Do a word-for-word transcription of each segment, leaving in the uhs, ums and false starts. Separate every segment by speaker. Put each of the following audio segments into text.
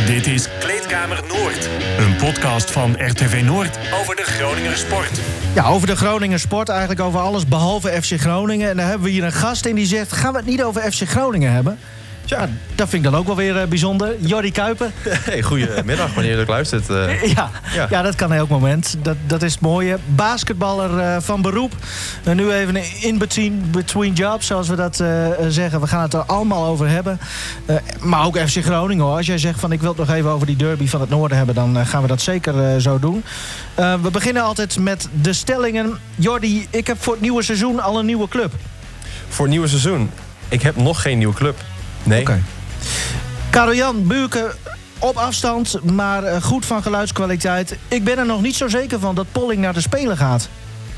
Speaker 1: Dit is Kleedkamer Noord, een podcast van R T V Noord over de Groninger sport.
Speaker 2: Ja, over de Groninger sport, eigenlijk over alles behalve F C Groningen. En dan hebben we hier een gast in die zegt, gaan we het niet over F C Groningen hebben? Ja, dat vind ik dan ook wel weer uh, bijzonder. Jordi Kuiper.
Speaker 3: Hey, goedemiddag, wanneer je ook luistert. Uh...
Speaker 2: Ja, ja. ja, dat kan elk moment. Dat, dat is het mooie. Basketballer uh, van beroep. Uh, nu even een in-between between jobs, zoals we dat uh, zeggen. We gaan het er allemaal over hebben. Uh, maar ook F C Groningen, hoor. Als jij zegt van ik wil het nog even over die derby van het noorden hebben, dan uh, gaan we dat zeker uh, zo doen. Uh, we beginnen altijd met de stellingen. Jordi, ik heb voor het nieuwe seizoen al een nieuwe club.
Speaker 3: Voor het nieuwe seizoen? Ik heb nog geen nieuwe club. Nee.
Speaker 2: Okay. Karel-Jan Buurke op afstand, maar goed van geluidskwaliteit. Ik ben er nog niet zo zeker van dat Polling naar de Spelen gaat.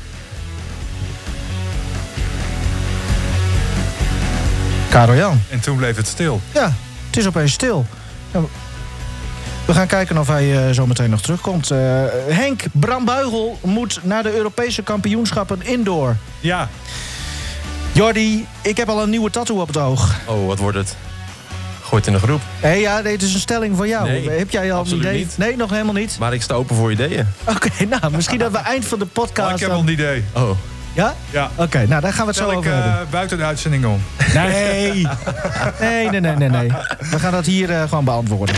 Speaker 2: Karel-Jan.
Speaker 4: En toen bleef het stil.
Speaker 2: Ja, het is opeens stil. We gaan kijken of hij uh, zo meteen nog terugkomt. Uh, Henk Brambuigel moet naar de Europese kampioenschappen indoor.
Speaker 4: Ja.
Speaker 2: Jordi, ik heb al een nieuwe tattoo op het oog.
Speaker 3: Oh, wat wordt het? Gooi het in de groep.
Speaker 2: Hey, ja, dit is een stelling voor jou.
Speaker 3: Nee,
Speaker 2: heb jij al een idee?
Speaker 3: Niet.
Speaker 2: Nee, nog helemaal niet.
Speaker 3: Maar ik sta open voor ideeën.
Speaker 2: Oké, okay, nou, misschien dat we eind van de podcast...
Speaker 4: Oh, ik heb al een idee.
Speaker 3: Oh.
Speaker 2: Ja?
Speaker 4: Ja.
Speaker 2: Oké, okay, nou, daar gaan we het
Speaker 4: Stel
Speaker 2: zo over
Speaker 4: ik, uh,
Speaker 2: hebben.
Speaker 4: buiten de uitzending om.
Speaker 2: Nee. nee, nee, nee, nee, nee. We gaan dat hier uh, gewoon beantwoorden.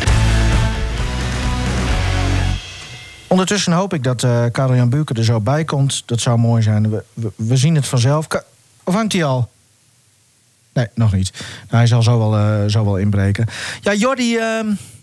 Speaker 2: Ondertussen hoop ik dat uh, Karel-Jan Buurke er zo bij komt. Dat zou mooi zijn. We, we, we zien het vanzelf. Ka- of hangt hij al? Nee, nog niet. Nou, hij zal zo wel, uh, zo wel inbreken. Ja, Jordi, uh,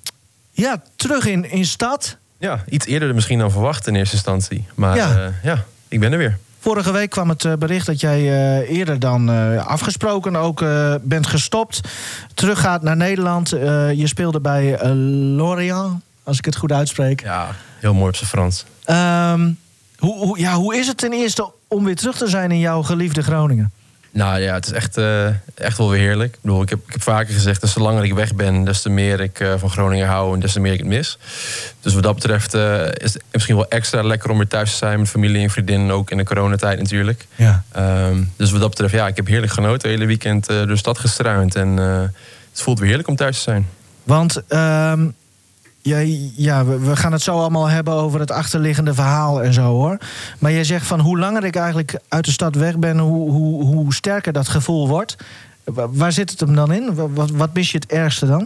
Speaker 2: ja, terug in, in stad.
Speaker 3: Ja, iets eerder misschien dan verwacht in eerste instantie. Maar ja, uh, ja ik ben er weer.
Speaker 2: Vorige week kwam het uh, bericht dat jij uh, eerder dan uh, afgesproken ook uh, bent gestopt. Teruggaat naar Nederland. Uh, je speelde bij uh, Lorient, als ik het goed uitspreek.
Speaker 3: Ja, heel mooi op zijn Frans.
Speaker 2: Um, hoe, hoe, ja, hoe is het ten eerste om weer terug te zijn in jouw geliefde Groningen?
Speaker 3: Nou ja, het is echt, uh, echt wel weer heerlijk. Ik bedoel, ik heb, ik heb vaker gezegd, des te langer ik weg ben, des te meer ik uh, van Groningen hou en des te meer ik het mis. Dus wat dat betreft uh, is het misschien wel extra lekker om weer thuis te zijn met familie en vriendinnen, ook in de coronatijd natuurlijk. Ja. Um, dus wat dat betreft, ja, ik heb heerlijk genoten. Het hele weekend uh, door de stad gestruind en uh, het voelt weer heerlijk om thuis te zijn.
Speaker 2: Want... Um... Ja, ja, we gaan het zo allemaal hebben over het achterliggende verhaal en zo, hoor. Maar jij zegt van hoe langer ik eigenlijk uit de stad weg ben, hoe, hoe, hoe sterker dat gevoel wordt. Waar zit het hem dan in? Wat, wat mis je het ergste dan?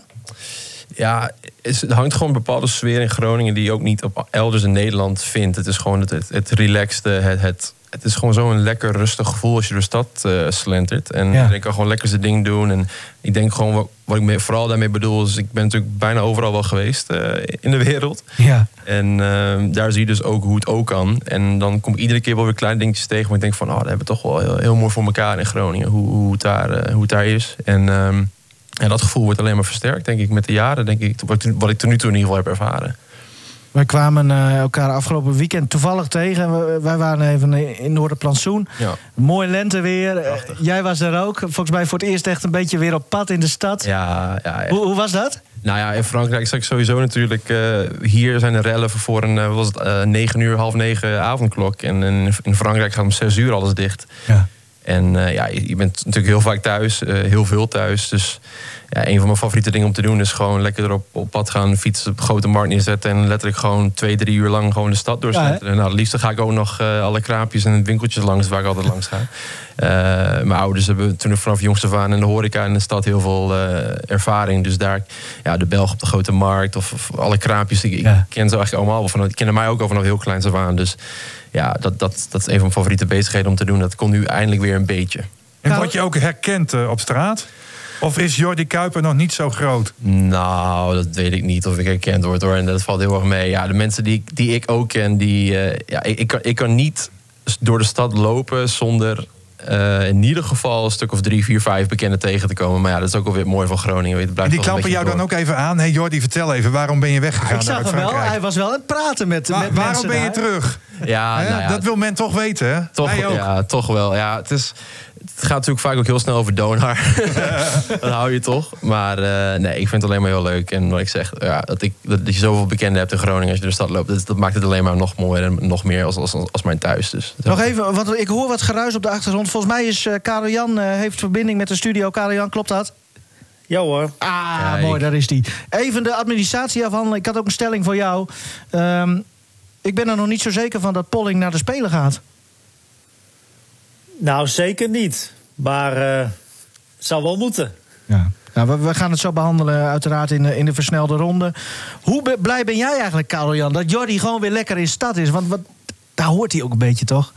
Speaker 3: Ja, er hangt gewoon een bepaalde sfeer in Groningen die je ook niet op elders in Nederland vindt. Het is gewoon het, het, het relaxte, het, het, het is gewoon zo'n lekker rustig gevoel als je door de stad uh, slentert. En ja. Ik kan gewoon lekker zijn ding doen. En ik denk gewoon, wat, wat ik me vooral daarmee bedoel, is ik ben natuurlijk bijna overal wel geweest uh, in de wereld. Ja. En uh, daar zie je dus ook hoe het ook kan. En dan kom ik iedere keer wel weer kleine dingetjes tegen, maar ik denk van, oh, dat hebben we toch wel heel, heel mooi voor elkaar in Groningen, hoe, hoe, het, daar, uh, hoe het daar is. En... Um, En dat gevoel wordt alleen maar versterkt, denk ik, met de jaren, denk ik, wat ik, wat ik tot nu toe in ieder geval heb ervaren.
Speaker 2: Wij kwamen uh, elkaar afgelopen weekend toevallig tegen. Wij waren even in Noorderplantsoen. Ja. Mooi lenteweer. Prachtig. Jij was er ook. Volgens mij voor het eerst echt een beetje weer op pad in de stad.
Speaker 3: Ja, ja.
Speaker 2: Hoe, hoe was dat?
Speaker 3: Nou ja, in Frankrijk zag ik sowieso natuurlijk... Uh, hier zijn de rellen voor een uh, was het, uh, negen uur, half negen avondklok. En in, in Frankrijk gaat om zes uur alles dicht. Ja. En uh, ja, je bent natuurlijk heel vaak thuis, uh, heel veel thuis. Dus ja, een van mijn favoriete dingen om te doen is gewoon lekker erop op pad gaan, fietsen op de grote markt neerzetten en letterlijk gewoon twee, drie uur lang gewoon de stad doorzetten. Ja, nou, het liefst ga ik ook nog uh, alle kraampjes en winkeltjes langs waar ik altijd langs ga. Uh, mijn ouders hebben toen vanaf jongs af aan in de horeca in de stad heel veel uh, ervaring. Dus daar, ja, de Belg op de grote markt of, of alle kraampjes, ik, ja. ik ken ze eigenlijk allemaal. Vanaf, die kennen mij ook al vanaf heel kleins af aan. Dus ja, dat, dat, dat is een van mijn favoriete bezigheden om te doen. Dat komt nu eindelijk weer een beetje.
Speaker 4: En word je ook herkend uh, op straat? Of is Jordi Kuiper nog niet zo groot?
Speaker 3: Nou, dat weet ik niet of ik herkend word, hoor. En dat valt heel erg mee. Ja, de mensen die, die ik ook ken, die, uh, ja, ik, ik, kan, ik kan niet door de stad lopen zonder uh, in ieder geval een stuk of drie, vier, vijf bekenden tegen te komen. Maar ja, dat is ook alweer mooi van Groningen. Het
Speaker 4: en die klampen jou door. Dan ook even aan. Hé, hey Jordi, vertel even, waarom ben je weggegaan?
Speaker 2: Ik zag hem wel, hij was wel aan het praten met,
Speaker 4: maar,
Speaker 2: met
Speaker 4: waarom
Speaker 2: mensen
Speaker 4: ben je
Speaker 2: daar.
Speaker 4: terug?
Speaker 3: Ja, nou ja,
Speaker 4: dat wil men toch weten, hè?
Speaker 3: Toch, ja, toch wel. Ja, het, is, het gaat natuurlijk vaak ook heel snel over Donar. Dat hou je toch. Maar uh, nee, ik vind het alleen maar heel leuk. En wat ik zeg, ja, dat, ik, dat je zoveel bekenden hebt in Groningen als je door de stad loopt, dat, dat maakt het alleen maar nog mooier en nog meer als, als, als mijn thuis. Dus.
Speaker 2: Nog even, want ik hoor wat geruis op de achtergrond. Volgens mij is uh, Karel-Jan uh, heeft verbinding met de studio. Karel-Jan, klopt dat?
Speaker 5: Ja hoor.
Speaker 2: Ah,
Speaker 3: Ja,
Speaker 2: mooi,
Speaker 3: ik-
Speaker 2: daar is die. Even de administratie afhandelen. Ik had ook een stelling voor jou. Um, ik ben er nog niet zo zeker van dat Polling naar de Spelen gaat.
Speaker 5: Nou, zeker niet. Maar uh, het zal wel moeten.
Speaker 2: Ja. Nou, we, we gaan het zo behandelen, uiteraard, in de, in de versnelde ronde. Hoe be- blij ben jij eigenlijk, Karel-Jan, dat Jordi gewoon weer lekker in stad is? Want wat, daar hoort hij ook een beetje, toch?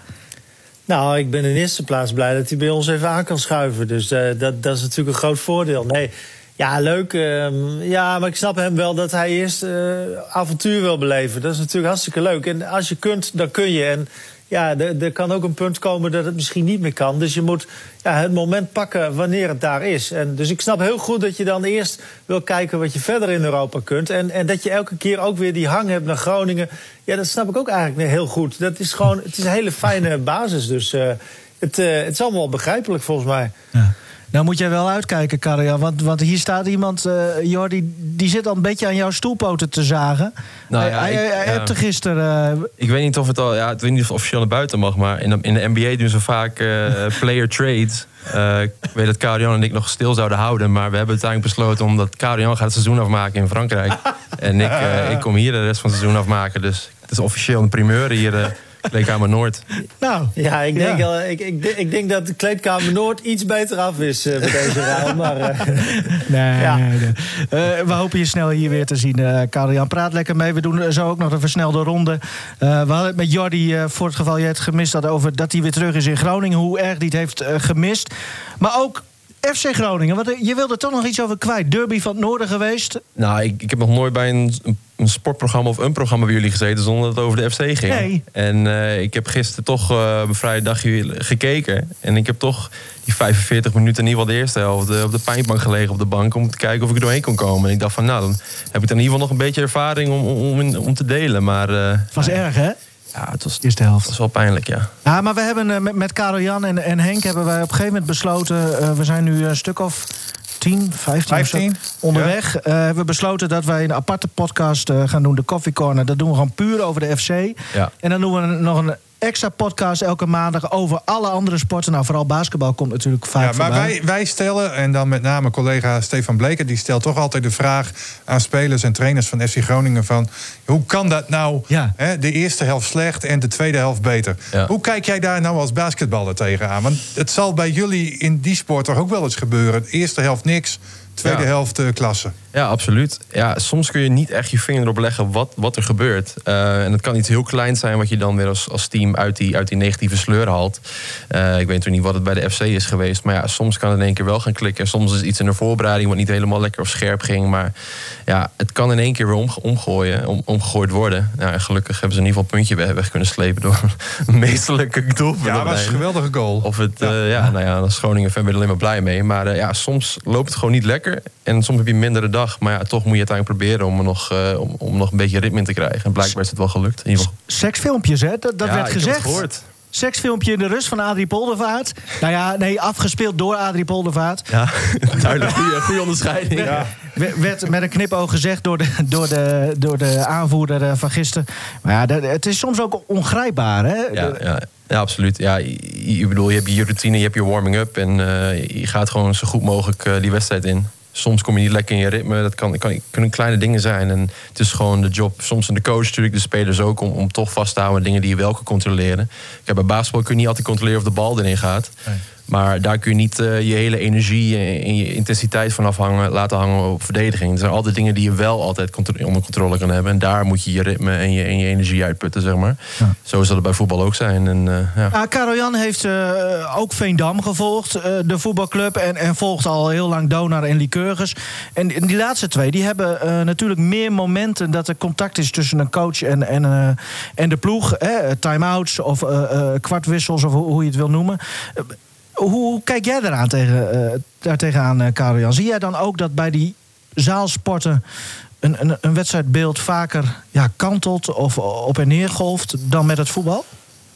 Speaker 5: Nou, ik ben in eerste plaats blij dat hij bij ons even aan kan schuiven. Dus uh, dat, dat is natuurlijk een groot voordeel. Nee, ja, leuk. Uh, ja, maar ik snap hem wel dat hij eerst uh, avontuur wil beleven. Dat is natuurlijk hartstikke leuk. En als je kunt, dan kun je. En ja, er, er kan ook een punt komen dat het misschien niet meer kan. Dus je moet ja, het moment pakken wanneer het daar is. En dus ik snap heel goed dat je dan eerst wil kijken wat je verder in Europa kunt. En, en dat je elke keer ook weer die hang hebt naar Groningen. Ja, dat snap ik ook eigenlijk heel goed. Dat is gewoon, het is een hele fijne basis. Dus uh, het, uh, het is allemaal begrijpelijk volgens mij.
Speaker 2: Ja. Nou moet jij wel uitkijken, Karel, want, want hier staat iemand, uh, Jordi, die zit al een beetje aan jouw stoelpoten te zagen.
Speaker 3: Nou ja,
Speaker 2: hij
Speaker 3: ik-
Speaker 2: hij, hij
Speaker 3: ja.
Speaker 2: hebt er gisteren... Uh,
Speaker 3: Ik weet niet of het al, ja, ik weet niet of het officieel naar buiten mag, maar in de, in de N B A doen ze vaak uh, player trades. Uh, ik weet dat Karel-Jan en ik nog stil zouden houden, maar we hebben uiteindelijk besloten omdat Karel-Jan gaat het seizoen afmaken in Frankrijk. En ik, uh, ik kom hier de rest van het seizoen afmaken, dus het is officieel een primeur hier. Uh, Kleedkamer Noord.
Speaker 2: nou,
Speaker 5: Ja, ik denk,
Speaker 2: Ja.
Speaker 5: al- ik, ik, ik denk dat de Kleedkamer Noord iets beter af is uh, met deze ruil. Maar uh,
Speaker 2: nee,
Speaker 5: Ja.
Speaker 2: nee, nee. Uh, we hopen je snel hier weer te zien, uh, Karel-Jan. Praat lekker mee. We doen zo ook nog een versnelde ronde. Uh, we hadden het met Jordi, uh, voor het geval jij het gemist had, over dat hij weer terug is in Groningen. Hoe erg hij het heeft uh, gemist. Maar ook F C Groningen. Want uh, je wilde toch nog iets over kwijt. Derby van het Noorden geweest.
Speaker 3: Nou, ik, ik heb nog nooit bij een, een sportprogramma of een programma bij jullie gezeten zonder dat het over de F C ging.
Speaker 2: Nee.
Speaker 3: En uh, ik heb gisteren toch uh, op een vrije dagje gekeken. En ik heb toch die vijfenveertig minuten, in ieder geval de eerste helft, uh, op de pijnbank gelegen op de bank om te kijken of ik er doorheen kon komen. En ik dacht van, nou, dan heb ik in ieder geval nog een beetje ervaring om, om, om, om te delen. Maar uh,
Speaker 2: Het was erg, hè?
Speaker 3: ja, het was,
Speaker 2: Eerste
Speaker 3: het
Speaker 2: helft.
Speaker 3: was wel pijnlijk, ja.
Speaker 2: Ja, maar we hebben uh, met, met Karel-Jan en, en Henk hebben wij op een gegeven moment besloten. Uh, we zijn nu een stuk of tien, vijftien, of zo
Speaker 4: vijftien
Speaker 2: onderweg. Uh, hebben we besloten dat wij een aparte podcast uh, gaan doen, de Coffee Corner. Dat doen we gewoon puur over de F C.
Speaker 3: Ja.
Speaker 2: En dan doen we een- nog een extra podcast elke maandag over alle andere sporten. Nou, vooral basketbal komt natuurlijk vaak
Speaker 4: Ja, maar
Speaker 2: voorbij.
Speaker 4: wij, wij stellen, en dan met name collega Stefan Bleker, die stelt toch altijd de vraag aan spelers en trainers van F C Groningen van, hoe kan dat nou,
Speaker 2: Ja.
Speaker 4: hè, de eerste helft slecht en de tweede helft beter?
Speaker 3: Ja.
Speaker 4: Hoe kijk jij daar nou als basketballer tegenaan? Want het zal bij jullie in die sport toch ook wel eens gebeuren. De eerste helft niks, tweede
Speaker 3: Ja.
Speaker 4: helft uh, klasse.
Speaker 3: Ja, absoluut. Ja, soms kun je niet echt je vinger erop leggen wat, wat er gebeurt. Uh, en het kan iets heel kleins zijn wat je dan weer als, als team uit die, uit die negatieve sleur haalt. Uh, ik weet natuurlijk niet wat het bij de F C is geweest. Maar ja, soms kan het in één keer wel gaan klikken. Soms is iets in de voorbereiding wat niet helemaal lekker of scherp ging. Maar ja, het kan in één keer weer omge- omgooien, om, omgegooid worden. Nou, en gelukkig hebben ze in ieder geval een puntje weg, weg kunnen slepen door een meesterlijke doelpunt.
Speaker 4: Ja, dat was een geweldige goal.
Speaker 3: Of het, ja, uh, ja, nou ja, als Groningen fan ben je er alleen maar blij mee. Maar uh, ja, soms loopt het gewoon niet lekker. En soms heb je een mindere dag. Maar ja, toch moet je uiteindelijk proberen om er nog, uh, om, om nog een beetje ritme in te krijgen. En blijkbaar is het wel gelukt. In ieder geval.
Speaker 2: Seksfilmpjes, hè? Dat, dat
Speaker 3: Ja,
Speaker 2: werd
Speaker 3: ik heb
Speaker 2: gezegd.
Speaker 3: het gehoord.
Speaker 2: Seksfilmpje in de rust van Adrie Poldervaart. Nou ja, nee, afgespeeld door Adrie Poldervaart.
Speaker 3: Ja, duidelijk. Goede, goede onderscheiding.
Speaker 2: Ja. Werd met een knipoog gezegd door de, door de, door de aanvoerder uh, van gisteren. Maar ja, dat, het is soms ook ongrijpbaar, hè?
Speaker 3: Ja, ja, ja, absoluut. Ja, je, je bedoel, je hebt je routine, je hebt je warming-up. En uh, je gaat gewoon zo goed mogelijk uh, die wedstrijd in. Soms kom je niet lekker in je ritme. Dat kan, kan, kunnen kleine dingen zijn. En het is gewoon de job. Soms van de coach natuurlijk, de spelers ook, om, om toch vast te houden aan dingen die je wel kan controleren. Kijk, bij basketbal kun je niet altijd controleren of de bal erin gaat. Nee. Maar daar kun je niet uh, je hele energie en je intensiteit van afhangen, laten hangen op verdediging. Er zijn altijd dingen die je wel altijd contro- onder controle kan hebben. En daar moet je je ritme en je, en je energie uitputten, zeg maar. Ja. Zo zal het bij voetbal ook zijn. En, uh, ja.
Speaker 2: Ah, Karel-Jan heeft uh, ook Veendam gevolgd, uh, de voetbalclub. En, en volgt al heel lang Donar en Lycurgus. En, en die laatste twee die hebben uh, natuurlijk meer momenten dat er contact is tussen een coach en, en, uh, en de ploeg. Hè? Time-outs of uh, uh, kwartwissels of hoe, hoe je het wil noemen. Uh, Hoe kijk jij daaraan tegen, uh, daar tegenaan, uh, Karel-Jan? Zie jij dan ook dat bij die zaalsporten een, een, een wedstrijdbeeld vaker ja, kantelt of op en neer golft dan met het voetbal?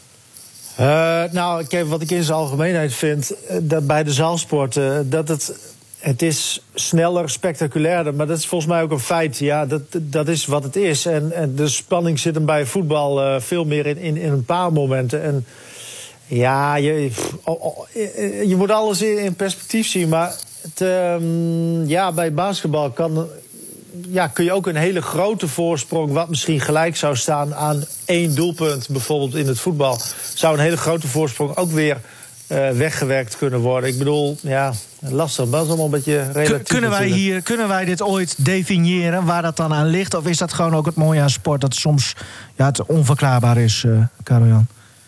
Speaker 5: Uh, nou, kijk, wat ik in zijn algemeenheid vind, uh, dat bij de zaalsporten, uh, dat het, het is sneller, spectaculairder, maar dat is volgens mij ook een feit. Ja, dat, dat is wat het is. En, en de spanning zit hem bij voetbal uh, veel meer in, in, in een paar momenten. En ja, je, je moet alles in perspectief zien. Maar Het, um, ja, bij basketbal kan, ja, kun je ook een hele grote voorsprong, wat misschien gelijk zou staan aan één doelpunt, bijvoorbeeld in het voetbal, zou een hele grote voorsprong ook weer uh, weggewerkt kunnen worden. Ik bedoel, ja, lastig, maar dat is allemaal een beetje relatief.
Speaker 2: Kunnen wij, hier, kunnen wij dit ooit definiëren, waar dat dan aan ligt? Of is dat gewoon ook het mooie aan sport, dat soms ja, het onverklaarbaar is, uh, Karel-Jan?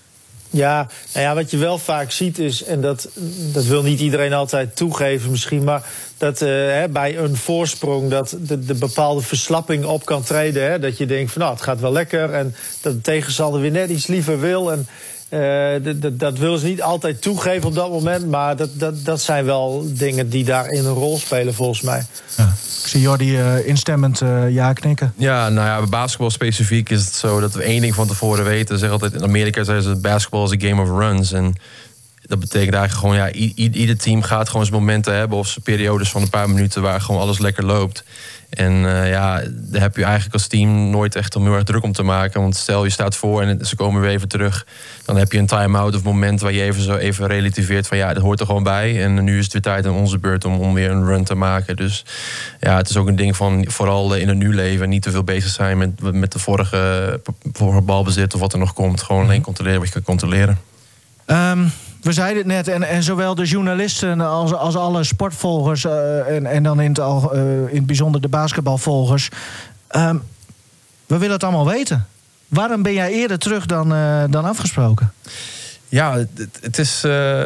Speaker 5: Ja, nou ja, wat je wel vaak ziet is, en dat, dat wil niet iedereen altijd toegeven misschien, maar dat uh, hè, bij een voorsprong dat de, de bepaalde verslapping op kan treden. Hè, dat je denkt van nou, het gaat wel lekker en dat de tegenstander weer net iets liever wil. En uh, dat, dat willen ze niet altijd toegeven op dat moment, maar dat, dat, dat zijn wel dingen die daarin een rol spelen volgens mij.
Speaker 2: Ja. Ik zie Jordi uh, instemmend uh, ja knikken.
Speaker 3: Ja, nou ja, bij basketbal specifiek is het zo dat we één ding van tevoren weten. Ze zeggen altijd, in Amerika zeggen ze, basketball is a game of runs. En dat betekent eigenlijk gewoon, ja, i- i- ieder team gaat gewoon zijn momenten hebben of zijn periodes van een paar minuten waar gewoon alles lekker loopt. En uh, ja, daar heb je eigenlijk als team nooit echt om heel erg druk om te maken. Want stel je staat voor en ze komen weer even terug, dan heb je een time-out of moment waar je even zo even relativeert van ja, dat hoort er gewoon bij. En nu is het weer tijd aan onze beurt om, om weer een run te maken. Dus ja, het is ook een ding van vooral in het nu leven, niet te veel bezig zijn met, met de vorige, vorige balbezit of wat er nog komt. Gewoon alleen controleren wat je kan controleren.
Speaker 2: Um, we zeiden het net, en, en zowel de journalisten als, als alle sportvolgers uh, en, en dan in het, al, uh, in het bijzonder de basketbalvolgers. Um, we willen het allemaal weten. Waarom ben jij eerder terug dan, uh, dan afgesproken?
Speaker 3: Ja, het, het is... Uh,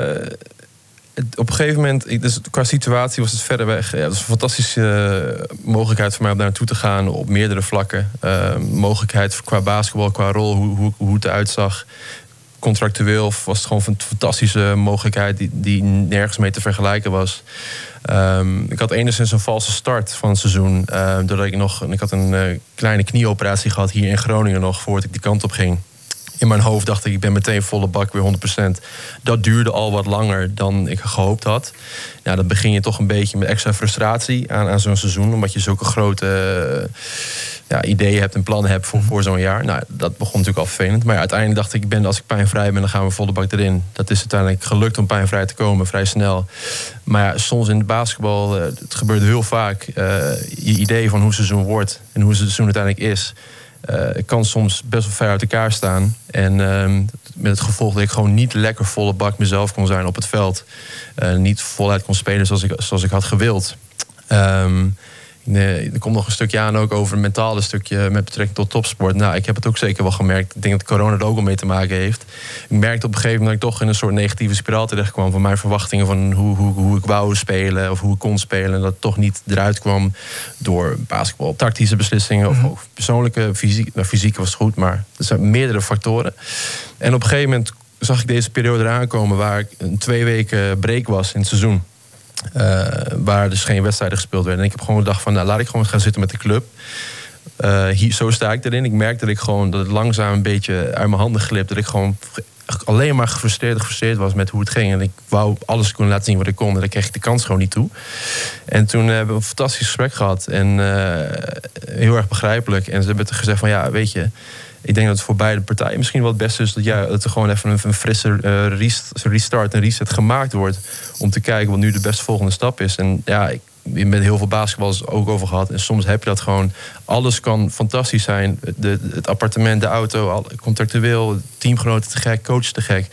Speaker 3: het, op een gegeven moment, dus qua situatie was het verder weg. Ja, het was een fantastische uh, mogelijkheid voor mij om daar naartoe te gaan op meerdere vlakken. Uh, mogelijkheid qua basketbal, qua rol, hoe, hoe, hoe het eruit zag. Contractueel was het gewoon een fantastische mogelijkheid die, die nergens mee te vergelijken was. Um, ik had enigszins een valse start van het seizoen. Uh, doordat ik nog, ik had een uh, kleine knieoperatie gehad hier in Groningen nog voordat ik die kant op ging. In mijn hoofd dacht ik, ik ben meteen volle bak weer honderd procent. Dat duurde al wat langer dan ik gehoopt had. Ja, dan begin je toch een beetje met extra frustratie aan, aan zo'n seizoen. Omdat je zulke grote uh, ja, ideeën hebt en plannen hebt voor, voor zo'n jaar. Nou, dat begon natuurlijk al vervelend. Maar ja, uiteindelijk dacht ik, ik ben, als ik pijnvrij ben, dan gaan we volle bak erin. Dat is uiteindelijk gelukt om pijnvrij te komen, vrij snel. Maar ja, soms in het basketbal, uh, het gebeurt heel vaak. Uh, je idee van hoe het seizoen wordt en hoe het seizoen uiteindelijk is, Uh, kan soms best wel ver uit elkaar staan. En uh, met het gevolg dat ik gewoon niet lekker volle bak mezelf kon zijn op het veld. Uh, niet voluit kon spelen zoals ik, zoals ik had gewild. Um, Nee, er komt nog een stukje aan ook over een mentale stukje met betrekking tot topsport. Nou, ik heb het ook zeker wel gemerkt. Ik denk dat corona er ook al mee te maken heeft. Ik merkte op een gegeven moment dat ik toch in een soort negatieve spiraal terecht kwam van mijn verwachtingen van hoe, hoe, hoe ik wou spelen of hoe ik kon spelen. En dat het toch niet eruit kwam door basketbal, tactische beslissingen of, of persoonlijke fysiek. Nou, fysiek was goed, maar er zijn meerdere factoren. En op een gegeven moment zag ik deze periode eraan komen waar ik een twee weken break was in het seizoen. Uh, waar dus geen wedstrijden gespeeld werden. En ik heb gewoon gedacht van, nou, laat ik gewoon gaan zitten met de club. Uh, hier, zo sta ik erin. Ik merk dat ik gewoon dat het langzaam een beetje uit mijn handen glipt. Dat ik gewoon alleen maar gefrustreerd, gefrustreerd was met hoe het ging. En ik wou alles kunnen laten zien wat ik kon. En dan kreeg ik de kans gewoon niet toe. En toen hebben we een fantastisch gesprek gehad. En uh, heel erg begrijpelijk. En ze hebben gezegd van, ja, weet je, ik denk dat het voor beide partijen misschien wel het beste is dat, ja, dat er gewoon even een, een frisse uh, restart, een reset gemaakt wordt. Om te kijken wat nu de beste volgende stap is. En ja, ik heb met heel veel basketballers ook over gehad. En soms heb je dat gewoon. Alles kan fantastisch zijn. De, het appartement, de auto, contractueel, teamgenoten te gek, coach te gek.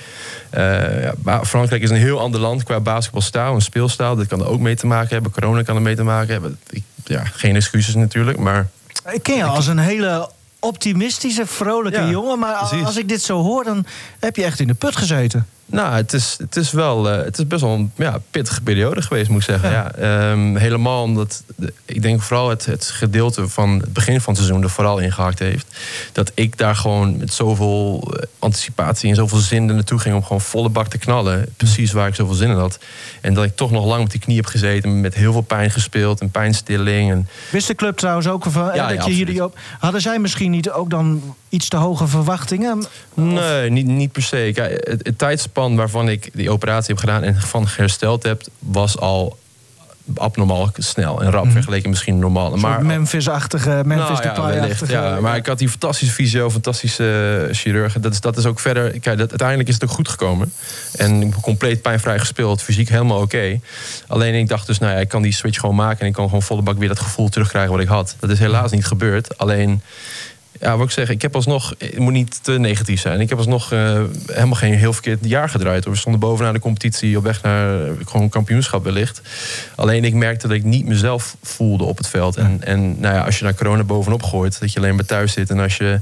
Speaker 3: Uh, ja, Frankrijk is een heel ander land qua basketbalstijl en speelstijl. Dat kan er ook mee te maken hebben. Corona kan er mee te maken hebben. Ik, ja, geen excuses natuurlijk, maar
Speaker 2: ik ken je als een hele optimistische, vrolijke ja, jongen. Maar precies. Als ik dit zo hoor, dan heb je echt in de put gezeten.
Speaker 3: Nou, het is, het is wel, uh, het is best wel een ja, pittige periode geweest, moet ik zeggen. Ja. Ja, um, helemaal omdat, de, ik denk vooral het, het gedeelte van het begin van het seizoen er vooral ingehakt heeft. Dat ik daar gewoon met zoveel anticipatie en zoveel zin er naartoe ging om gewoon volle bak te knallen. Precies waar ik zoveel zin in had. En dat ik toch nog lang op die knie heb gezeten, met heel veel pijn gespeeld en pijnstilling. En
Speaker 2: wist de club trouwens ook van, ja, dat ja, je hier op. Hadden zij misschien niet ook dan iets te hoge verwachtingen?
Speaker 3: Nee, niet, niet per se. Kijk, het, het tijdspan waarvan ik die operatie heb gedaan en van hersteld heb, was al abnormaal snel en rap
Speaker 2: Mm.
Speaker 3: vergeleken misschien normaal. Maar
Speaker 2: Memphis-achtige, Memphis
Speaker 3: nou, ja,
Speaker 2: Depay-achtige.
Speaker 3: wellicht, ja, maar ik had die fantastische fysio, fantastische uh, chirurg. Dat is, dat is ook verder. Kijk, dat, uiteindelijk is het ook goed gekomen. En ik heb compleet pijnvrij gespeeld, fysiek helemaal oké. Okay. Alleen ik dacht dus, nou ja, ik kan die switch gewoon maken en ik kan gewoon volle bak weer dat gevoel terugkrijgen wat ik had. Dat is helaas niet gebeurd. Alleen, ja, wat ik zeg, ik heb alsnog, het moet niet te negatief zijn. Ik heb alsnog uh, helemaal geen heel verkeerd jaar gedraaid. We stonden bovenaan de competitie op weg naar gewoon kampioenschap wellicht. Alleen ik merkte dat ik niet mezelf voelde op het veld. En, en nou ja, als je naar corona bovenop gooit, dat je alleen maar thuis zit en als je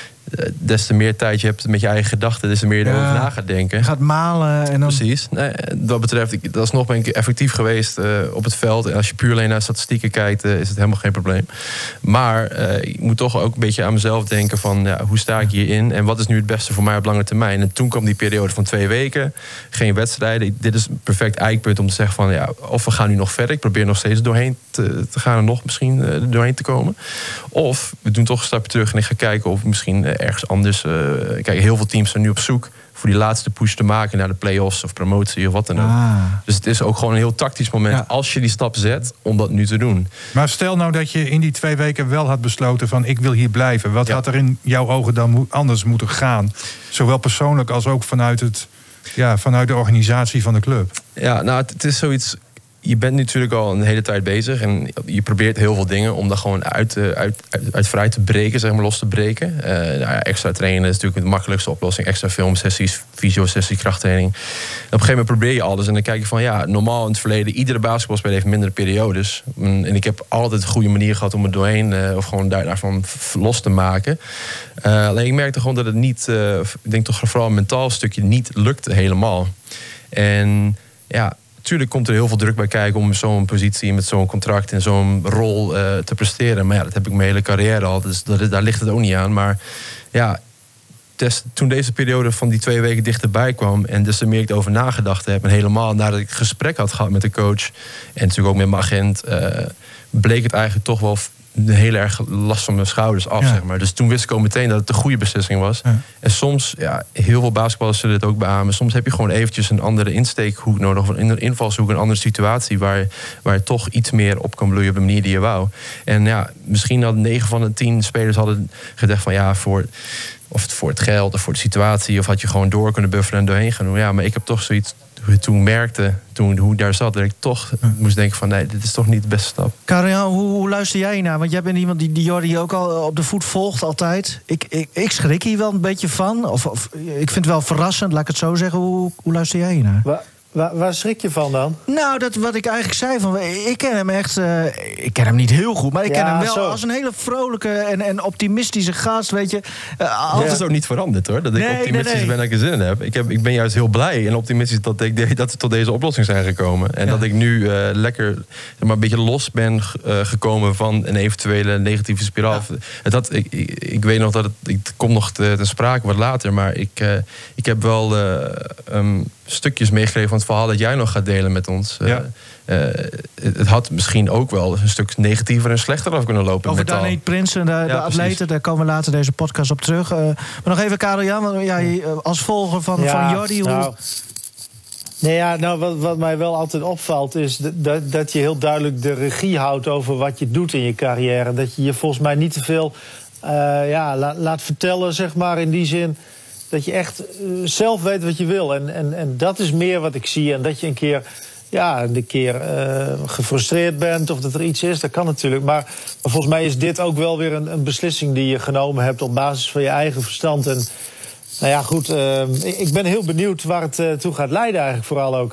Speaker 3: des te meer tijd je hebt met je eigen gedachten, des te meer je erover ja. na gaat denken.
Speaker 2: Je gaat malen en dan...
Speaker 3: Precies. Nee, dat betreft, ik, dat is nog ben ik effectief geweest uh, op het veld. En als je puur alleen naar statistieken kijkt, uh, is het helemaal geen probleem. Maar uh, ik moet toch ook een beetje aan mezelf denken van, ja, hoe sta ik hierin? En wat is nu het beste voor mij op lange termijn? En toen kwam die periode van twee weken. Geen wedstrijden. Dit is een perfect eikpunt om te zeggen van, ja, of we gaan nu nog verder. Ik probeer nog steeds doorheen te, te gaan en nog misschien uh, doorheen te komen. Of we doen toch een stapje terug en ik ga kijken of misschien uh, ergens anders. Uh, kijk, heel veel teams zijn nu op zoek voor die laatste push te maken naar de play-offs of promotie of wat dan ook.
Speaker 2: Ah.
Speaker 3: Dus het is ook gewoon een heel tactisch moment ja. als je die stap zet om dat nu te doen.
Speaker 4: Maar stel nou dat je in die twee weken wel had besloten van ik wil hier blijven. Wat ja. had er in jouw ogen dan mo- anders moeten gaan? Zowel persoonlijk als ook vanuit, het, ja, vanuit de organisatie van de club.
Speaker 3: Ja, nou het, het is zoiets. Je bent natuurlijk al een hele tijd bezig en je probeert heel veel dingen om daar gewoon uit, uit, uit, uit vrij te breken, zeg maar, los te breken. Uh, nou ja, extra trainen is natuurlijk de makkelijkste oplossing. Extra filmsessies, fysio-sessies, krachttraining. En op een gegeven moment probeer je alles en dan kijk je van, ja, normaal in het verleden, iedere basketbalspeler heeft mindere periodes. En ik heb altijd een goede manier gehad om er doorheen, uh, of gewoon daarvan los te maken. Uh, alleen ik merkte gewoon dat het niet, uh, ik denk toch vooral een mentaal stukje, niet lukte helemaal. En ja, natuurlijk komt er heel veel druk bij kijken om zo'n positie met zo'n contract en zo'n rol uh, te presteren. Maar ja, dat heb ik mijn hele carrière al, dus dat, daar ligt het ook niet aan. Maar ja, des, toen deze periode van die twee weken dichterbij kwam en des te meer ik erover nagedacht heb en helemaal nadat ik gesprek had gehad met de coach en natuurlijk ook met mijn agent, uh, bleek het eigenlijk toch wel heel erg last van mijn schouders af, ja. zeg maar. Dus toen wist ik ook meteen dat het de goede beslissing was. Ja. En soms, ja, heel veel basketballers zullen het ook beamen. Soms heb je gewoon eventjes een andere insteekhoek nodig, of een invalshoek, een andere situatie waar je, waar je toch iets meer op kan bloeien op de manier die je wou. En ja, misschien hadden negen van de tien spelers hadden gedacht van ja, voor of het voor het geld of voor de situatie, of had je gewoon door kunnen bufferen en doorheen gaan doen. Ja, maar ik heb toch zoiets toen merkte, toen hoe ik daar zat, dat ik toch ja. moest denken van nee, dit is toch niet de beste stap.
Speaker 2: Karel, hoe, hoe luister jij naar? Want jij bent iemand die, die Jordi ook al op de voet volgt altijd. Ik, ik, ik schrik hier wel een beetje van. Of, of ik vind het wel verrassend, laat ik het zo zeggen. Hoe, hoe luister jij hier naar?
Speaker 5: Waar, waar, waar schrik je van dan?
Speaker 2: Nou, dat wat ik eigenlijk zei. Van, ik ken hem echt, uh, ik ken hem niet heel goed, maar ik ja, ken hem wel zo. Als een hele vrolijke en, en optimistische gast, weet je. Uh,
Speaker 3: dat ja. is ook niet veranderd hoor, dat ik nee, optimistisch nee, nee. ben dat ik er zin in heb. Ik, heb. ik ben juist heel blij en optimistisch dat, ik, dat we tot deze oplossing zijn gekomen. En ja. dat ik nu uh, lekker zeg maar, een beetje los ben uh, gekomen van een eventuele negatieve spiraal. Ja. Dat, ik, ik, ik weet nog dat het, het komt nog te, te sprake wat later, maar ik, uh, ik heb wel uh, um, stukjes meegekregen van het verhaal dat jij nog gaat delen met ons. Uh, ja. Uh, het, het had misschien ook wel een stuk negatiever en slechter af kunnen lopen.
Speaker 2: Over Daneet Prinsen, de, ja, de atleten, daar komen we later deze podcast op terug. Uh, maar nog even, Karel Jan, want jij als volger van, ja, van Jordi, hoe...
Speaker 5: Nou, nee, ja, nou, wat, wat mij wel altijd opvalt is dat, dat je heel duidelijk de regie houdt over wat je doet in je carrière. Dat je je volgens mij niet te veel uh, ja, la, laat vertellen, zeg maar, in die zin dat je echt uh, zelf weet wat je wil. En, en, en dat is meer wat ik zie. En dat je een keer... Ja, een keer uh, gefrustreerd bent of dat er iets is, dat kan natuurlijk. Maar, maar volgens mij is dit ook wel weer een, een beslissing die je genomen hebt op basis van je eigen verstand. En nou ja, goed, uh, ik ben heel benieuwd waar het uh, toe gaat leiden eigenlijk vooral ook.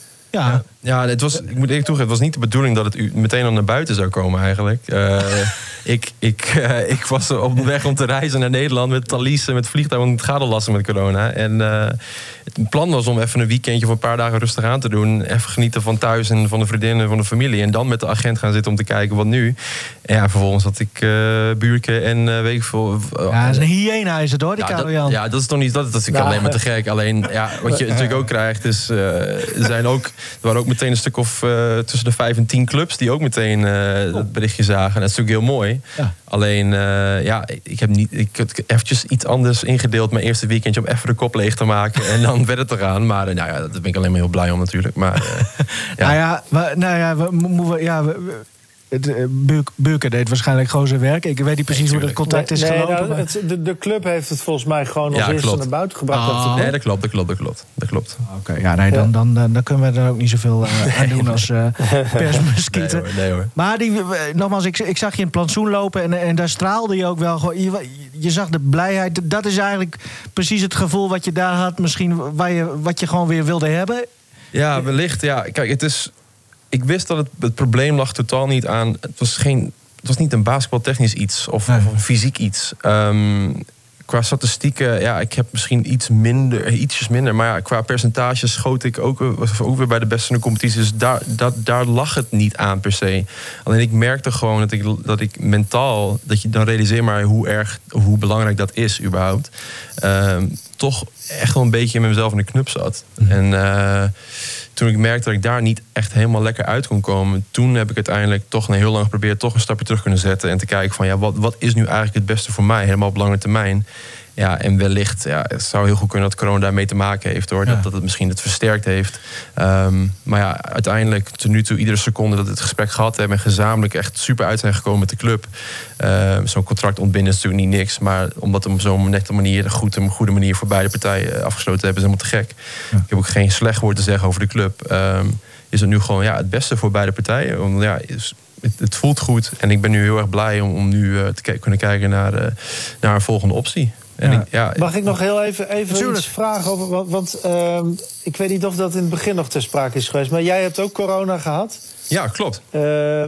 Speaker 3: Ja, ja het was, ik moet eerlijk toegeven, het was niet de bedoeling dat het u meteen al naar buiten zou komen eigenlijk. Uh, ik, ik, uh, ik was op weg om te reizen naar Nederland met Thalys en met vliegtuig, want het gaat al lastig met corona. En uh, het plan was om even een weekendje of een paar dagen rustig aan te doen. Even genieten van thuis en van de vriendinnen en van de familie. En dan met de agent gaan zitten om te kijken wat nu. En ja, vervolgens had ik uh, buurken en uh, weet ik veel. Uh,
Speaker 2: ja, dat is een hyena is het hoor, die
Speaker 3: ja,
Speaker 2: Karel Jan.
Speaker 3: Ja, dat is toch niet, dat, dat is ja. alleen maar te gek. Alleen, ja, wat je natuurlijk ook krijgt is, uh, er zijn ook, er waren ook meteen een stuk of uh, tussen de vijf en tien clubs die ook meteen uh, dat berichtje zagen. En dat is natuurlijk heel mooi. Ja. Alleen, uh, ja, ik heb niet, ik heb eventjes iets anders ingedeeld. Mijn eerste weekendje om even de kop leeg te maken en dan verder te gaan. Maar uh, nou ja, daar ben ik alleen maar heel blij om natuurlijk. Maar, uh, ja.
Speaker 2: Nou ja, we, nou ja, we, we, ja we, Buurker deed waarschijnlijk gewoon zijn werk. Ik weet niet precies nee, hoe dat contact is nee, gelopen.
Speaker 5: Nou, het, de, de club heeft het volgens mij gewoon als
Speaker 3: ja,
Speaker 5: eerste naar buiten gebracht.
Speaker 3: Oh. Nee, dat klopt, dat klopt, dat klopt. Dat klopt.
Speaker 2: Oké, okay, ja, nee, dan, dan, dan, dan kunnen we er ook niet zoveel uh, aan doen als uh, persmuskieten.
Speaker 3: Nee, nee hoor.
Speaker 2: Maar die, nogmaals, ik, ik zag je in het plantsoen lopen en, en daar straalde je ook wel gewoon. Je, je zag de blijheid. Dat is eigenlijk precies het gevoel wat je daar had. Misschien waar je, wat je gewoon weer wilde hebben.
Speaker 3: Ja, wellicht. Ja, kijk, het is. Ik wist dat het, het probleem lag totaal niet aan. Het was, geen, het was niet een basketbaltechnisch iets of, nee. of een fysiek iets. Um, qua statistieken, ja, ik heb misschien iets minder, ietsjes minder. Maar ja, qua percentages schoot ik ook, ook weer bij de beste in de competitie. Dus daar, dat, daar lag het niet aan per se. Alleen ik merkte gewoon dat ik, dat ik mentaal, dat je dan realiseer maar hoe erg, hoe belangrijk dat is überhaupt. Um, toch echt wel een beetje met mezelf in de knup zat. Mm. En uh, toen ik merkte dat ik daar niet echt helemaal lekker uit kon komen, toen heb ik uiteindelijk toch een heel lang geprobeerd toch een stapje terug kunnen zetten en te kijken van ja, wat, wat is nu eigenlijk het beste voor mij, helemaal op lange termijn. Ja, en wellicht, ja, het zou heel goed kunnen dat corona daarmee te maken heeft, hoor. Ja. Dat, dat het misschien het versterkt heeft. Um, maar ja, uiteindelijk, tot nu toe, iedere seconde dat we het gesprek gehad hebben en gezamenlijk echt super uit zijn gekomen met de club. Uh, zo'n contract ontbinden is natuurlijk niet niks, maar omdat we op zo'n nette manier, een goede, een goede manier voor beide partijen afgesloten hebben, is helemaal te gek. Ja. Ik heb ook geen slecht woord te zeggen over de club. Um, is het nu gewoon ja, het beste voor beide partijen. Om, ja, is, het, het voelt goed en ik ben nu heel erg blij om, om nu uh, te k- kunnen kijken naar, uh, naar een volgende optie. En
Speaker 5: ja.
Speaker 3: Ik, ja,
Speaker 5: Mag ik nog heel even, even iets vragen over? Want, want uh, ik weet niet of dat in het begin nog ter sprake is geweest, maar jij hebt ook corona gehad.
Speaker 3: Ja, klopt.
Speaker 5: Uh,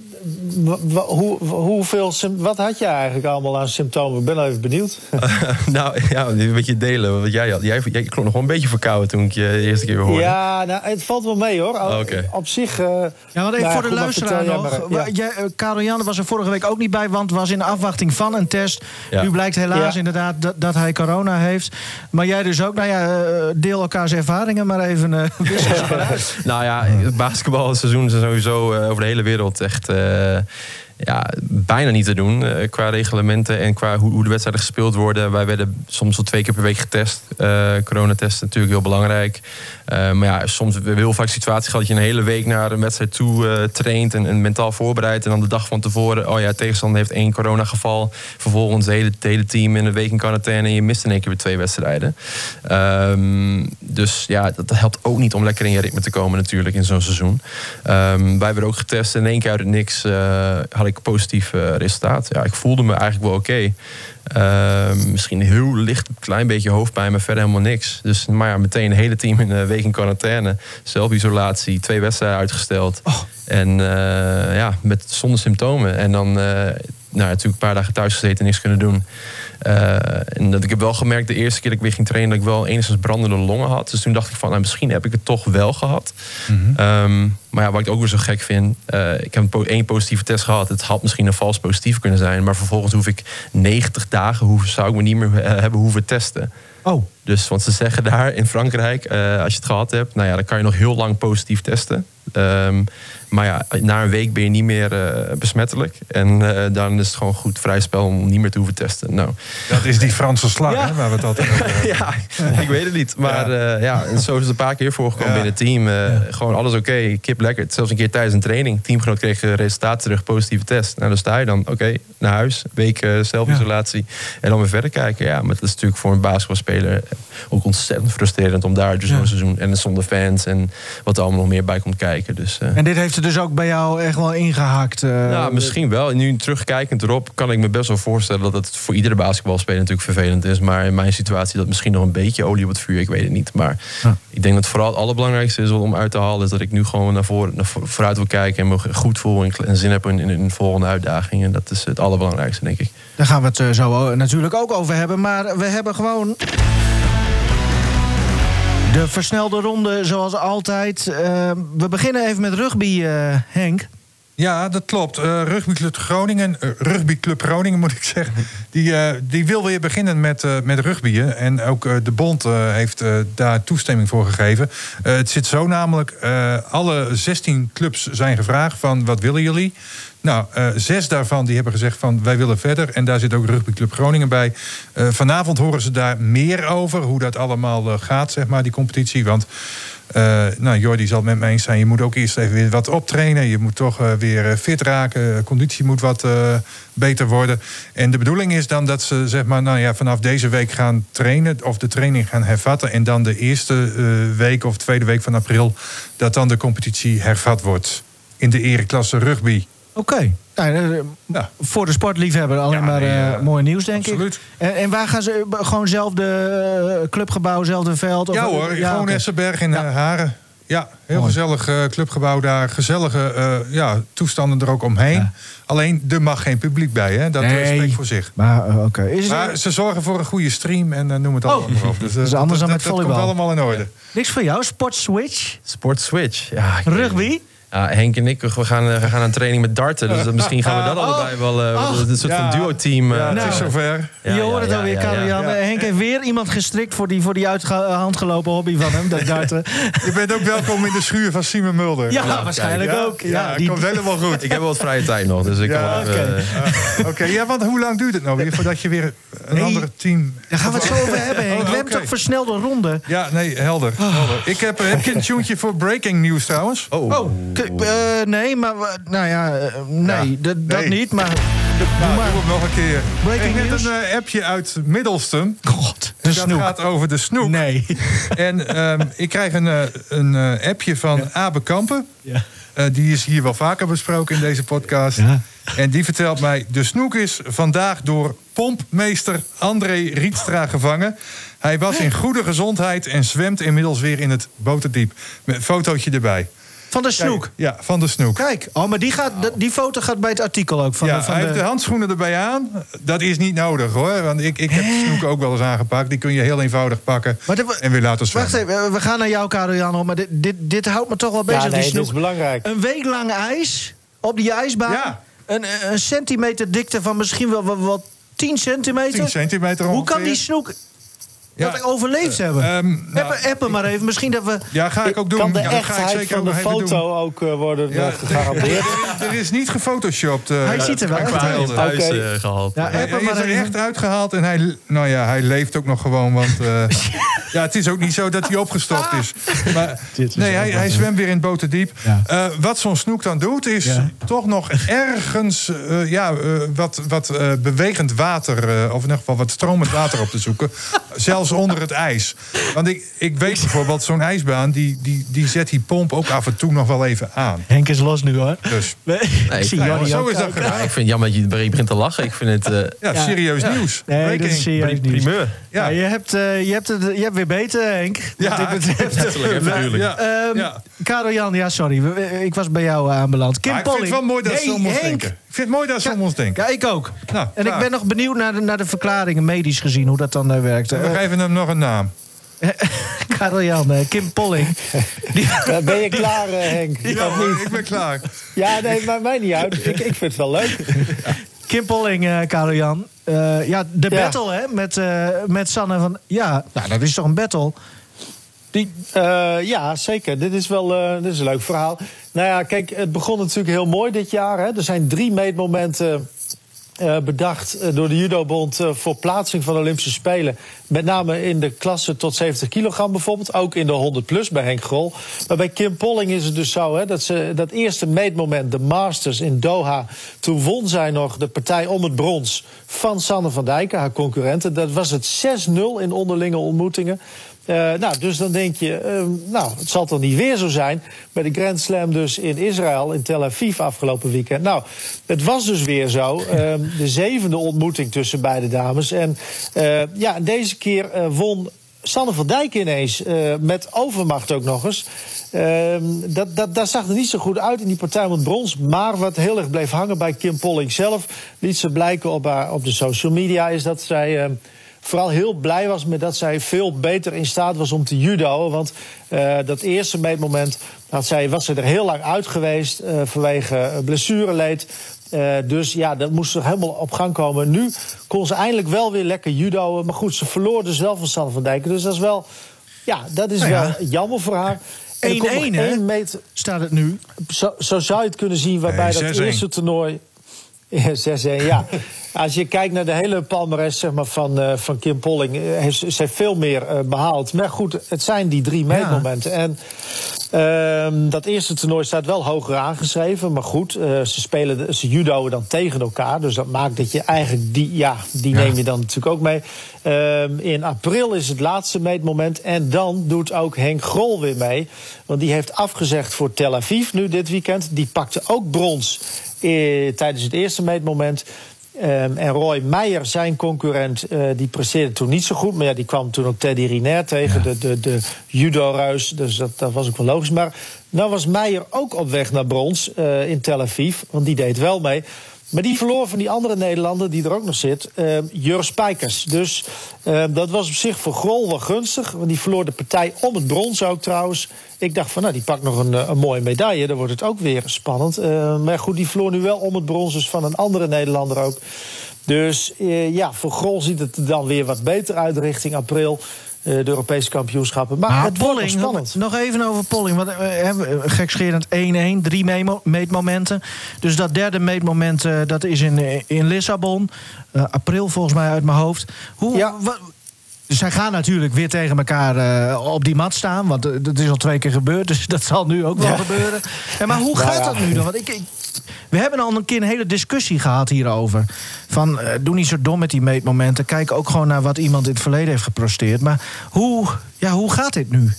Speaker 5: w- w- hoe, hoeveel, wat had jij eigenlijk allemaal aan symptomen? Ik ben even benieuwd.
Speaker 3: Uh, nou ja, een beetje delen wat jij had. Jij, jij klonk nog wel een beetje verkouden toen ik je de eerste keer weer hoorde.
Speaker 5: Ja, nou, het valt wel mee hoor.
Speaker 3: Oh, okay.
Speaker 5: Op zich. Uh,
Speaker 2: ja, want even nou, voor de luisteraar nog. Ja. Jij, uh, Karel Jan was er vorige week ook niet bij, want was in afwachting van een test. Ja. Nu blijkt helaas ja. inderdaad dat, dat hij corona heeft. Maar jij dus ook. Nou ja, deel elkaars ervaringen maar even uh, wisselen.
Speaker 3: Nou ja, het basketbalseizoen is sowieso uh, over de hele wereld echt Uh, ja, bijna niet te doen uh, qua reglementen en qua hoe, hoe de wedstrijden gespeeld worden. Wij werden soms wel twee keer per week getest. Uh, coronatest natuurlijk heel belangrijk. Uh, maar ja, soms hebben we heel vaak situaties gehad dat je een hele week naar een wedstrijd toe uh, traint en, en mentaal voorbereidt. En dan de dag van tevoren, oh ja, tegenstander heeft één coronageval. Vervolgens het hele, het hele team in een week in quarantaine en je mist in één keer weer twee wedstrijden. Um, dus ja, dat, dat helpt ook niet om lekker in je ritme te komen natuurlijk in zo'n seizoen. Um, wij werden ook getest en in één keer uit het niks uh, had ik een positief uh, resultaat. Ja, ik voelde me eigenlijk wel oké. Okay. Uh, misschien heel licht, een klein beetje hoofdpijn, maar verder helemaal niks. Dus maar ja, meteen het hele team in een week in quarantaine. Zelfisolatie, twee wedstrijden uitgesteld. Oh. En uh, ja, met, zonder symptomen. En dan uh, nou, natuurlijk een paar dagen thuis gezeten en niks kunnen doen. Uh, en dat ik heb wel gemerkt de eerste keer dat ik weer ging trainen dat ik wel enigszins brandende longen had. Dus toen dacht ik van, nou, misschien heb ik het toch wel gehad. Mm-hmm. Um, maar ja, wat ik ook weer zo gek vind, uh, ik heb een één positieve test gehad. Het had misschien een vals positief kunnen zijn, maar vervolgens hoef ik negentig dagen hoef, zou ik me niet meer uh, hebben hoeven testen. Oh. Dus, want ze zeggen daar in Frankrijk, uh, als je het gehad hebt, nou ja, dan kan je nog heel lang positief testen. Um, maar ja, na een week ben je niet meer uh, besmettelijk. En uh, dan is het gewoon goed vrij spel om niet meer te hoeven testen. Nou.
Speaker 4: Dat is die Franse slag, ja. Hè, waar we het altijd over hebben.
Speaker 3: Ja, ik weet het niet. Maar ja, uh, ja en zo is het een paar keer voorgekomen ja. binnen het team. Uh, ja. Gewoon alles oké, okay, kip lekker. Zelfs een keer tijdens een training. Teamgenoot kreeg een resultaat terug, positieve test. Nou, dan sta je dan, oké, okay, naar huis. Week uh, zelfisolatie. Ja. En dan weer verder kijken. Ja, maar dat is natuurlijk voor een basketbalspeler ook ontzettend frustrerend om daar dus ja. zo'n seizoen en zonder fans en wat er allemaal nog meer bij komt kijken. Dus, uh...
Speaker 2: En dit heeft er dus ook bij jou echt wel ingehaakt? Uh...
Speaker 3: Ja, misschien wel. Nu terugkijkend erop kan ik me best wel voorstellen dat het voor iedere basketbalspeler natuurlijk vervelend is. Maar in mijn situatie dat misschien nog een beetje olie op het vuur. Ik weet het niet. Maar ja. ik denk dat vooral het allerbelangrijkste is om uit te halen is dat ik nu gewoon naar, voor, naar vooruit wil kijken en me goed voel en zin heb in, in, in de volgende uitdaging. En dat is het allerbelangrijkste, denk ik.
Speaker 2: Daar gaan we het uh, zo natuurlijk ook over hebben. Maar we hebben gewoon de versnelde ronde, zoals altijd. Uh, we beginnen even met rugby, uh, Henk.
Speaker 4: Ja, dat klopt. Uh, rugbyclub Groningen, uh, rugbyclub Groningen moet ik zeggen, die, uh, die wil weer beginnen met, uh, met rugbyen. En ook uh, de bond uh, heeft uh, daar toestemming voor gegeven. Uh, het zit zo namelijk, uh, alle zestien clubs zijn gevraagd van wat willen jullie? Nou, uh, zes daarvan die hebben gezegd van wij willen verder. En daar zit ook rugbyclub Groningen bij. Uh, vanavond horen ze daar meer over, hoe dat allemaal uh, gaat, zeg maar, die competitie. Want Uh, nou, Jordi zal het met me eens zijn. Je moet ook eerst even weer wat optrainen. Je moet toch uh, weer fit raken. Conditie moet wat uh, beter worden. En de bedoeling is dan dat ze zeg maar, nou ja, vanaf deze week gaan trainen. Of de training gaan hervatten. En dan de eerste uh, week of tweede week van april, dat dan de competitie hervat wordt. In de ereklasse rugby.
Speaker 2: Oké. Okay. Nou, ja. Voor de sportliefhebber alleen ja, maar nee, uh, mooi nieuws, denk absoluut. ik. En, en waar gaan ze? Gewoon zelfde uh, clubgebouw, zelfde veld? Of,
Speaker 4: ja hoor, ja, gewoon okay. Essenberg in ja. Haren. Ja, heel mooi. Gezellig uh, clubgebouw daar. Gezellige uh, ja, toestanden er ook omheen. Ja. Alleen, er mag geen publiek bij, hè? Dat nee. spreekt voor zich.
Speaker 2: Maar, uh, okay.
Speaker 4: maar ze zorgen voor een goede stream en uh, noem het allemaal oh. op. Dus, uh, dus anders dan met volleybal. Dat komt allemaal in orde. Ja.
Speaker 2: Niks voor jou, Sport Switch?
Speaker 3: Sport Switch, ja.
Speaker 2: Rugby?
Speaker 3: Ja, Henk en ik, we gaan, we gaan aan training met darten. Dus misschien gaan we dat oh, allebei wel... Uh, oh, een soort ja, van duo-team. Uh,
Speaker 4: ja, het is zover.
Speaker 2: Ja, je hoort het alweer, ja, Karel Jan. Ja, ja. Henk heeft weer iemand gestrikt voor die, voor die uit hand gelopen hobby van hem, dat darten.
Speaker 4: Je bent ook welkom in de schuur van Simon Mulder.
Speaker 2: Ja, ja waarschijnlijk ja, ook.
Speaker 4: Ja, ja die komt helemaal goed.
Speaker 3: Ik heb wel wat vrije tijd nog, dus ik
Speaker 4: ja,
Speaker 3: kan
Speaker 4: Oké, uh, okay, ja, want hoe lang duurt het nou weer voordat je weer een nee, ander team...
Speaker 2: Daar gaan we het zo over hebben, Henk. Oh, we okay. hebben toch versnelde ronde?
Speaker 4: Ja, nee, helder. Oh. helder. Ik heb, heb je een tuentje voor breaking news trouwens?
Speaker 2: Oh, oh uh, nee. Nee, maar nou ja, nee, ja, dat, dat nee. niet, maar...
Speaker 4: Nou, maar. Doe het nog een keer. Breaking ik heb een uh, appje uit Middelstum.
Speaker 2: God, de
Speaker 4: dat
Speaker 2: snoek.
Speaker 4: gaat over de snoek.
Speaker 2: Nee.
Speaker 4: En um, ik krijg een, uh, een uh, appje van ja. Abe Kampen. Ja. Uh, die is hier wel vaker besproken in deze podcast. Ja. En die vertelt mij, de snoek is vandaag door pompmeester André Rietstra gevangen. Hij was in goede gezondheid en zwemt inmiddels weer in het Boterdiep. Met een fotootje erbij.
Speaker 2: Van de snoek?
Speaker 4: Kijk, ja, van de snoek.
Speaker 2: Kijk, oh, maar die, gaat, die foto gaat bij het artikel ook. Van
Speaker 4: ja,
Speaker 2: de, van
Speaker 4: hij
Speaker 2: de...
Speaker 4: heeft de handschoenen erbij aan. Dat is niet nodig, hoor. Want ik, ik heb de snoek ook wel eens aangepakt. Die kun je heel eenvoudig pakken maar de, en weer laten zwemmen.
Speaker 2: Wacht even, we gaan naar jou, Karel Jan. Maar dit, dit, dit houdt me toch wel bezig,
Speaker 5: ja, nee,
Speaker 2: die snoek.
Speaker 5: Dit is belangrijk.
Speaker 2: Een week lang ijs op die ijsbaan. Ja. Een, een centimeter dikte van misschien wel wat, wat tien centimeter.
Speaker 4: tien centimeter ongeveer.
Speaker 2: Hoe kan die snoek... Ja, dat overleefd uh, hebben. Um, nou, appen, appen maar even. Misschien dat we...
Speaker 4: Ja, ga ik ook doen.
Speaker 5: Kan de
Speaker 4: ja,
Speaker 5: echtheid
Speaker 4: ga ik
Speaker 5: van de foto ook uh, worden ja,
Speaker 4: gegarandeerd? Er, er is niet gefotoshopt. Uh,
Speaker 2: hij ja, ziet er wel uit.
Speaker 3: Thuis okay. uh, gehaald.
Speaker 4: Ja, hij hij is er echt uitgehaald. En hij, nou ja, hij leeft ook nog gewoon. Want uh, ja, het is ook niet zo dat hij opgestopt is. Maar, is nee, hij, hij zwemt weer in het Boterdiep. Ja. Uh, wat zo'n snoek dan doet, is ja. toch nog ergens uh, ja, uh, wat, wat uh, bewegend water... Uh, of in ieder geval wat stromend water op te zoeken. Zelfs onder het ijs. Want ik, ik weet bijvoorbeeld, zo'n ijsbaan... Die, die, die zet die pomp ook af en toe nog wel even aan.
Speaker 2: Henk is los nu, hoor.
Speaker 4: Dus.
Speaker 2: Nee,
Speaker 3: nee,
Speaker 2: zie
Speaker 3: ja,
Speaker 4: zo is dat gedaan.
Speaker 3: Ja, ik vind het jammer dat je begint te lachen. Ik vind het... Uh,
Speaker 4: ja, ja, serieus ja. nieuws.
Speaker 2: Nee, Breaking. Dat is serieus nieuws.
Speaker 3: Primeur.
Speaker 2: Ja. Ja, je, hebt, uh, je, hebt het, je hebt weer beter, Henk.
Speaker 4: Ja,
Speaker 2: ik betreft.
Speaker 3: Letterlijk, natuurlijk.
Speaker 2: Ja. Um, ja. Karel Jan, ja, sorry. Ik was bij jou aanbeland. Kim
Speaker 4: ja, ik
Speaker 2: Polling.
Speaker 4: vind het wel mooi dat ze om ons denken. Ik vind het mooi dat ze om ons denken.
Speaker 2: Ja, ik ook. Nou, en klaar. Ik ben nog benieuwd naar de, naar de verklaringen, medisch gezien, hoe dat dan uh, werkt.
Speaker 4: We uh, geven hem nog een naam.
Speaker 2: Karel Jan, uh, Kim Polling.
Speaker 5: Die... Ja, ben je klaar, uh, Henk?
Speaker 4: Ja, hoor, ik ben klaar.
Speaker 5: Ja, nee, maakt mij niet uit. Ik, ik vind het wel leuk.
Speaker 2: Ja. Kim Polling, uh, Karel Jan. Uh, ja, de ja. battle hè, met, uh, met Sanne van... Ja, nou, dat is toch een battle?
Speaker 5: Die... Uh, ja, zeker. Dit is wel uh, dit is een leuk verhaal. Nou ja, kijk, het begon natuurlijk heel mooi dit jaar. Hè. Er zijn drie meetmomenten... Uh, bedacht uh, door de Judobond uh, voor plaatsing van de Olympische Spelen. Met name in de klasse tot zeventig kilogram bijvoorbeeld. Ook in de honderd plus bij Henk Grol. Maar bij Kim Polling is het dus zo, hè, dat ze dat eerste meetmoment, de Masters in Doha... toen won zij nog de partij om het brons van Sanne van Dijken, haar concurrente. Dat was het zes nul in onderlinge ontmoetingen. Uh, nou, dus dan denk je, uh, nou, het zal toch niet weer zo zijn... bij de Grand Slam dus in Israël, in Tel Aviv afgelopen weekend. Nou, het was dus weer zo. Uh, de zevende ontmoeting tussen beide dames. En uh, ja, deze keer uh, won Sanne van Dijk ineens, uh, met overmacht ook nog eens. Uh, dat, dat, dat zag er niet zo goed uit in die partij om het brons. Maar wat heel erg bleef hangen bij Kim Polling zelf... liet ze blijken op, haar, op de social media, is dat zij... Uh, vooral heel blij was met dat zij veel beter in staat was om te judoën. Want uh, dat eerste meetmoment had zij, was ze er heel lang uit geweest uh, vanwege blessureleed. Uh, dus ja, dat moest er helemaal op gang komen. Nu kon ze eindelijk wel weer lekker judoën. Maar goed, ze verloor dus wel van Sanne van Dijken. Dus dat is wel, ja, dat is nou ja. wel jammer voor haar.
Speaker 2: één-één, hè?
Speaker 5: Meter,
Speaker 2: staat het nu?
Speaker 5: Zo, zo zou je het kunnen zien, waarbij nee, dat eerste toernooi... Ja, zes-één, ja. Als je kijkt naar de hele palmares zeg maar, van, uh, van Kim Polling... heeft ze heeft veel meer uh, behaald. Maar goed, het zijn die drie meetmomenten. Ja. En uh, dat eerste toernooi staat wel hoger aangeschreven. Maar goed, uh, ze, spelen, ze judoën dan tegen elkaar. Dus dat maakt dat je eigenlijk... die, ja, die ja. neem je dan natuurlijk ook mee. Uh, in april is het laatste meetmoment. En dan doet ook Henk Grol weer mee. Want die heeft afgezegd voor Tel Aviv nu dit weekend. Die pakte ook brons eh, tijdens het eerste meetmoment. Um, en Roy Meijer, zijn concurrent, uh, die presteerde toen niet zo goed. Maar ja, die kwam toen ook Teddy Riner tegen, ja. de, de, de judo-reus. Dus dat, dat was ook wel logisch. Maar nou was Meijer ook op weg naar brons uh, in Tel Aviv. Want die deed wel mee. Maar die verloor van die andere Nederlander die er ook nog zit, uh, Jur Spijkers. Dus uh, dat was op zich voor Grol wel gunstig. Want die verloor de partij om het brons ook trouwens. Ik dacht van, nou, die pakt nog een, een mooie medaille. Dan wordt het ook weer spannend. Uh, maar goed, die verloor nu wel om het brons, dus van een andere Nederlander ook. Dus uh, ja, voor Grol ziet het er dan weer wat beter uit richting april. De Europese kampioenschappen. Maar, maar het wordt nog spannend.
Speaker 2: Nog even over Polling. Want, uh, gekscherend één-één, drie meetmomenten. Dus dat derde meetmoment uh, dat is in, in Lissabon. Uh, april volgens mij uit mijn hoofd. Hoe,
Speaker 5: ja.
Speaker 2: wa, zij gaan natuurlijk weer tegen elkaar uh, op die mat staan. Want uh, dat is al twee keer gebeurd. Dus dat zal nu ook wel ja. gebeuren. Ja, maar hoe gaat ja, ja. dat nu dan? Want ik... ik We hebben al een keer een hele discussie gehad hierover. Van, uh, doe niet zo dom met die meetmomenten. Kijk ook gewoon naar wat iemand in het verleden heeft gepresteerd. Maar hoe, ja, hoe gaat dit nu?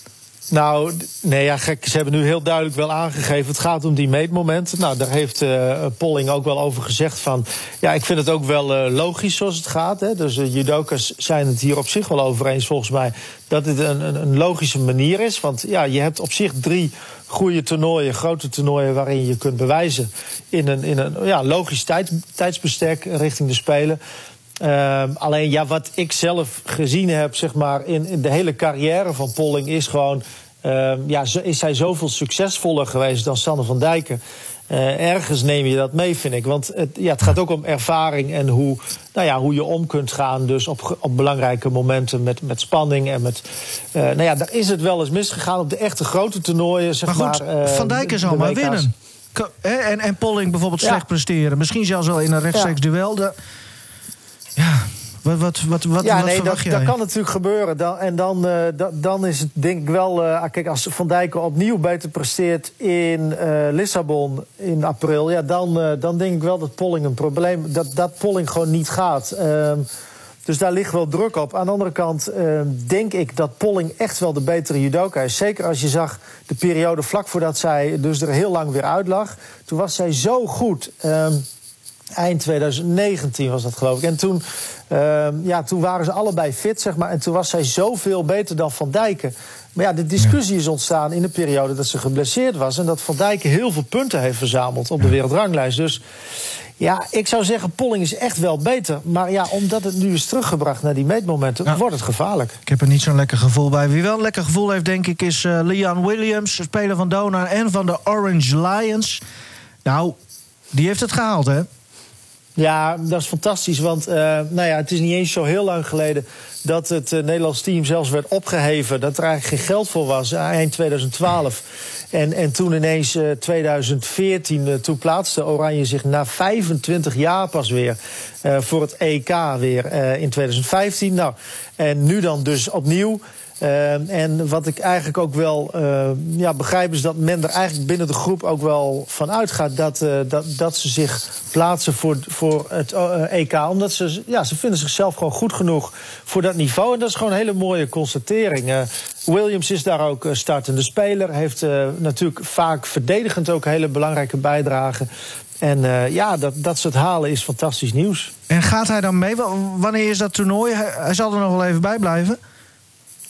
Speaker 5: Nou, nee, ja, gek. Ze hebben nu heel duidelijk wel aangegeven. Het gaat om die meetmomenten. Nou, daar heeft uh, Polling ook wel over gezegd van... ja, ik vind het ook wel uh, logisch zoals het gaat. Hè. Dus de judokas zijn het hier op zich wel over eens, volgens mij... dat dit een, een, een logische manier is. Want ja, je hebt op zich drie goede toernooien, grote toernooien... waarin je kunt bewijzen in een, in een ja, logisch tijd, tijdsbestek richting de Spelen... Uh, alleen ja, wat ik zelf gezien heb, zeg maar, in, in de hele carrière van Polling is gewoon, uh, ja, is zij zoveel succesvoller geweest dan Sanne van Dijken. Uh, ergens neem je dat mee, vind ik. Want het, ja, het gaat ook om ervaring en hoe, nou ja, hoe je om kunt gaan. Dus op, op belangrijke momenten met, met spanning en met. Uh, nou ja, daar is het wel eens misgegaan op de echte grote toernooien. Zeg maar, goed, maar uh,
Speaker 2: Van Dijken zal maar winnen. En, en Polling bijvoorbeeld ja. slecht presteren. Misschien zelfs wel in een rechtstreeks ja. duel. De, Ja, wat, wat, wat, wat,
Speaker 5: ja,
Speaker 2: wat
Speaker 5: nee,
Speaker 2: verwacht
Speaker 5: dat,
Speaker 2: jij?
Speaker 5: dat kan natuurlijk gebeuren. Dan, en dan, uh, da, dan is het denk ik wel... Uh, kijk, als Van Dijken opnieuw beter presteert in uh, Lissabon in april... ja, dan, uh, dan denk ik wel dat Polling een probleem... dat, dat Polling gewoon niet gaat. Uh, dus daar ligt wel druk op. Aan de andere kant uh, denk ik dat Polling echt wel de betere judoka is. Zeker als je zag de periode vlak voordat zij dus er heel lang weer uit lag. Toen was zij zo goed... Uh, Eind twintig negentien was dat, geloof ik. En toen, uh, ja, toen waren ze allebei fit, zeg maar. En toen was zij zoveel beter dan Van Dijken. Maar ja, de discussie is ontstaan in de periode dat ze geblesseerd was... en dat Van Dijken heel veel punten heeft verzameld op de wereldranglijst. Dus ja, ik zou zeggen, Polling is echt wel beter. Maar ja, omdat het nu is teruggebracht naar die meetmomenten... Ja. wordt het gevaarlijk.
Speaker 2: Ik heb er niet zo'n lekker gevoel bij. Wie wel een lekker gevoel heeft, denk ik, is uh, Leon Williams... speler van Donar en van de Orange Lions. Nou, die heeft het gehaald, hè?
Speaker 5: Ja, dat is fantastisch, want uh, nou ja, het is niet eens zo heel lang geleden... dat het uh, Nederlands team zelfs werd opgeheven... dat er eigenlijk geen geld voor was, eind twintig twaalf. En, en toen ineens uh, twintig veertien, uh, toen plaatste Oranje zich na vijfentwintig jaar pas weer... Uh, voor het E K weer uh, in twintig vijftien. Nou, en nu dan dus opnieuw... Uh, en wat ik eigenlijk ook wel uh, ja, begrijp... is dat men er eigenlijk binnen de groep ook wel van uitgaat... dat, uh, dat, dat ze zich plaatsen voor, voor het uh, E K. Omdat ze, ja, ze vinden zichzelf gewoon goed genoeg voor dat niveau. En dat is gewoon een hele mooie constatering. Uh, Williams is daar ook startende speler. Heeft uh, natuurlijk vaak verdedigend ook een hele belangrijke bijdrage. En uh, ja, dat, dat ze het halen is fantastisch nieuws.
Speaker 2: En gaat hij dan mee? Wanneer is dat toernooi? Hij, hij zal er nog wel even bij blijven?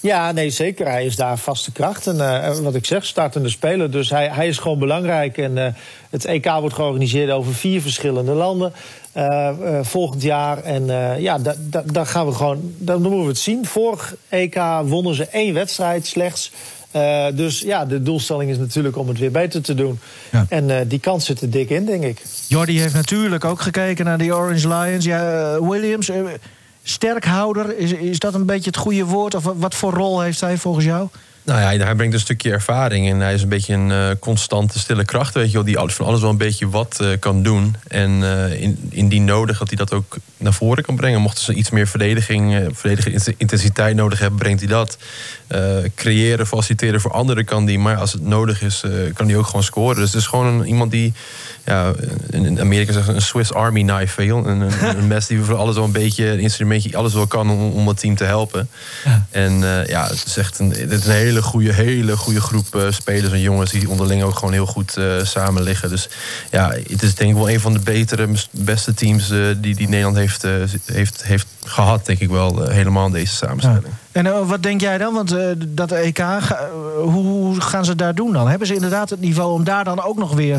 Speaker 5: Ja, nee, zeker. Hij is daar vaste kracht. En uh, wat ik zeg, startende speler. Dus hij, hij is gewoon belangrijk. En uh, het E K wordt georganiseerd over vier verschillende landen. Uh, uh, volgend jaar. En uh, ja, daar da, da gaan we gewoon. Dan moeten we het zien. Vorig E K wonnen ze één wedstrijd slechts. Uh, dus ja, de doelstelling is natuurlijk om het weer beter te doen. Ja. En uh, die kans zit er dik in, denk ik.
Speaker 2: Jordi heeft natuurlijk ook gekeken naar die Orange Lions. Ja, uh, Williams, uh, sterkhouder, is, is dat een beetje het goede woord? Of wat voor rol heeft hij volgens jou?
Speaker 3: Nou ja, hij brengt een stukje ervaring en hij is een beetje een uh, constante, stille kracht, weet je wel, die alles, van alles wel een beetje wat uh, kan doen. En uh, in, indien nodig dat hij dat ook naar voren kan brengen. Mochten ze iets meer verdediging, uh, verdediging intensiteit nodig hebben, brengt hij dat. Uh, creëren, faciliteren voor anderen kan die, maar als het nodig is, uh, kan hij ook gewoon scoren. Dus het is gewoon een, iemand die, ja, in Amerika zeggen een Swiss Army knife, een, een, een mes die voor alles wel een beetje, een instrumentje, alles wel kan om, om het team te helpen. Ja. En uh, ja, het is echt een, het is een hele goede, hele goede groep uh, spelers en jongens die onderling ook gewoon heel goed uh, samen liggen. Dus ja, het is denk ik wel een van de betere, beste teams uh, die, die Nederland heeft, uh, heeft, heeft gehad, denk ik wel, uh, helemaal in deze samenstelling. Ja.
Speaker 2: En uh, wat denk jij dan? Want uh, dat E K, uh, hoe gaan ze daar doen dan? Hebben ze inderdaad het niveau om daar dan ook nog weer...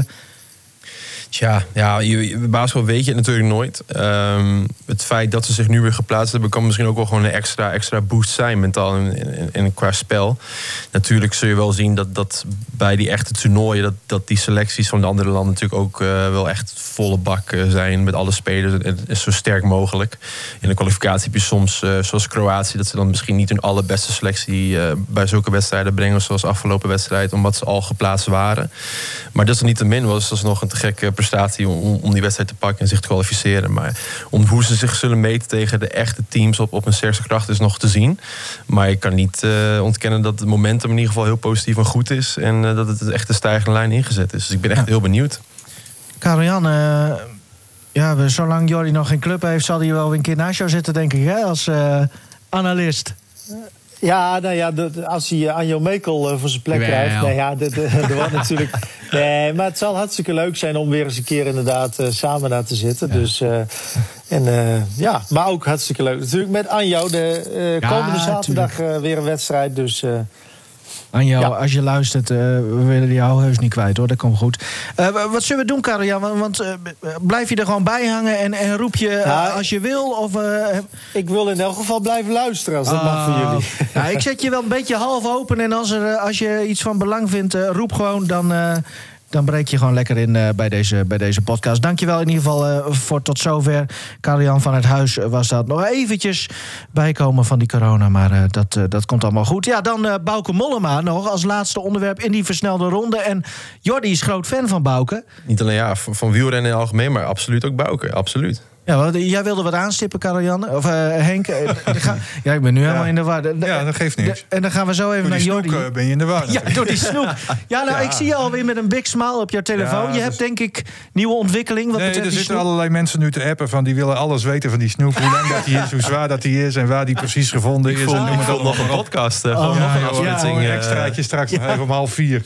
Speaker 3: Tja, ja, je, basketbal weet je het natuurlijk nooit. Um, het feit dat ze zich nu weer geplaatst hebben, kan misschien ook wel gewoon een extra, extra boost zijn, mentaal en, en, en qua spel. Natuurlijk zul je wel zien dat, dat bij die echte toernooien, dat, dat die selecties van de andere landen natuurlijk ook uh, wel echt volle bak uh, zijn met alle spelers en, en zo sterk mogelijk. In de kwalificatie heb je soms, uh, zoals Kroatië, dat ze dan misschien niet hun allerbeste selectie uh, bij zulke wedstrijden brengen, zoals de afgelopen wedstrijd, omdat ze al geplaatst waren. Maar dat is niet te min, was dat is nog een te gekke prestatie om, om die wedstrijd te pakken en zich te kwalificeren. Maar om hoe ze zich zullen meten tegen de echte teams op, op hun sterkste kracht is nog te zien. Maar ik kan niet uh, ontkennen dat het momentum in ieder geval heel positief en goed is. En uh, dat het echt de stijgende lijn ingezet is. Dus ik ben echt ja. heel benieuwd.
Speaker 2: Karel-Jan, uh, ja, zolang Jordi nog geen club heeft, zal hij wel een keer naast jou zitten, denk ik, hè, als uh, analist.
Speaker 5: Ja, nou ja, de, de, als hij Anjo Mekel uh, voor zijn plek krijgt. Nou ja, er wordt natuurlijk. Nee, maar het zal hartstikke leuk zijn om weer eens een keer inderdaad uh, samen daar te zitten. Ja. Dus, uh, en uh, ja, maar ook hartstikke leuk. Natuurlijk met Anjo, de uh, ja, komende zaterdag uh, weer een wedstrijd. Dus. Uh,
Speaker 2: Anjo, ja. als je luistert, uh, we willen jou heus niet kwijt, hoor. Dat komt goed. Uh, wat zullen we doen, Karel? Want, want uh, blijf je er gewoon bij hangen en, en roep je uh, ja, als je wil? Of, uh,
Speaker 5: ik wil in elk geval blijven luisteren, als dat uh, mag voor jullie.
Speaker 2: Ja, ik zet je wel een beetje half open. En als, er, als je iets van belang vindt, uh, roep gewoon. Dan, uh, dan breek je gewoon lekker in uh, bij, deze, bij deze podcast. Dankjewel in ieder geval uh, voor tot zover. Karel-Jan van het Huis was dat. Nog eventjes bijkomen van die corona, maar uh, dat, uh, dat komt allemaal goed. Ja, dan uh, Bouke Mollema nog als laatste onderwerp in die versnelde ronde. En Jordi is groot fan van Bouke.
Speaker 3: Niet alleen ja, van wielrennen in het algemeen, maar absoluut ook Bouke, absoluut.
Speaker 2: Ja, jij wilde wat aanstippen, Karel-Jan? Of uh, Henk? Ja, ik ben nu ja. helemaal in de war. De,
Speaker 4: ja, dat geeft niks.
Speaker 2: En dan gaan we zo even
Speaker 4: door
Speaker 2: naar Jordi.
Speaker 4: Door die snoek ben je in de war.
Speaker 2: Ja, door die snoek. Ja, nou, ja. ik zie je alweer met een big smile op jouw telefoon. Ja, je hebt denk ik nieuwe ontwikkeling. Wat
Speaker 4: nee, er zitten snoek. allerlei mensen nu te appen van die willen alles weten van die snoek. Hoe lang dat die is, hoe zwaar dat die is en waar die precies gevonden
Speaker 3: ik
Speaker 4: is.
Speaker 3: Voel,
Speaker 4: en
Speaker 3: ik voel nog een podcast. Uh, oh,
Speaker 4: ja, nog een ja, ja, een extraatje straks ja. nog even om half vier.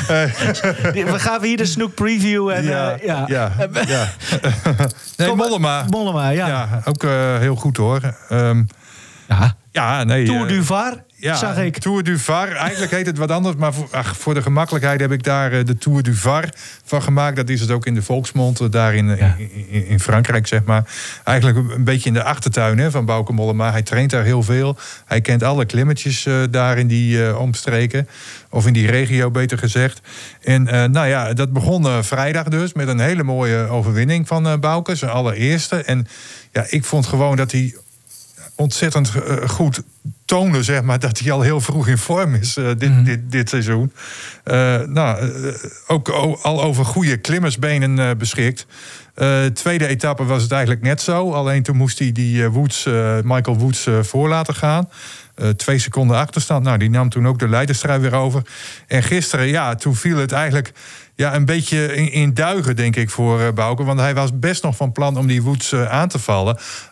Speaker 2: We gaan hier de snoek previewen. En,
Speaker 4: ja,
Speaker 2: uh, ja.
Speaker 4: ja, ja. Nee,
Speaker 2: Kom,
Speaker 4: Mollema.
Speaker 2: Mollema, ja.
Speaker 4: ja. Ook uh, heel goed hoor. Um,
Speaker 2: ja.
Speaker 4: ja, nee.
Speaker 2: Tour du Var,
Speaker 4: ja,
Speaker 2: zag ik.
Speaker 4: Tour du Var. Eigenlijk heet het wat anders, maar voor, ach, voor de gemakkelijkheid heb ik daar uh, de Tour du Var van gemaakt. Dat is het ook in de volksmond, uh, daar in, ja. in, in, in Frankrijk, zeg maar. Eigenlijk een beetje in de achtertuin hè, van Bouke Mollema. Hij traint daar heel veel. Hij kent alle klimmetjes uh, daar in die uh, omstreken. Of in die regio, beter gezegd. En uh, nou ja, dat begon uh, vrijdag dus met een hele mooie overwinning van uh, Bouke. Zijn allereerste. En ja, ik vond gewoon dat hij ontzettend uh, goed toonde, zeg maar, dat hij al heel vroeg in vorm is uh, dit, mm. dit, dit seizoen. Uh, nou, uh, ook o, al over goede klimmersbenen uh, beschikt. Uh, tweede etappe was het eigenlijk net zo. Alleen toen moest hij die uh, Woods, uh, Michael Woods uh, voor laten gaan. Uh, twee seconden achterstand. Nou, die nam toen ook de leidersstrijd weer over. En gisteren, ja, toen viel het eigenlijk ja, een beetje in, in duigen, denk ik, voor uh, Bouke. Want hij was best nog van plan om die Woods uh, aan te vallen.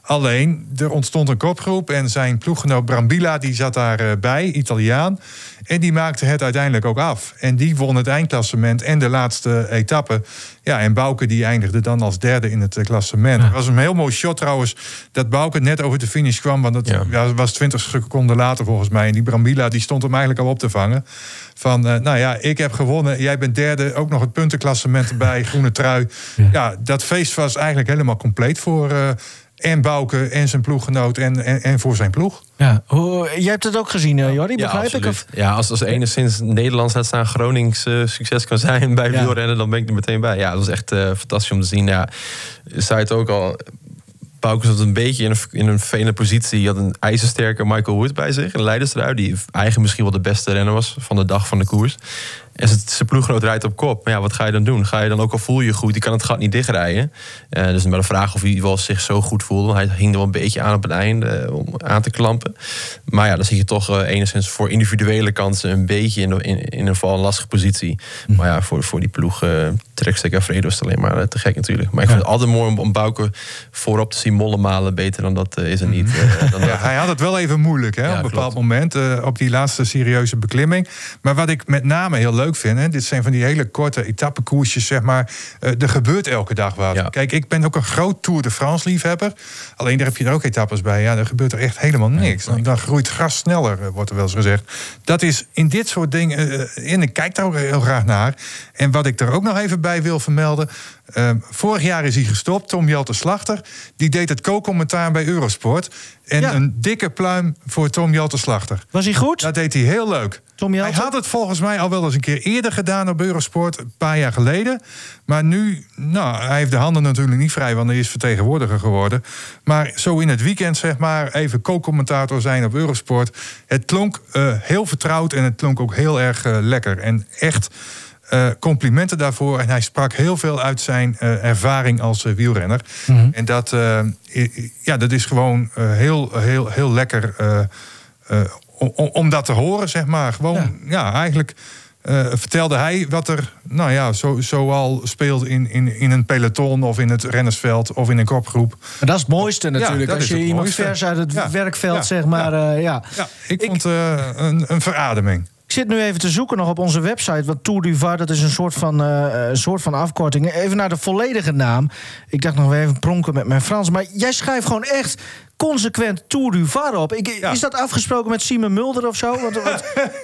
Speaker 4: Alleen, er ontstond een kopgroep en zijn ploeggenoot Brambilla die zat daarbij, uh, Italiaan. En die maakte het uiteindelijk ook af. En die won het eindklassement en de laatste etappe. Ja, en Bauke die eindigde dan als derde in het uh, klassement. Het ja. was een heel mooi shot trouwens dat Bauke net over de finish kwam. Want dat ja. Ja, was twintig seconden later volgens mij. En die Brambilla die stond hem eigenlijk al op te vangen. Van, uh, nou ja, ik heb gewonnen. Jij bent derde. Ook nog het puntenklassement erbij. Groene trui. Ja. ja, dat feest was eigenlijk helemaal compleet voor... Uh, en Bauke en zijn ploeggenoot en, en, en voor zijn ploeg.
Speaker 2: Ja, hoe, jij hebt het ook gezien, uh, Jordi, begrijp
Speaker 3: ja,
Speaker 2: ik? Of?
Speaker 3: Ja, als, als enigszins Nederlands laat staan Gronings uh, succes kan zijn bij ja. wielrennen, dan ben ik er meteen bij. Ja, dat was echt uh, fantastisch om te zien. Ja, zei het ook al... Bauke zat een beetje in een, in een vervelende positie. Hij had een ijzersterke Michael Wood bij zich, een leiderstrui, die eigenlijk misschien wel de beste renner was van de dag van de koers. En zijn ploeggenoot rijdt op kop. Maar ja, wat ga je dan doen? Ga je dan, ook al voel je je goed, die kan het gat niet dichtrijden. Uh, dus maar de vraag of hij wel zich zo goed voelde. Hij hing er wel een beetje aan op het einde uh, om aan te klampen. Maar ja, dan zit je toch uh, enigszins voor individuele kansen een beetje in, in, in een geval een lastige positie. Mm. Maar ja, voor, voor die ploeg uh, Trek Alfredo is het alleen maar uh, te gek natuurlijk. Maar ik vind ja. het altijd mooi om, om Bauke voorop te zien mollen malen. Beter dan dat uh, is er niet. Uh, dan
Speaker 4: ja, hij had het wel even moeilijk hè, ja, op een bepaald klopt. moment. Uh, op die laatste serieuze beklimming. Maar wat ik met name heel leuk vind, hè, dit zijn van die hele korte etappekoersjes, zeg maar. Uh, er gebeurt elke dag wat. Ja. Kijk, ik ben ook een groot Tour de France liefhebber. Alleen daar heb je er ook etappes bij. Ja, er gebeurt er echt helemaal niks. Dan, dan groeit gras sneller, wordt er wel eens gezegd. Dat is in dit soort dingen... Uh, en ik kijk daar ook heel graag naar. En wat ik er ook nog even bij wil vermelden... Uh, vorig jaar is hij gestopt, Tom Jelte Slachter. Die deed het co-commentaar bij Eurosport. En ja. een dikke pluim voor Tom Jelte Slachter.
Speaker 2: Was hij goed?
Speaker 4: Dat deed hij heel leuk.
Speaker 2: Tom Jelte?
Speaker 4: Hij had het volgens mij al wel eens een keer eerder gedaan op Eurosport. Een paar jaar geleden. Maar nu, nou, hij heeft de handen natuurlijk niet vrij, want hij is vertegenwoordiger geworden. Maar zo in het weekend, zeg maar, even co-commentator zijn op Eurosport. Het klonk uh, heel vertrouwd en het klonk ook heel erg uh, lekker. En echt... Uh, complimenten daarvoor. En hij sprak heel veel uit zijn uh, ervaring als uh, wielrenner. Mm-hmm. En dat, uh, ja, dat is gewoon uh, heel, heel, heel lekker uh, uh, om, om dat te horen, zeg maar. Gewoon, ja, ja eigenlijk uh, vertelde hij wat er, nou ja, zo, zo al speelt in, in, in een peloton of in het rennersveld of in een kopgroep.
Speaker 2: Maar dat is het mooiste natuurlijk. Ja, als je iemand mooiste. vers uit het ja. werkveld, ja. zeg maar. Ja, uh, ja.
Speaker 4: ja ik, ik vond uh, een, een verademing.
Speaker 2: Ik zit nu even te zoeken nog op onze website. Want Tour du Var, dat is een soort van, uh, een soort van afkorting. Even naar de volledige naam. Ik dacht nog even pronken met mijn Frans. Maar jij schrijft gewoon echt consequent Tour du Var op. Ik, ja. Is dat afgesproken met Simon Mulder of zo? Want, want,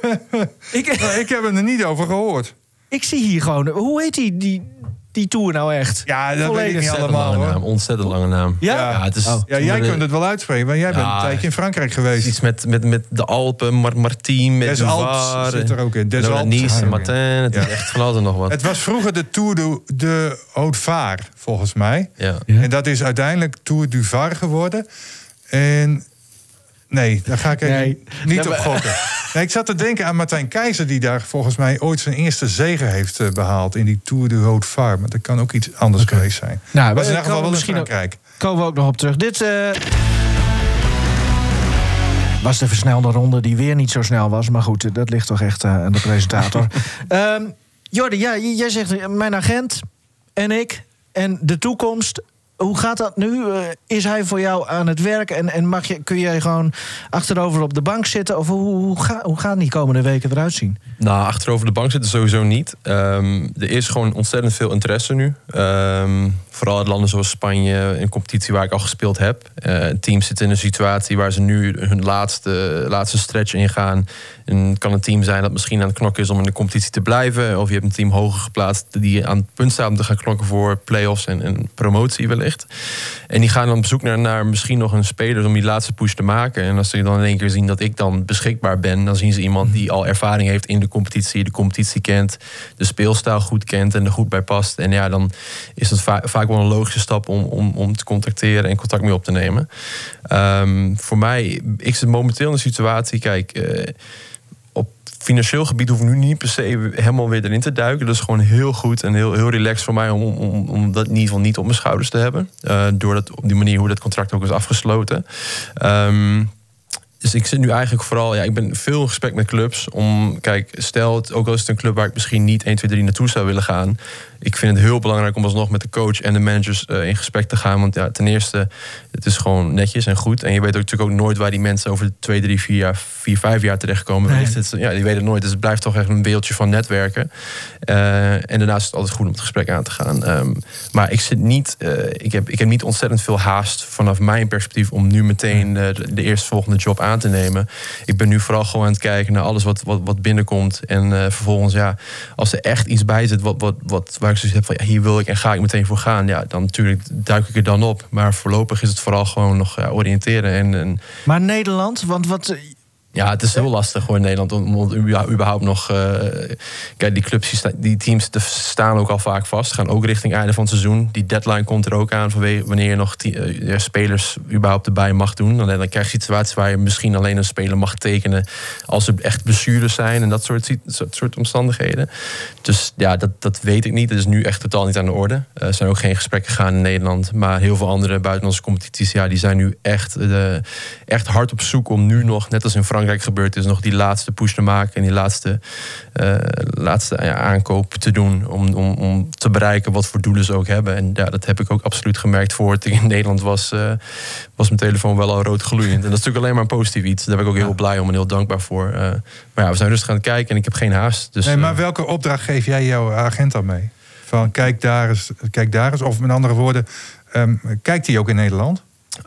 Speaker 4: ik, nou, ik heb er niet over gehoord.
Speaker 2: Ik zie hier gewoon... Hoe heet die... die Die tour nou echt?
Speaker 4: Ja, dat weet ik niet allemaal,
Speaker 3: lange
Speaker 4: hoor.
Speaker 3: Naam, ontzettend lange naam.
Speaker 2: Ja?
Speaker 3: Ja, het is,
Speaker 2: oh.
Speaker 4: ja jij kunt het wel uitspreken, want jij ja, bent een tijdje in Frankrijk geweest.
Speaker 3: Iets met, met, met de Alpen, Mar Martin, met
Speaker 4: Des Alpes zit er ook in. Des
Speaker 3: Alpes, Nice, Martin, het ja. is echt van alles nog wat.
Speaker 4: Het was vroeger de Tour de, de Haute-Var, volgens mij.
Speaker 3: Ja.
Speaker 4: Ja. En dat is uiteindelijk Tour du Var geworden. En... Nee, daar ga ik nee. niet nee, op gokken. Nee, ik zat te denken aan Martijn Keizer... die daar volgens mij ooit zijn eerste zege heeft uh, behaald... in die Tour de Haute-Var. Maar dat kan ook iets anders okay. geweest zijn.
Speaker 2: Nou,
Speaker 4: was in ieder geval wel in Frankrijk.
Speaker 2: Ook, komen we ook nog op terug. Dit uh, was de versnelde ronde die weer niet zo snel was. Maar goed, dat ligt toch echt uh, aan de presentator. um, Jordi, ja, jij zegt mijn agent en ik en de toekomst... Hoe gaat dat nu? Uh, is hij voor jou aan het werk? En, en mag je, kun jij gewoon achterover op de bank zitten? Of hoe, hoe, ga, hoe gaan die komende weken eruit zien?
Speaker 3: Nou, achterover de bank zitten sowieso niet. Um, er is gewoon ontzettend veel interesse nu. Um, vooral uit landen zoals Spanje, een competitie waar ik al gespeeld heb. Uh, het team zit in een situatie waar ze nu hun laatste, laatste stretch ingaan. En het kan een team zijn dat misschien aan het knokken is om in de competitie te blijven. Of je hebt een team hoger geplaatst die aan het punt staat om te gaan knokken voor play-offs en, en promotie wellicht. En die gaan dan op zoek naar, naar misschien nog een speler om die laatste push te maken. En als ze dan in één keer zien dat ik dan beschikbaar ben, dan zien ze iemand die al ervaring heeft in de competitie, de competitie kent, de speelstijl goed kent en er goed bij past. En ja, dan is het va- vaak wel een logische stap om, om, om te contacteren en contact mee op te nemen. Um, voor mij, ik zit momenteel in een situatie, kijk, uh, op financieel gebied hoef ik nu niet per se helemaal weer erin te duiken. Dat is gewoon heel goed en heel, heel relaxed voor mij om, om, om dat in ieder geval niet op mijn schouders te hebben. Uh, door dat, op die manier hoe dat contract ook is afgesloten. Um, Dus ik zit nu eigenlijk vooral... Ja, ik ben veel in gesprek met clubs. Om, kijk, stel, het, ook al is het een club waar ik misschien niet één, twee, drie naartoe zou willen gaan. Ik vind het heel belangrijk om alsnog met de coach en de managers uh, in gesprek te gaan. Want ja, ten eerste, het is gewoon netjes en goed. En je weet ook natuurlijk ook nooit waar die mensen over twee, drie, vier jaar, vier, vijf jaar terechtkomen. Nee. Het, ja, die weten het nooit. Dus het blijft toch echt een wereldje van netwerken. Uh, en daarnaast is het altijd goed om het gesprek aan te gaan. Um, maar ik zit niet, uh, ik heb, ik heb niet ontzettend veel haast vanaf mijn perspectief om nu meteen uh, de, de eerstvolgende job aan te nemen. Ik ben nu vooral gewoon aan het kijken naar alles wat, wat, wat binnenkomt. En uh, vervolgens, ja, als er echt iets bij zit wat, wat, wat, waar ik zoiets heb van ja, hier wil ik en ga ik meteen voor gaan. Ja, dan natuurlijk duik ik er dan op. Maar voorlopig is het vooral gewoon nog ja, oriënteren. En, en...
Speaker 2: Maar Nederland, want wat...
Speaker 3: Ja, het is heel lastig hoor in Nederland om, om überhaupt nog... Uh, kijk, die clubs, die teams staan ook al vaak vast. Gaan ook richting einde van het seizoen. Die deadline komt er ook aan vanwege wanneer je nog uh, spelers überhaupt erbij mag doen. Dan, dan krijg je situaties waar je misschien alleen een speler mag tekenen als er echt blessures zijn en dat soort, dat soort omstandigheden. Dus ja, dat, dat weet ik niet. Dat is nu echt totaal niet aan de orde. Er zijn ook geen gesprekken gegaan in Nederland. Maar heel veel andere buitenlandse competities, ja, die zijn nu echt, uh, echt hard op zoek om nu nog, net als in Frankrijk gebeurd is, nog die laatste push te maken en die laatste, uh, laatste ja, aankoop te doen om, om, om te bereiken wat voor doelen ze ook hebben. En ja, dat heb ik ook absoluut gemerkt voor het in Nederland was, uh, was mijn telefoon wel al rood gloeiend. En dat is natuurlijk alleen maar een positief iets. Daar ben ik ook heel ja. blij om en heel dankbaar voor. Uh, maar ja, we zijn rustig aan het kijken en ik heb geen haast. Dus,
Speaker 4: nee, maar welke opdracht geef jij jouw agent dan mee? Van kijk daar eens, kijk daar eens. Of met andere woorden, um, kijkt hij ook in Nederland?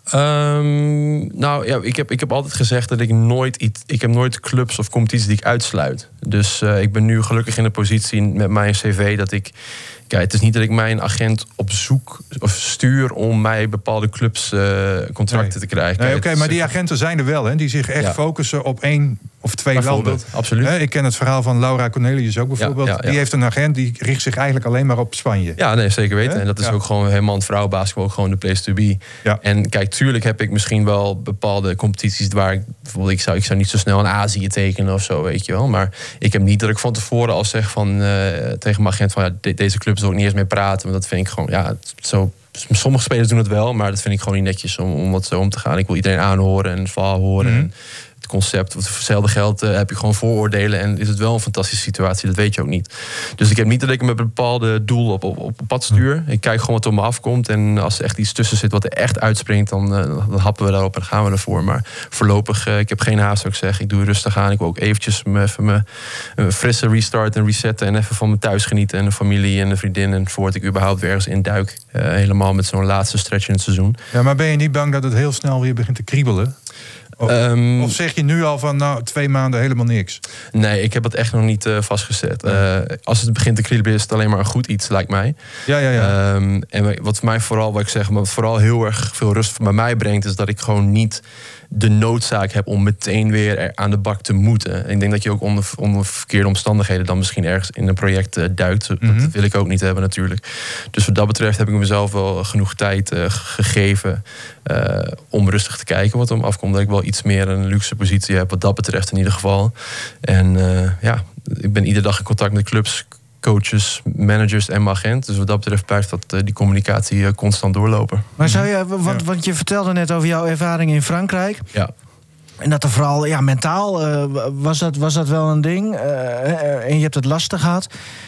Speaker 3: Um, nou ja, ik heb, ik heb altijd gezegd dat ik nooit iets. Ik heb nooit clubs of competities die ik uitsluit. Dus uh, ik ben nu gelukkig in de positie met mijn cv dat ik. Kijk, het is niet dat ik mijn agent op zoek of stuur om mij bepaalde clubs uh, contracten
Speaker 4: nee.
Speaker 3: te krijgen.
Speaker 4: Nee, Oké, okay, maar die agenten zijn er wel, hè? Die zich echt ja. focussen op één of twee landen.
Speaker 3: Absoluut.
Speaker 4: Ik ken het verhaal van Laura Cornelius ook bijvoorbeeld. Ja, ja, ja. Die heeft een agent die richt zich eigenlijk alleen maar op Spanje.
Speaker 3: Ja, nee, zeker weten. He? En dat is ja. ook gewoon helemaal het vrouwenbasketbal ook gewoon de place to be. Ja. En kijk, tuurlijk heb ik misschien wel bepaalde competities waar ik bijvoorbeeld ik zou, ik zou niet zo snel in Azië tekenen of zo, weet je wel. Maar ik heb niet dat ik van tevoren al zeg van uh, tegen mijn agent van ja, de, deze club wil ik niet eens mee praten. Want dat vind ik gewoon, ja, zo. Sommige spelers doen het wel, maar dat vind ik gewoon niet netjes om, om wat zo om te gaan. Ik wil iedereen aanhoren en het verhaal horen. Mm-hmm. En het concept, voor hetzelfde geld uh, heb je gewoon vooroordelen. En is het wel een fantastische situatie, dat weet je ook niet. Dus ik heb niet dat ik met een bepaalde doel op, op, op pad stuur. Mm-hmm. Ik kijk gewoon wat er me afkomt. En als er echt iets tussen zit wat er echt uitspringt, dan, uh, dan happen we daarop en gaan we ervoor. Maar voorlopig, uh, ik heb geen haast, zou ik zeggen. Ik doe rustig aan. Ik wil ook eventjes me, even mijn uh, frisse restart en resetten. En even van mijn thuis genieten en de familie en de vriendin. En voordat ik überhaupt weer ergens induik. Uh, helemaal met zo'n laatste stretch in het seizoen.
Speaker 4: Ja, maar ben je niet bang dat het heel snel weer begint te kriebelen? Of, um, of zeg je nu al van, nou, twee maanden helemaal niks?
Speaker 3: Nee, ik heb het echt nog niet uh, vastgezet. Uh, als het begint te kriebelen is het alleen maar een goed iets, lijkt mij.
Speaker 4: Ja, ja, ja.
Speaker 3: Um, en wat voor mij vooral, wat ik zeg, wat vooral heel erg veel rust bij mij brengt, is dat ik gewoon niet de noodzaak heb om meteen weer er aan de bak te moeten. Ik denk dat je ook onder, onder verkeerde omstandigheden dan misschien ergens in een project uh, duikt. Mm-hmm. Dat wil ik ook niet hebben natuurlijk. Dus wat dat betreft heb ik mezelf wel genoeg tijd uh, gegeven uh, om rustig te kijken wat er afkomt. Dat ik wel iets meer een luxe positie heb wat dat betreft in ieder geval. En uh, ja, ik ben iedere dag in contact met clubs, coaches, managers en mijn agent. Dus wat dat betreft blijft dat, uh, die communicatie uh, constant doorlopen.
Speaker 2: Maar zou je, want, want je vertelde net over jouw ervaring in Frankrijk.
Speaker 3: Ja.
Speaker 2: En dat er vooral ja, mentaal uh, was, dat, was dat wel een ding. Uh, en je hebt het lastig gehad.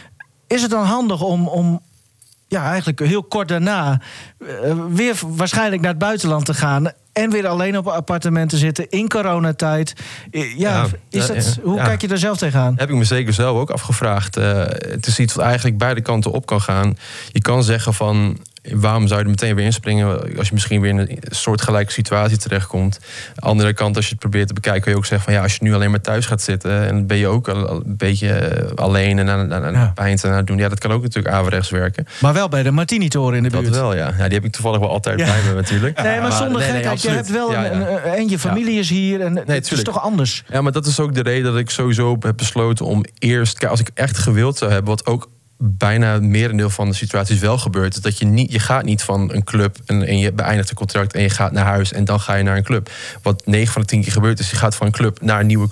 Speaker 2: Is het dan handig om, om ja, eigenlijk heel kort daarna uh, weer waarschijnlijk naar het buitenland te gaan en weer alleen op appartementen zitten in coronatijd? Ja, ja, is dat, ja, hoe ja. kijk je daar zelf tegenaan?
Speaker 3: Heb ik me zeker zelf ook afgevraagd. Uh, het is iets wat eigenlijk beide kanten op kan gaan. Je kan zeggen van, waarom zou je er meteen weer inspringen als je misschien weer in een soortgelijke situatie terechtkomt? Aan de andere kant, als je het probeert te bekijken, kun je ook zeggen van ja, als je nu alleen maar thuis gaat zitten en ben je ook een beetje alleen en aan, aan, aan ja. pijn aan het doen. Ja, dat kan ook natuurlijk averechts werken.
Speaker 2: Maar wel bij de Martini-toren in de buurt.
Speaker 3: Dat wel, ja. ja. Die heb ik toevallig wel altijd ja. bij me natuurlijk.
Speaker 2: Nee, maar zonder gekheid, nee, nee, je hebt wel ja, ja. Een, een, en je familie ja. is hier en nee, het is toch anders.
Speaker 3: Ja, maar dat is ook de reden dat ik sowieso heb besloten om eerst, kijk, als ik echt gewild zou hebben, wat ook bijna merendeel van de situaties wel gebeurt, is dat je niet, je gaat niet van een club en, en je beëindigt een contract en je gaat naar huis en dan ga je naar een club. Wat negen van de tien keer gebeurt is, je gaat van een club naar een nieuwe club.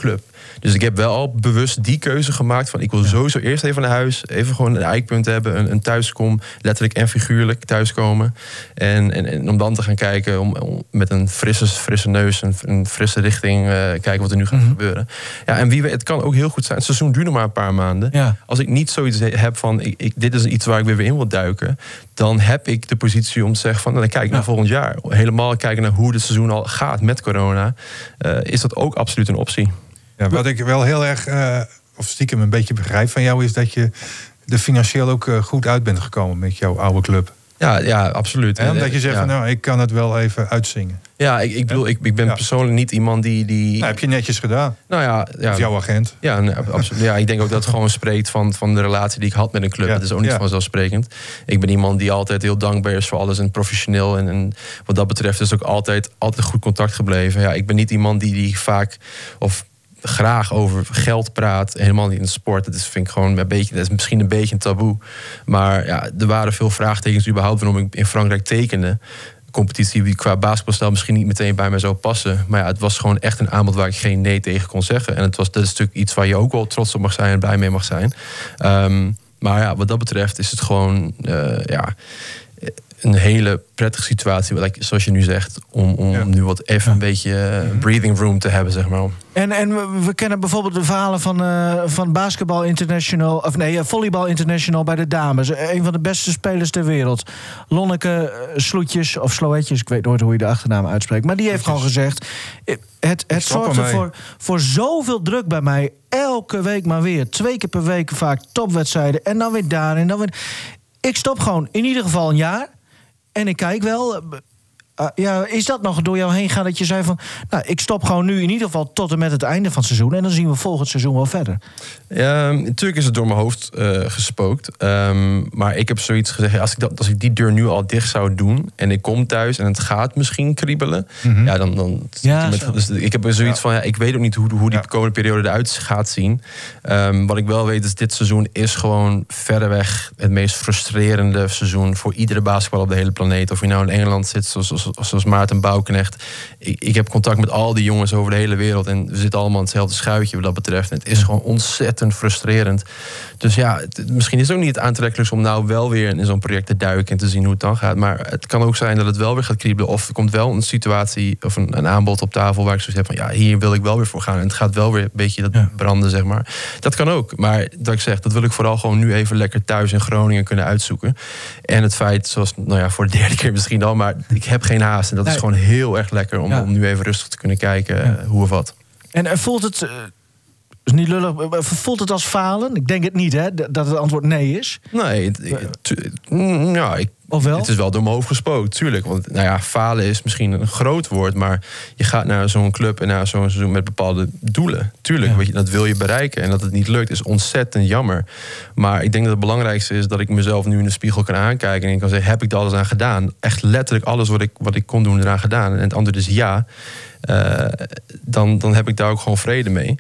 Speaker 3: Dus ik heb wel al bewust die keuze gemaakt van ik wil ja. sowieso eerst even naar huis, even gewoon een eikpunt hebben, een, een thuiskom, letterlijk en figuurlijk thuiskomen. En, en, en om dan te gaan kijken, om, om met een frisse, frisse neus, een, een frisse richting, uh, kijken wat er nu gaat mm-hmm. gebeuren. Ja, en wie weet, het kan ook heel goed zijn. Het seizoen duurt nog maar een paar maanden. Ja. Als ik niet zoiets heb van ik, ik, dit is iets waar ik weer, weer in wil duiken, dan heb ik de positie om te zeggen van, nou, dan kijk ik ja. naar volgend jaar. Helemaal kijken naar hoe het seizoen al gaat met corona, uh, is dat ook absoluut een optie.
Speaker 4: Ja, wat ik wel heel erg, uh, of stiekem een beetje begrijp van jou, is dat je er financieel ook uh, goed uit bent gekomen met jouw oude club.
Speaker 3: Ja, ja, absoluut.
Speaker 4: En dat je zegt ja. van, nou, ik kan het wel even uitzingen.
Speaker 3: Ja, ik, ik bedoel, ik, ik ben ja. persoonlijk niet iemand die... die...
Speaker 4: Nou, heb je netjes gedaan.
Speaker 3: Nou ja, ja
Speaker 4: of jouw agent.
Speaker 3: Ja, nee, absoluut. Ja, ik denk ook dat het gewoon spreekt van, van de relatie die ik had met een club. Ja. Dat is ook niet ja. vanzelfsprekend. Ik ben iemand die altijd heel dankbaar is voor alles en professioneel. En, en wat dat betreft is ook altijd, altijd goed contact gebleven. Ja, ik ben niet iemand die, die vaak... of graag over geld praat, helemaal niet in de sport. Dat is, vind ik gewoon een beetje, dat is misschien een beetje een taboe. Maar ja, er waren veel vraagtekens überhaupt waarom ik in Frankrijk tekende. Competitie die qua basketbalstijl misschien niet meteen bij mij zou passen. Maar ja, het was gewoon echt een aanbod waar ik geen nee tegen kon zeggen. En het was, dat is natuurlijk iets waar je ook wel trots op mag zijn en blij mee mag zijn. Um, maar ja, wat dat betreft is het gewoon... Uh, ja, een hele prettige situatie, zoals je nu zegt, om, om ja. nu wat even ja. een beetje uh, breathing room te hebben, zeg maar.
Speaker 2: En, en we, we kennen bijvoorbeeld de verhalen van, uh, van Basketball International, of nee, uh, Volleyball International bij de dames. Een van de beste spelers ter wereld. Lonneke uh, Sloetjes, of Sloetjes, ik weet nooit hoe je de achternaam uitspreekt. Maar die heeft gewoon gezegd, het, het zorgde voor, voor zoveel druk bij mij. Elke week maar weer. Twee keer per week vaak topwedstrijden. En dan weer daar en dan weer... Ik stop gewoon in ieder geval een jaar. En ik kijk wel, uh, ja, is dat nog door jou heen gaan dat je zei van... nou, ik stop gewoon nu in ieder geval tot en met het einde van het seizoen... en dan zien we volgend seizoen wel verder.
Speaker 3: Ja, natuurlijk is het door mijn hoofd uh, gespookt. Um, maar ik heb zoiets gezegd, als ik, dat, als ik die deur nu al dicht zou doen... en ik kom thuis en het gaat misschien kriebelen... Mm-hmm. ja, dan... dan
Speaker 2: ja,
Speaker 3: met, dus ik heb er zoiets ja. van, ja, ik weet ook niet hoe, hoe die ja. komende periode eruit gaat zien. Um, wat ik wel weet is, dit seizoen is gewoon verreweg... het meest frustrerende seizoen voor iedere basketballer op de hele planeet. Of je nou in Engeland zit, zoals, zoals, zoals Maarten Bouwknecht. Ik, ik heb contact met al die jongens over de hele wereld... en we zitten allemaal in hetzelfde schuitje wat dat betreft. En het is gewoon ontzettend frustrerend. Dus ja, het, misschien is het ook niet het aantrekkelijkst... om nou wel weer in zo'n project te duiken en te zien hoe het dan gaat. Maar het kan ook zijn dat het wel weer gaat kriebelen... of er komt wel een situatie of een, een aanbod op tafel... waar ik zo heb van, ja, hier wil ik wel weer voor gaan. En het gaat wel weer een beetje dat ja. branden, zeg maar. Dat kan ook. Maar dat ik zeg, dat wil ik vooral gewoon nu even lekker thuis in Groningen kunnen uitzoeken. En het feit, zoals, nou ja, voor de derde keer misschien al... maar ik heb geen haast. En dat nee. is gewoon heel erg lekker om, ja. om nu even rustig te kunnen kijken ja. hoe of wat.
Speaker 2: En uh, voelt het... Uh... is niet lullig. Voelt het als falen? Ik denk het niet, hè? Dat het antwoord nee is.
Speaker 3: Nee, tu- ja, ik,
Speaker 2: of wel?
Speaker 3: Het is wel door mijn hoofd gespookt, tuurlijk. Want nou ja, falen is misschien een groot woord... maar je gaat naar zo'n club en naar zo'n seizoen met bepaalde doelen. Tuurlijk, ja. weet je, dat wil je bereiken. En dat het niet lukt is ontzettend jammer. Maar ik denk dat het belangrijkste is... dat ik mezelf nu in de spiegel kan aankijken... en ik kan zeggen, heb ik er alles aan gedaan? Echt letterlijk alles wat ik, wat ik kon doen eraan gedaan. En het antwoord is ja. Uh, dan, dan heb ik daar ook gewoon vrede mee.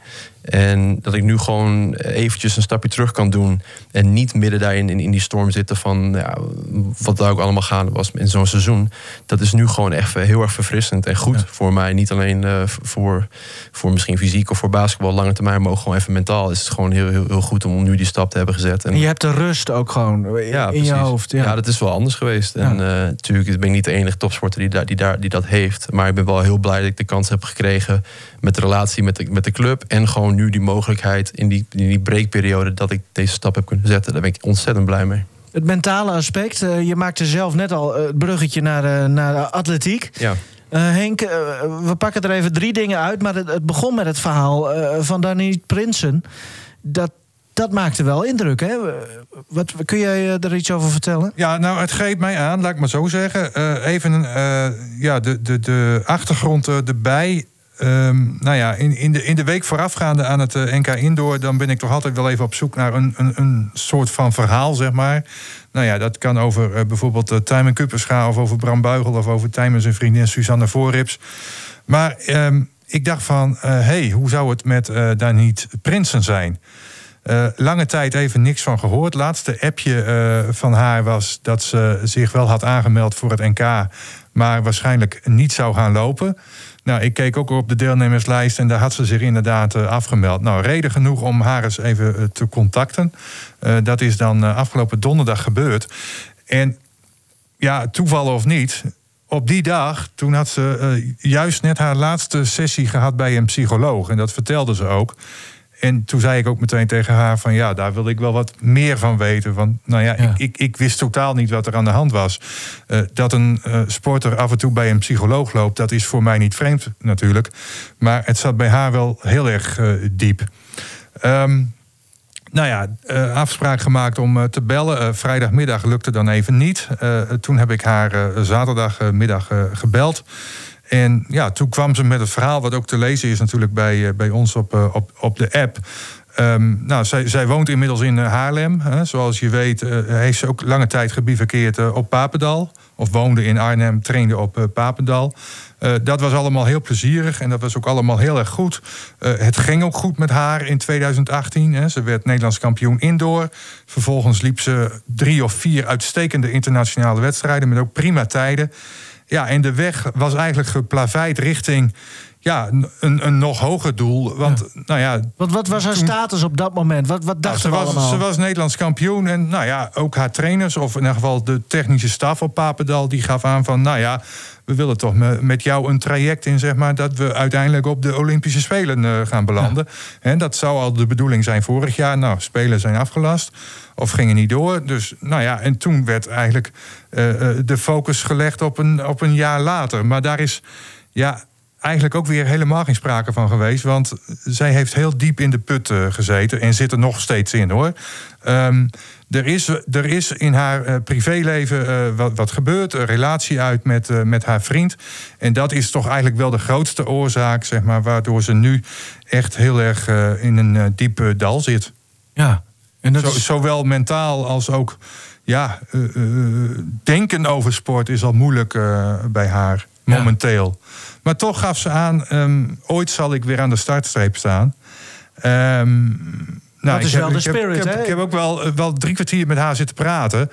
Speaker 3: En dat ik nu gewoon eventjes een stapje terug kan doen... en niet midden daarin in, in die storm zitten van... Ja, wat daar ook allemaal gaande was in zo'n seizoen. Dat is nu gewoon echt heel erg verfrissend en goed ja. voor mij. Niet alleen uh, voor, voor misschien fysiek of voor basketbal lange termijn... maar ook gewoon even mentaal is het gewoon heel, heel, heel goed... om nu die stap te hebben gezet.
Speaker 2: En, en je hebt de rust ook gewoon in,
Speaker 3: ja,
Speaker 2: in je hoofd. Ja.
Speaker 3: ja, dat is wel anders geweest. Ja. En uh, natuurlijk ben ik niet de enige topsporter die, daar, die, daar, die dat heeft. Maar ik ben wel heel blij dat ik de kans heb gekregen... met de relatie met de, met de club... en gewoon nu die mogelijkheid in die, in die breekperiode... dat ik deze stap heb kunnen zetten. Daar ben ik ontzettend blij mee.
Speaker 2: Het mentale aspect. Uh, je maakte zelf net al het bruggetje naar, uh, naar de atletiek.
Speaker 3: Ja.
Speaker 2: Uh, Henk, uh, we pakken er even drie dingen uit... maar het, het begon met het verhaal uh, van Daniet Prinsen. Dat, dat maakte wel indruk, hè? Wat, kun jij er iets over vertellen?
Speaker 4: Ja, nou, het greep mij aan, laat ik maar zo zeggen. Uh, even uh, ja, de, de, de achtergrond uh, erbij... Um, nou ja, in, in, de, in de week voorafgaande aan het uh, N K Indoor... dan ben ik toch altijd wel even op zoek naar een, een, een soort van verhaal, zeg maar. Nou ja, dat kan over uh, bijvoorbeeld uh, Tijmen Kuppers gaan... of over Bram Buigel of over Tijmen zijn vriendin Suzanne Voorrips. Maar um, ik dacht van, hé, uh, hey, hoe zou het met uh, Daniet Prinsen zijn? Uh, lange tijd even niks van gehoord. Laatste appje uh, van haar was dat ze zich wel had aangemeld voor het N K... maar waarschijnlijk niet zou gaan lopen. Nou, ik keek ook op de deelnemerslijst en daar had ze zich inderdaad uh, afgemeld. Nou, reden genoeg om haar eens even uh, te contacten. Uh, dat is dan uh, afgelopen donderdag gebeurd. En ja, toeval of niet, op die dag, toen had ze uh, juist net haar laatste sessie gehad bij een psycholoog. En dat vertelde ze ook. En toen zei ik ook meteen tegen haar van ja, daar wil ik wel wat meer van weten. Want nou ja, ja. Ik, ik, ik wist totaal niet wat er aan de hand was. Uh, dat een uh, sporter af en toe bij een psycholoog loopt, dat is voor mij niet vreemd natuurlijk. Maar het zat bij haar wel heel erg uh, diep. Um, nou ja, uh, afspraak gemaakt om uh, te bellen. Uh, vrijdagmiddag lukte dan even niet. Uh, toen heb ik haar uh, zaterdagmiddag uh, gebeld. En ja, toen kwam ze met het verhaal, wat ook te lezen is natuurlijk bij, bij ons op, op, op de app. Um, nou, zij, zij woont inmiddels in Haarlem. Hè. Zoals je weet uh, heeft ze ook lange tijd gebivakkeerd uh, op Papendal. Of woonde in Arnhem, trainde op uh, Papendal. Uh, dat was allemaal heel plezierig en dat was ook allemaal heel erg goed. Uh, het ging ook goed met haar in tweeduizend achttien. Hè. Ze werd Nederlands kampioen indoor. Vervolgens liep ze drie of vier uitstekende internationale wedstrijden met ook prima tijden. Ja, en de weg was eigenlijk geplaveid richting ja, een, een nog hoger doel. Want, ja. Nou ja,
Speaker 2: wat, wat was haar toen status op dat moment? Wat, wat dachten
Speaker 4: nou, ze
Speaker 2: we
Speaker 4: was,
Speaker 2: allemaal?
Speaker 4: Ze was Nederlands kampioen. En nou ja, ook haar trainers, of in ieder geval de technische staf op Papendal, die gaf aan van nou ja, we willen toch met jou een traject in, zeg maar, dat we uiteindelijk op de Olympische Spelen uh, gaan belanden. Ja. En dat zou al de bedoeling zijn vorig jaar. Nou, Spelen zijn afgelast of gingen niet door. Dus nou ja, en toen werd eigenlijk uh, de focus gelegd op een, op een jaar later. Maar daar is ja eigenlijk ook weer helemaal geen sprake van geweest. Want zij heeft heel diep in de put uh, gezeten en zit er nog steeds in, hoor. Um, er, is, er is in haar uh, privéleven uh, wat, wat gebeurd. Een relatie uit met, uh, met haar vriend. En dat is toch eigenlijk wel de grootste oorzaak, zeg maar, waardoor ze nu echt heel erg uh, in een uh, diep uh, dal zit.
Speaker 2: Ja. En dat
Speaker 4: Zo,
Speaker 2: is
Speaker 4: zowel mentaal als ook ja, uh, uh, denken over sport is al moeilijk uh, bij haar, momenteel. Ja. Maar toch gaf ze aan, um, ooit zal ik weer aan de startstreep staan. Um, nou,
Speaker 2: dat is
Speaker 4: ik
Speaker 2: wel
Speaker 4: heb,
Speaker 2: de spirit,
Speaker 4: ik heb,
Speaker 2: hè?
Speaker 4: Ik heb ook wel, wel drie kwartier met haar zitten praten.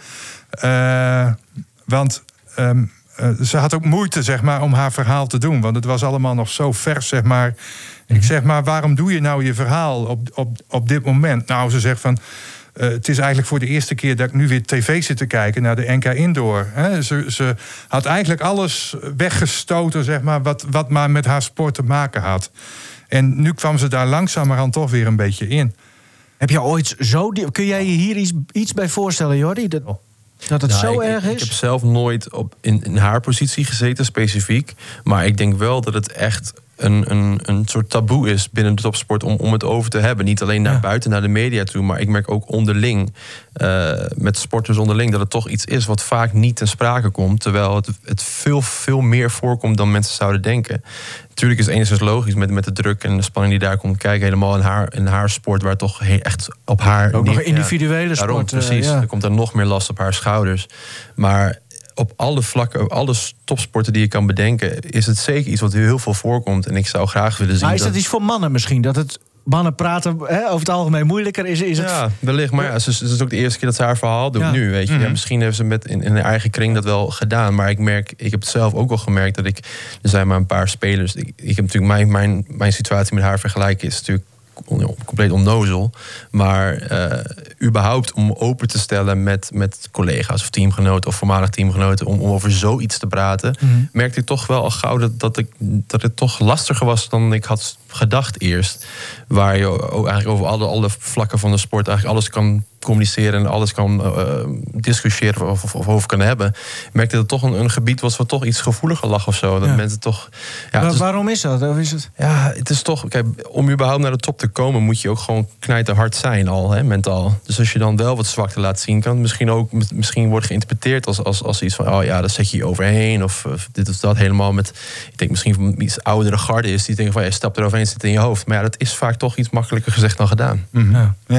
Speaker 4: Uh, want um, uh, ze had ook moeite, zeg maar, om haar verhaal te doen. Want het was allemaal nog zo vers, zeg maar. Mm-hmm. Ik zeg maar, waarom doe je nou je verhaal op, op, op dit moment? Nou, ze zegt van, Uh, het is eigenlijk voor de eerste keer dat ik nu weer tv zit te kijken naar de N K Indoor. He, ze, ze had eigenlijk alles weggestoten, zeg maar, wat, wat maar met haar sport te maken had. En nu kwam ze daar langzamerhand toch weer een beetje in.
Speaker 2: Heb je ooit zo... Kun jij je hier iets, iets bij voorstellen, Jordi? Dat, dat het
Speaker 3: nou,
Speaker 2: zo
Speaker 3: ik,
Speaker 2: erg is?
Speaker 3: Ik heb zelf nooit op, in, in haar positie gezeten, specifiek. Maar ik denk wel dat het echt een, een, een soort taboe is binnen de topsport om, om het over te hebben. Niet alleen naar ja. buiten, naar de media toe, maar ik merk ook onderling, uh, met sporters onderling, dat het toch iets is wat vaak niet ten sprake komt. Terwijl het, het veel, veel meer voorkomt dan mensen zouden denken. Natuurlijk is het enigszins logisch met, met de druk en de spanning die daar komt kijken. Helemaal in haar, in haar sport, waar toch echt op haar...
Speaker 2: Ook nog een individuele ja, sport.
Speaker 3: Daarom, precies, uh, ja. Er komt er nog meer last op haar schouders. Maar op alle vlakken, alle topsporten die je kan bedenken, is het zeker iets wat heel veel voorkomt. En ik zou graag willen zien.
Speaker 2: Maar is dat
Speaker 3: dat
Speaker 2: iets voor mannen misschien? Dat het mannen praten hè, over het algemeen moeilijker is? is het...
Speaker 3: Ja, wellicht. Maar ja, het is, het is ook de eerste keer dat ze haar verhaal doet ja. nu. Weet je. Mm-hmm. Ja, misschien heeft ze met in, in haar eigen kring dat wel gedaan. Maar ik merk, ik heb het zelf ook al gemerkt dat ik. Er zijn maar een paar spelers. Ik, ik heb natuurlijk mijn, mijn, mijn situatie met haar vergelijken is natuurlijk compleet onnozel. Maar uh, überhaupt om open te stellen met, met collega's of teamgenoten of voormalig teamgenoten om, om over zoiets te praten, mm-hmm. merkte ik toch wel al gauw dat, dat, ik, dat het toch lastiger was dan ik had gedacht eerst. Waar je ook eigenlijk over alle, alle vlakken van de sport eigenlijk alles kan communiceren en alles kan uh, discussiëren of, of, of over kan hebben. Ik merkte dat het toch een, een gebied was wat toch iets gevoeliger lag of zo. Dat ja. mensen toch. Ja,
Speaker 2: maar
Speaker 3: is,
Speaker 2: waarom is dat? Of is het?
Speaker 3: Ja, het is toch. Kijk, om überhaupt naar de top te komen, moet je ook gewoon knijterhard zijn al, hè, mentaal. Dus als je dan wel wat zwakte laat zien, kan het misschien ook misschien wordt geïnterpreteerd als, als, als iets van, oh ja, dat zet je je overheen of, of dit of dat helemaal met. Ik denk misschien van iets oudere garde is die denken van, ja, stap eroverheen, zit in je hoofd. Maar ja, dat is vaak toch iets makkelijker gezegd dan gedaan.
Speaker 4: Mm-hmm. Ja. Ja.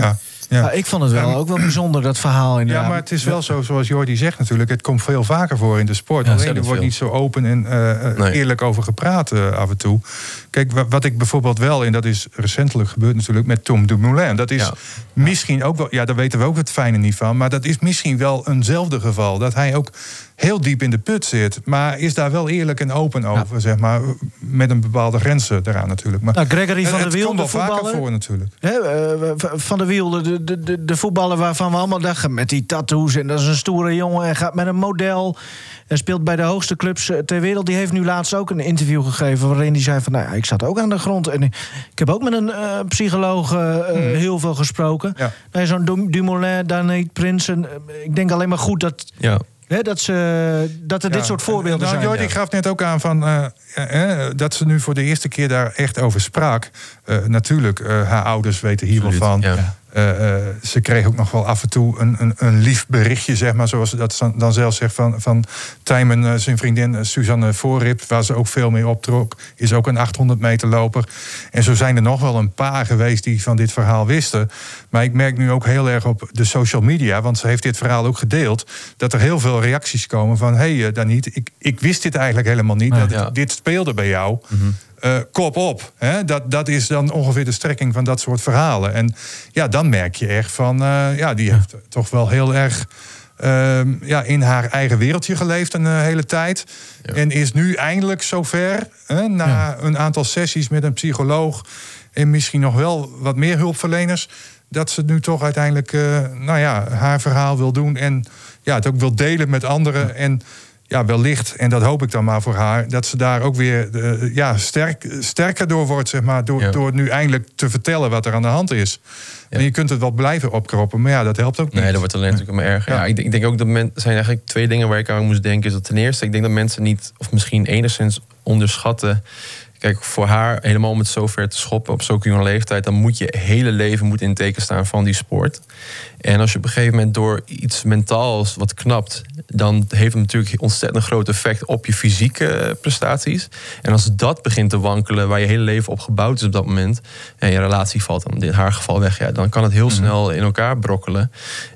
Speaker 4: Ja.
Speaker 2: Ja, ik vond het wel um, ook wel bijzonder, dat verhaal. In
Speaker 4: ja, maar het is wel zo, zoals Jordi zegt natuurlijk. Het komt veel vaker voor in de sport. Ja, alleen er wordt veel. niet zo open en uh, nee. eerlijk over gepraat uh, af en toe. Kijk, wat ik bijvoorbeeld wel, en dat is recentelijk gebeurd natuurlijk met Tom Dumoulin. Dat is ja. misschien ook wel, ja, daar weten we ook het fijne niet van. Maar dat is misschien wel eenzelfde geval. Dat hij ook heel diep in de put zit. Maar is daar wel eerlijk en open over, ja. zeg maar. Met een bepaalde grenzen eraan natuurlijk. Maar
Speaker 2: nou, Gregory van der Wiel,
Speaker 4: de
Speaker 2: de voetballer.
Speaker 4: Voor, natuurlijk.
Speaker 2: Hè, uh, van der Wiel, de, de, de, de voetballer waarvan we allemaal dachten met die tattoos. En dat is een stoere jongen en gaat met een model. En speelt bij de hoogste clubs ter wereld. Die heeft nu laatst ook een interview gegeven waarin hij zei van, nou ja, ik zat ook aan de grond. En ik heb ook met een uh, psycholoog uh, hmm. heel veel gesproken. Ja. Nee, zo'n Dumoulin, Danny Prinsen. Ik denk alleen maar goed dat... Ja. He, dat, ze, dat er ja. dit soort voorbeelden nou, zijn.
Speaker 4: Jordi ja. gaf net ook aan van, uh, uh, dat ze nu voor de eerste keer daar echt over sprak. Uh, natuurlijk, uh, haar ouders weten hier wel van. Ja. Uh, uh, ze kreeg ook nog wel af en toe een, een, een lief berichtje, zeg maar, zoals ze dat dan zelf zegt, van, van Tijmen, uh, zijn vriendin uh, Suzanne Voorrip, waar ze ook veel mee optrok, is ook een achthonderd meter loper. En zo zijn er nog wel een paar geweest die van dit verhaal wisten. Maar ik merk nu ook heel erg op de social media, want ze heeft dit verhaal ook gedeeld, dat er heel veel reacties komen van, hé, hey, uh, Daniet, ik, ik wist dit eigenlijk helemaal niet, ja, dat ja. dit speelde bij jou. Mm-hmm. Uh, kop op. Hè? Dat, dat is dan ongeveer de strekking van dat soort verhalen. En ja, dan merk je echt van... Uh, ja, die heeft toch wel heel erg uh, ja, in haar eigen wereldje geleefd een uh, hele tijd. Ja. En is nu eindelijk zover, hè, na ja. een aantal sessies met een psycholoog... en misschien nog wel wat meer hulpverleners... dat ze nu toch uiteindelijk uh, nou ja, haar verhaal wil doen... en ja, het ook wil delen met anderen... Ja. En ja, wellicht, en dat hoop ik dan maar voor haar... dat ze daar ook weer uh, ja, sterk, sterker door wordt, zeg maar... Door, ja. door nu eindelijk te vertellen wat er aan de hand is. Ja. En je kunt het wel blijven opkroppen, maar ja, dat helpt ook niet.
Speaker 3: Nee, dat wordt alleen natuurlijk maar erger. Ja. Ja, ik, ik denk ook dat men, er zijn eigenlijk twee dingen waar ik aan moest denken. Is dat ten eerste, ik denk dat mensen niet, of misschien enigszins onderschatten... Kijk, voor haar helemaal om het zo ver te schoppen op zo'n jonge leeftijd... dan moet je hele leven moet in het teken staan van die sport. En als je op een gegeven moment door iets mentaals wat knapt... dan heeft het natuurlijk ontzettend groot effect op je fysieke prestaties. En als dat begint te wankelen, waar je hele leven op gebouwd is op dat moment... en je relatie valt dan in haar geval weg... Ja, dan kan het heel snel in elkaar brokkelen.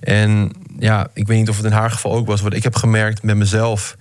Speaker 3: En ja, ik weet niet of het in haar geval ook was... wat ik heb gemerkt met mezelf...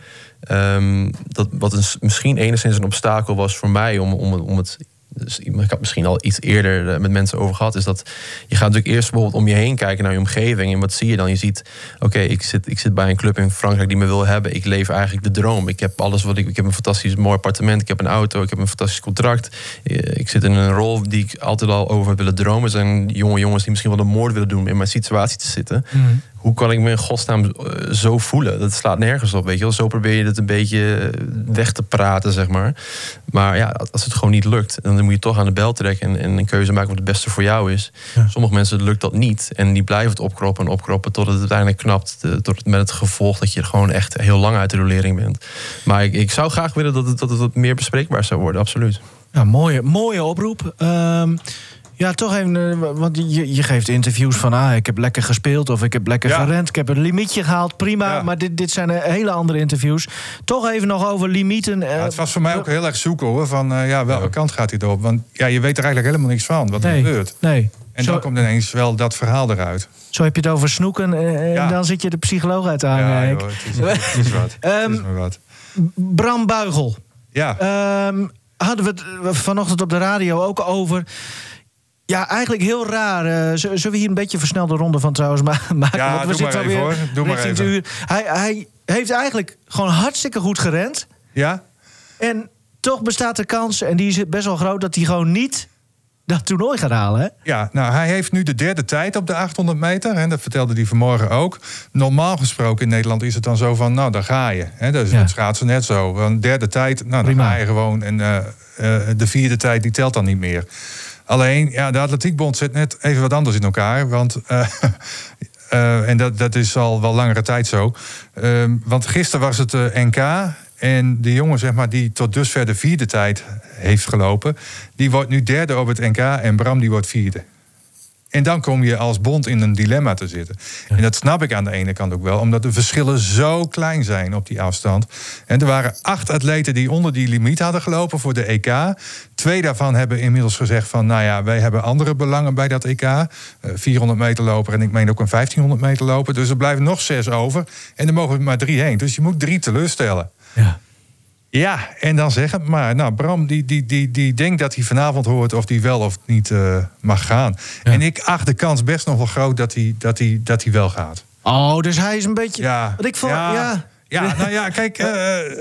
Speaker 3: Um, dat wat een, misschien enigszins een obstakel was voor mij om, om, om het... Dus ik had misschien al iets eerder met mensen over gehad... is dat je gaat natuurlijk eerst bijvoorbeeld om je heen kijken naar je omgeving... en wat zie je dan? Je ziet, oké, okay, ik, zit, ik zit bij een club in Frankrijk die me wil hebben. Ik leef eigenlijk de droom. Ik heb alles wat ik... Ik heb een fantastisch mooi appartement, ik heb een auto... ik heb een fantastisch contract. Ik zit in een rol die ik altijd al over heb willen dromen. Er zijn jonge jongens die misschien wel een moord willen doen... in mijn situatie te zitten... Mm. Hoe kan ik me in godsnaam zo voelen? Dat slaat nergens op, weet je wel. Zo probeer je het een beetje weg te praten, zeg maar. Maar ja, als het gewoon niet lukt... dan moet je toch aan de bel trekken en, en een keuze maken wat het beste voor jou is. Ja. Sommige mensen lukt dat niet. En die blijven het opkroppen en opkroppen tot het uiteindelijk knapt. Tot het, met het gevolg dat je gewoon echt heel lang uit de rolering bent. Maar ik, ik zou graag willen dat het, dat het wat meer bespreekbaar zou worden, absoluut.
Speaker 2: Ja, mooie, mooie oproep. Um... Ja, toch even, want je, je geeft interviews van... ah, ik heb lekker gespeeld of ik heb lekker ja. gerend... ik heb een limietje gehaald, prima. Ja. Maar dit, dit zijn hele andere interviews. Toch even nog over limieten. Uh,
Speaker 4: ja, het was voor mij ook heel erg zoeken, hoor. Van uh, ja, welke ja. kant gaat hij erop? Want ja, je weet er eigenlijk helemaal niks van wat er
Speaker 2: nee,
Speaker 4: gebeurt.
Speaker 2: Nee.
Speaker 4: En
Speaker 2: Zo,
Speaker 4: dan komt ineens wel dat verhaal eruit.
Speaker 2: Zo heb je het over snoeken en ja. dan zit je de psycholoog uit te hangen.
Speaker 4: Ja, joh, het, is, het is wat. um, het is maar wat.
Speaker 2: Bram Buigel.
Speaker 4: Ja.
Speaker 2: Um, hadden we het vanochtend op de radio ook over... Ja, eigenlijk heel raar. Uh, zullen we hier een beetje versnelde ronde van trouwens maken?
Speaker 4: Ja,
Speaker 2: Want we
Speaker 4: doe maar even, hoor. Doe maar even.
Speaker 2: Uur. Hij, hij heeft eigenlijk gewoon hartstikke goed gerend.
Speaker 4: Ja.
Speaker 2: En toch bestaat de kans, en die is best wel groot... dat hij gewoon niet dat toernooi gaat halen, hè?
Speaker 4: Ja, nou, hij heeft nu de derde tijd op de achthonderd meter. Hè, dat vertelde hij vanmorgen ook. Normaal gesproken in Nederland is het dan zo van... nou, daar ga je. Hè, dat is ja. het schaatsen net zo. Een derde tijd, nou, dan Prima. ga je gewoon. En uh, uh, de vierde tijd, die telt dan niet meer. Alleen, ja, de Atletiekbond zit net even wat anders in elkaar. Want, uh, uh, en dat, dat is al wel langere tijd zo. Uh, want gisteren was het uh, N K. En de jongen, zeg maar, die tot dusver de vierde tijd heeft gelopen... die wordt nu derde op het N K en Bram die wordt vierde. En dan kom je als bond in een dilemma te zitten. Ja. En dat snap ik aan de ene kant ook wel, omdat de verschillen zo klein zijn op die afstand. En er waren acht atleten die onder die limiet hadden gelopen voor de E K. Twee daarvan hebben inmiddels gezegd van, nou ja, wij hebben andere belangen bij dat E K. Uh, vierhonderd meter loper en ik meen ook een vijftienhonderd meter loper. Dus er blijven nog zes over. En er mogen maar drie heen. Dus je moet drie teleurstellen.
Speaker 2: Ja.
Speaker 4: Ja, en dan zeg het maar. Nou, Bram, die, die, die, die denkt dat hij vanavond hoort of hij wel of niet uh, mag gaan. Ja. En ik acht de kans best nog wel groot dat hij, dat hij, dat hij wel gaat.
Speaker 2: Oh, dus hij is een beetje...
Speaker 4: Ja,
Speaker 2: wat ik vond,
Speaker 4: ja,
Speaker 2: ja.
Speaker 4: ja, nou ja, kijk... Uh, uh,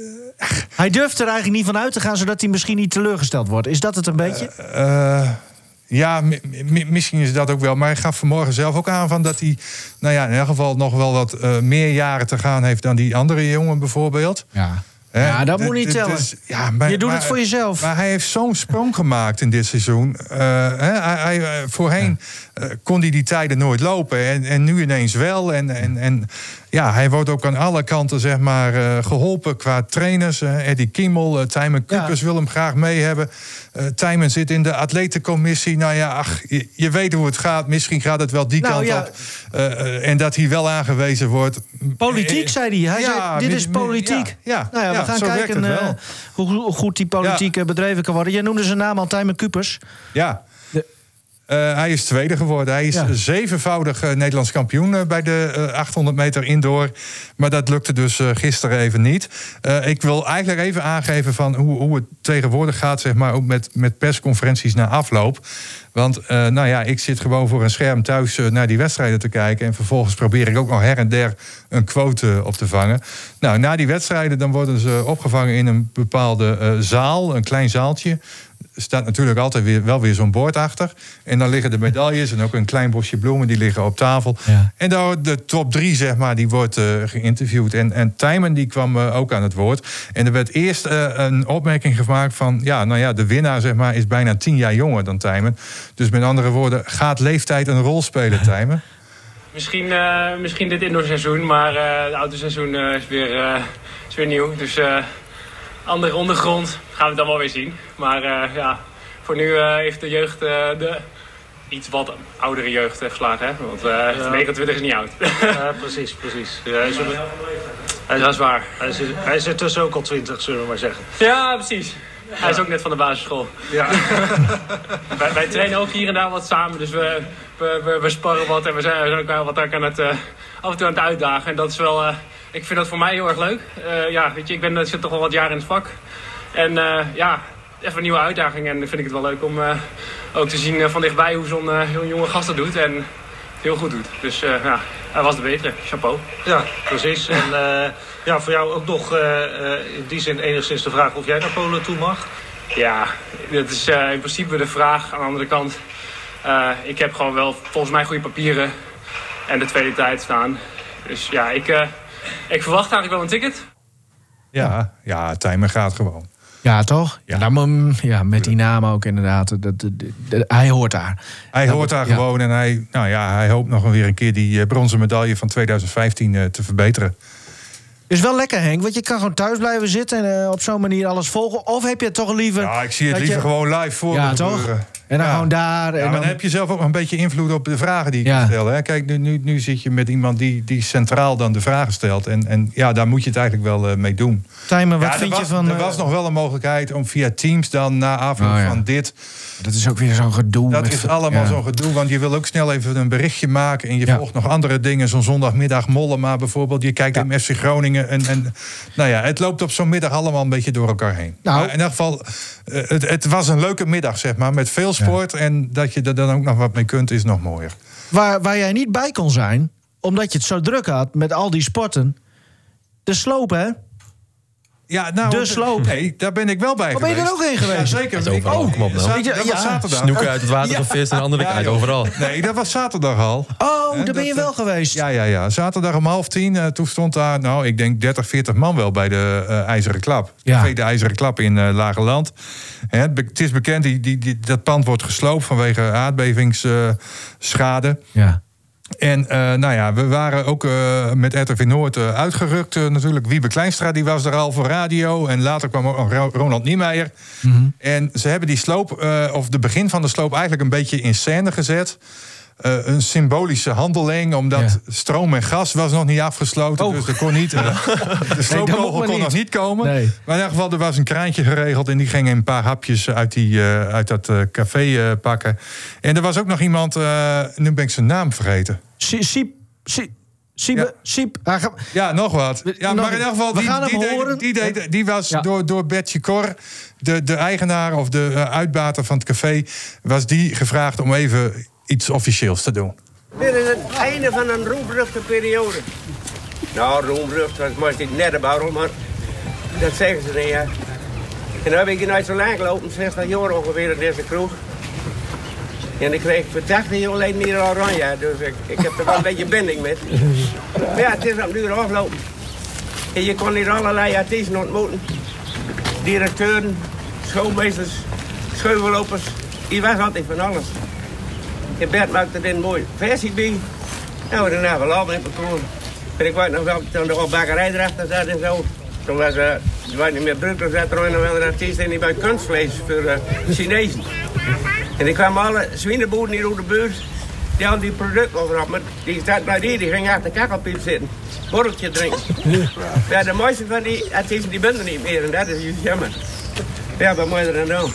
Speaker 2: hij durft er eigenlijk niet van uit te gaan, zodat hij misschien niet teleurgesteld wordt. Is dat het een beetje?
Speaker 4: Uh, uh, ja, m- m- misschien is dat ook wel. Maar hij gaf vanmorgen zelf ook aan van dat hij... nou ja, in elk geval nog wel wat uh, meer jaren te gaan heeft dan die andere jongen bijvoorbeeld.
Speaker 2: Ja. He? Ja, dat moet niet tellen.
Speaker 4: Dus, ja, maar,
Speaker 2: je doet
Speaker 4: maar,
Speaker 2: het voor jezelf.
Speaker 4: Maar hij heeft zo'n sprong gemaakt in dit seizoen. Uh, he, hij, hij, voorheen ja. uh, kon hij die tijden nooit lopen. En, en nu ineens wel. En, en, en ja, hij wordt ook aan alle kanten zeg maar, uh, geholpen qua trainers. Uh, Eddie Kimmel, uh, Tijmen Kupers ja. wil hem graag mee hebben. Uh, Tijmen zit in de atletencommissie. Nou ja, ach, je, je weet hoe het gaat. Misschien gaat het wel die nou, kant ja. op. Uh, uh, en dat hij wel aangewezen wordt.
Speaker 2: Politiek, uh, zei hij. Hij
Speaker 4: ja,
Speaker 2: zei, dit is politiek.
Speaker 4: Ja, ja,
Speaker 2: nou ja,
Speaker 4: ja,
Speaker 2: we gaan kijken uh, hoe goed die politiek ja. bedreven kan worden. Jij noemde zijn naam al, Tijmen Kupers.
Speaker 4: Ja. De... Uh, hij is tweede geworden. Hij is ja. zevenvoudig uh, Nederlands kampioen uh, bij de uh, achthonderd meter indoor. Maar dat lukte dus uh, gisteren even niet. Uh, ik wil eigenlijk even aangeven van hoe, hoe het tegenwoordig gaat, zeg maar, ook met, met persconferenties na afloop. Want uh, nou ja, ik zit gewoon voor een scherm thuis uh, naar die wedstrijden te kijken. En vervolgens probeer ik ook nog her en der een quote op te vangen. Nou, na die wedstrijden dan worden ze opgevangen in een bepaalde uh, zaal, een klein zaaltje. Er staat natuurlijk altijd weer, wel weer zo'n bord achter. En dan liggen de medailles en ook een klein bosje bloemen, die liggen op tafel. Ja. En dan de top drie, zeg maar, die wordt uh, geïnterviewd. En, en Tijmen, die kwam uh, ook aan het woord. En er werd eerst uh, een opmerking gemaakt van, ja, nou ja, de winnaar, zeg maar, is bijna tien jaar jonger dan Tijmen. Dus met andere woorden, gaat leeftijd een rol spelen, Tijmen?
Speaker 6: Misschien, uh, misschien dit indoorseizoen, maar uh, het autoseizoen uh, is, weer, uh, is weer nieuw. Dus uh, andere ondergrond gaan we dan wel weer zien. Maar uh, ja, voor nu uh, heeft de jeugd uh, de iets wat oudere jeugd uh, geslagen. Hè? Want uh, ja. negenentwintig is niet oud.
Speaker 5: Ja, precies, precies. Ja, hij is, hij, dat is waar. Hij zit, hij zit dus ook al twintig, zullen we maar zeggen.
Speaker 6: Ja, precies. Hij is ook net van de basisschool. Ja. wij, wij trainen ook hier en daar wat samen. Dus we, we, we, we sparren wat en we zijn, we zijn ook wel wat aan het, uh, af en toe aan het uitdagen. En dat is wel, uh, ik vind dat voor mij heel erg leuk. Uh, ja, weet je, ik, ben, ik zit toch al wat jaar in het vak. En uh, ja, even een nieuwe uitdaging. En dan vind ik het wel leuk om uh, ook te zien uh, van dichtbij hoe zo'n uh, heel jonge gast dat doet. En heel goed doet. Dus uh, ja, hij was de betere. Chapeau.
Speaker 5: Ja, precies. En uh, ja, voor jou ook nog uh, uh, in die zin enigszins de vraag of jij naar Polen toe mag?
Speaker 6: Ja, dat is uh, in principe de vraag. Aan de andere kant, uh, ik heb gewoon wel volgens mij goede papieren en de tweede tijd staan. Dus ja, ik, uh, ik verwacht eigenlijk wel een ticket.
Speaker 4: Ja, ja, Tijmen gaat gewoon.
Speaker 2: Ja, toch? Ja, ja, maar, ja, met die naam ook inderdaad. Dat, dat, dat, dat, hij hoort daar.
Speaker 4: Hij dat, hoort daar ja. gewoon en hij, nou ja, hij hoopt nog weer een keer die bronzen medaille van tweeduizend vijftien uh, te verbeteren.
Speaker 2: Is wel lekker, Henk, want je kan gewoon thuis blijven zitten en uh, op zo'n manier alles volgen. Of heb je het toch liever...
Speaker 4: Ja, ik zie het liever je... gewoon live voor
Speaker 2: ja,
Speaker 4: me
Speaker 2: toch?
Speaker 4: gebeuren.
Speaker 2: En dan
Speaker 4: ja.
Speaker 2: gewoon daar. En
Speaker 4: ja, maar
Speaker 2: dan...
Speaker 4: dan heb je zelf ook een beetje invloed op de vragen die ik ja. stel. Hè? Kijk, nu, nu, nu zit je met iemand die, die centraal dan de vragen stelt. En, en ja, daar moet je het eigenlijk wel uh, mee doen.
Speaker 2: Tijmen, wat
Speaker 4: ja,
Speaker 2: vind
Speaker 4: was,
Speaker 2: je van...
Speaker 4: Er was nog wel een mogelijkheid om via Teams dan na afloop oh, ja. van dit...
Speaker 2: Dat is ook weer zo'n gedoe.
Speaker 4: Dat
Speaker 2: met...
Speaker 4: is allemaal ja. zo'n gedoe, want je wil ook snel even een berichtje maken... en je ja. volgt nog andere dingen, zo'n zondagmiddag Mollema bijvoorbeeld. Je kijkt ja. in F C Groningen en, en nou ja, het loopt op zo'n middag allemaal een beetje door elkaar heen. Nou, maar in ieder geval, het, het was een leuke middag, zeg maar, met veel sport... Ja. en dat je er dan ook nog wat mee kunt, is nog mooier.
Speaker 2: Waar, waar jij niet bij kon zijn, omdat je het zo druk had met al die sporten... de sloop, hè?
Speaker 4: Ja, nou,
Speaker 2: de sloop.
Speaker 4: Nee, daar ben ik wel bij
Speaker 2: geweest. Ben je er ook heen geweest?
Speaker 4: Ja, zeker.
Speaker 3: Dat is overal.
Speaker 4: Ik,
Speaker 3: Kom op nou.
Speaker 4: Zaterdag, dat ja. was zaterdag.
Speaker 3: Snoeken uit het water ja. gevist en andere ja, kant, overal.
Speaker 4: Nee, dat was zaterdag al.
Speaker 2: Oh, daar ben je wel geweest.
Speaker 4: Ja, ja, ja. Zaterdag om half tien. Uh, toen stond daar, nou, ik denk dertig, veertig man wel bij de uh, IJzeren Klap. Ja. De IJzeren Klap in uh, Lageland. Hè, het is bekend, die, die, die, dat pand wordt gesloopt vanwege aardbevingsschade. Uh,
Speaker 2: ja.
Speaker 4: En uh, nou ja, we waren ook uh, met R T V Noord uh, uitgerukt uh, natuurlijk. Wiebe Kleinstra, die was er al voor radio. En later kwam ook Ronald Niemeyer. Mm-hmm. En ze hebben die sloop, uh, of de begin van de sloop... eigenlijk een beetje in scène gezet. Uh, een symbolische handeling, omdat ja. stroom en gas was nog niet afgesloten. Oh. Dus er kon niet, uh, de sloopkogel nee, kon niet. nog niet komen. Nee. Maar in ieder geval, er was een kraantje geregeld... en die ging een paar hapjes uit, die, uh, uit dat uh, café uh, pakken. En er was ook nog iemand, uh, nu ben ik zijn naam vergeten.
Speaker 2: Siep, Siep, Siep, Siep.
Speaker 4: Ja, nog wat. Ja, maar in ieder geval, die, die, deed, die, deed, die was ja. door, door Bertje Cor, de, de eigenaar of de uh, uitbater van het café... was die gevraagd om even... iets officieels te doen.
Speaker 7: Dit is het einde van een roemruchte periode. Nou, roemrucht, dat is misschien net een barrel, maar dat zeggen ze niet, ja. En dan heb ik hier nooit zo lang gelopen, zestig jaar ongeveer in deze kroeg. En ik kreeg voor tachtig jaar alleen hier oranje, dus ik, ik heb er wel een beetje binding met. Maar ja, het is op duur aflopen. En je kon hier allerlei artiesten ontmoeten. Directeuren, schoolmeesters, scheuvelopers. Hier was altijd van alles. En Bert maakte er een mooi versie bij. Nou, we daarna wel al in bekomen. En ik weet nog wel, toen de bakkerij erachter zat en zo. Toen was uh, er was niet meer druk, toen zat er nog wel een artiest in die bij kunstvlees voor uh, Chinezen. En ik kwam alle zwienenboeren hier op de buurt. Die hadden die product overal, maar die staat bij die, die ging achter de kakkelpiep zitten. Borreltje drinken. Ja, de mooiste van die artiesten die ben er niet meer en dat is juist jammer. Ja, wat mooier dan nou.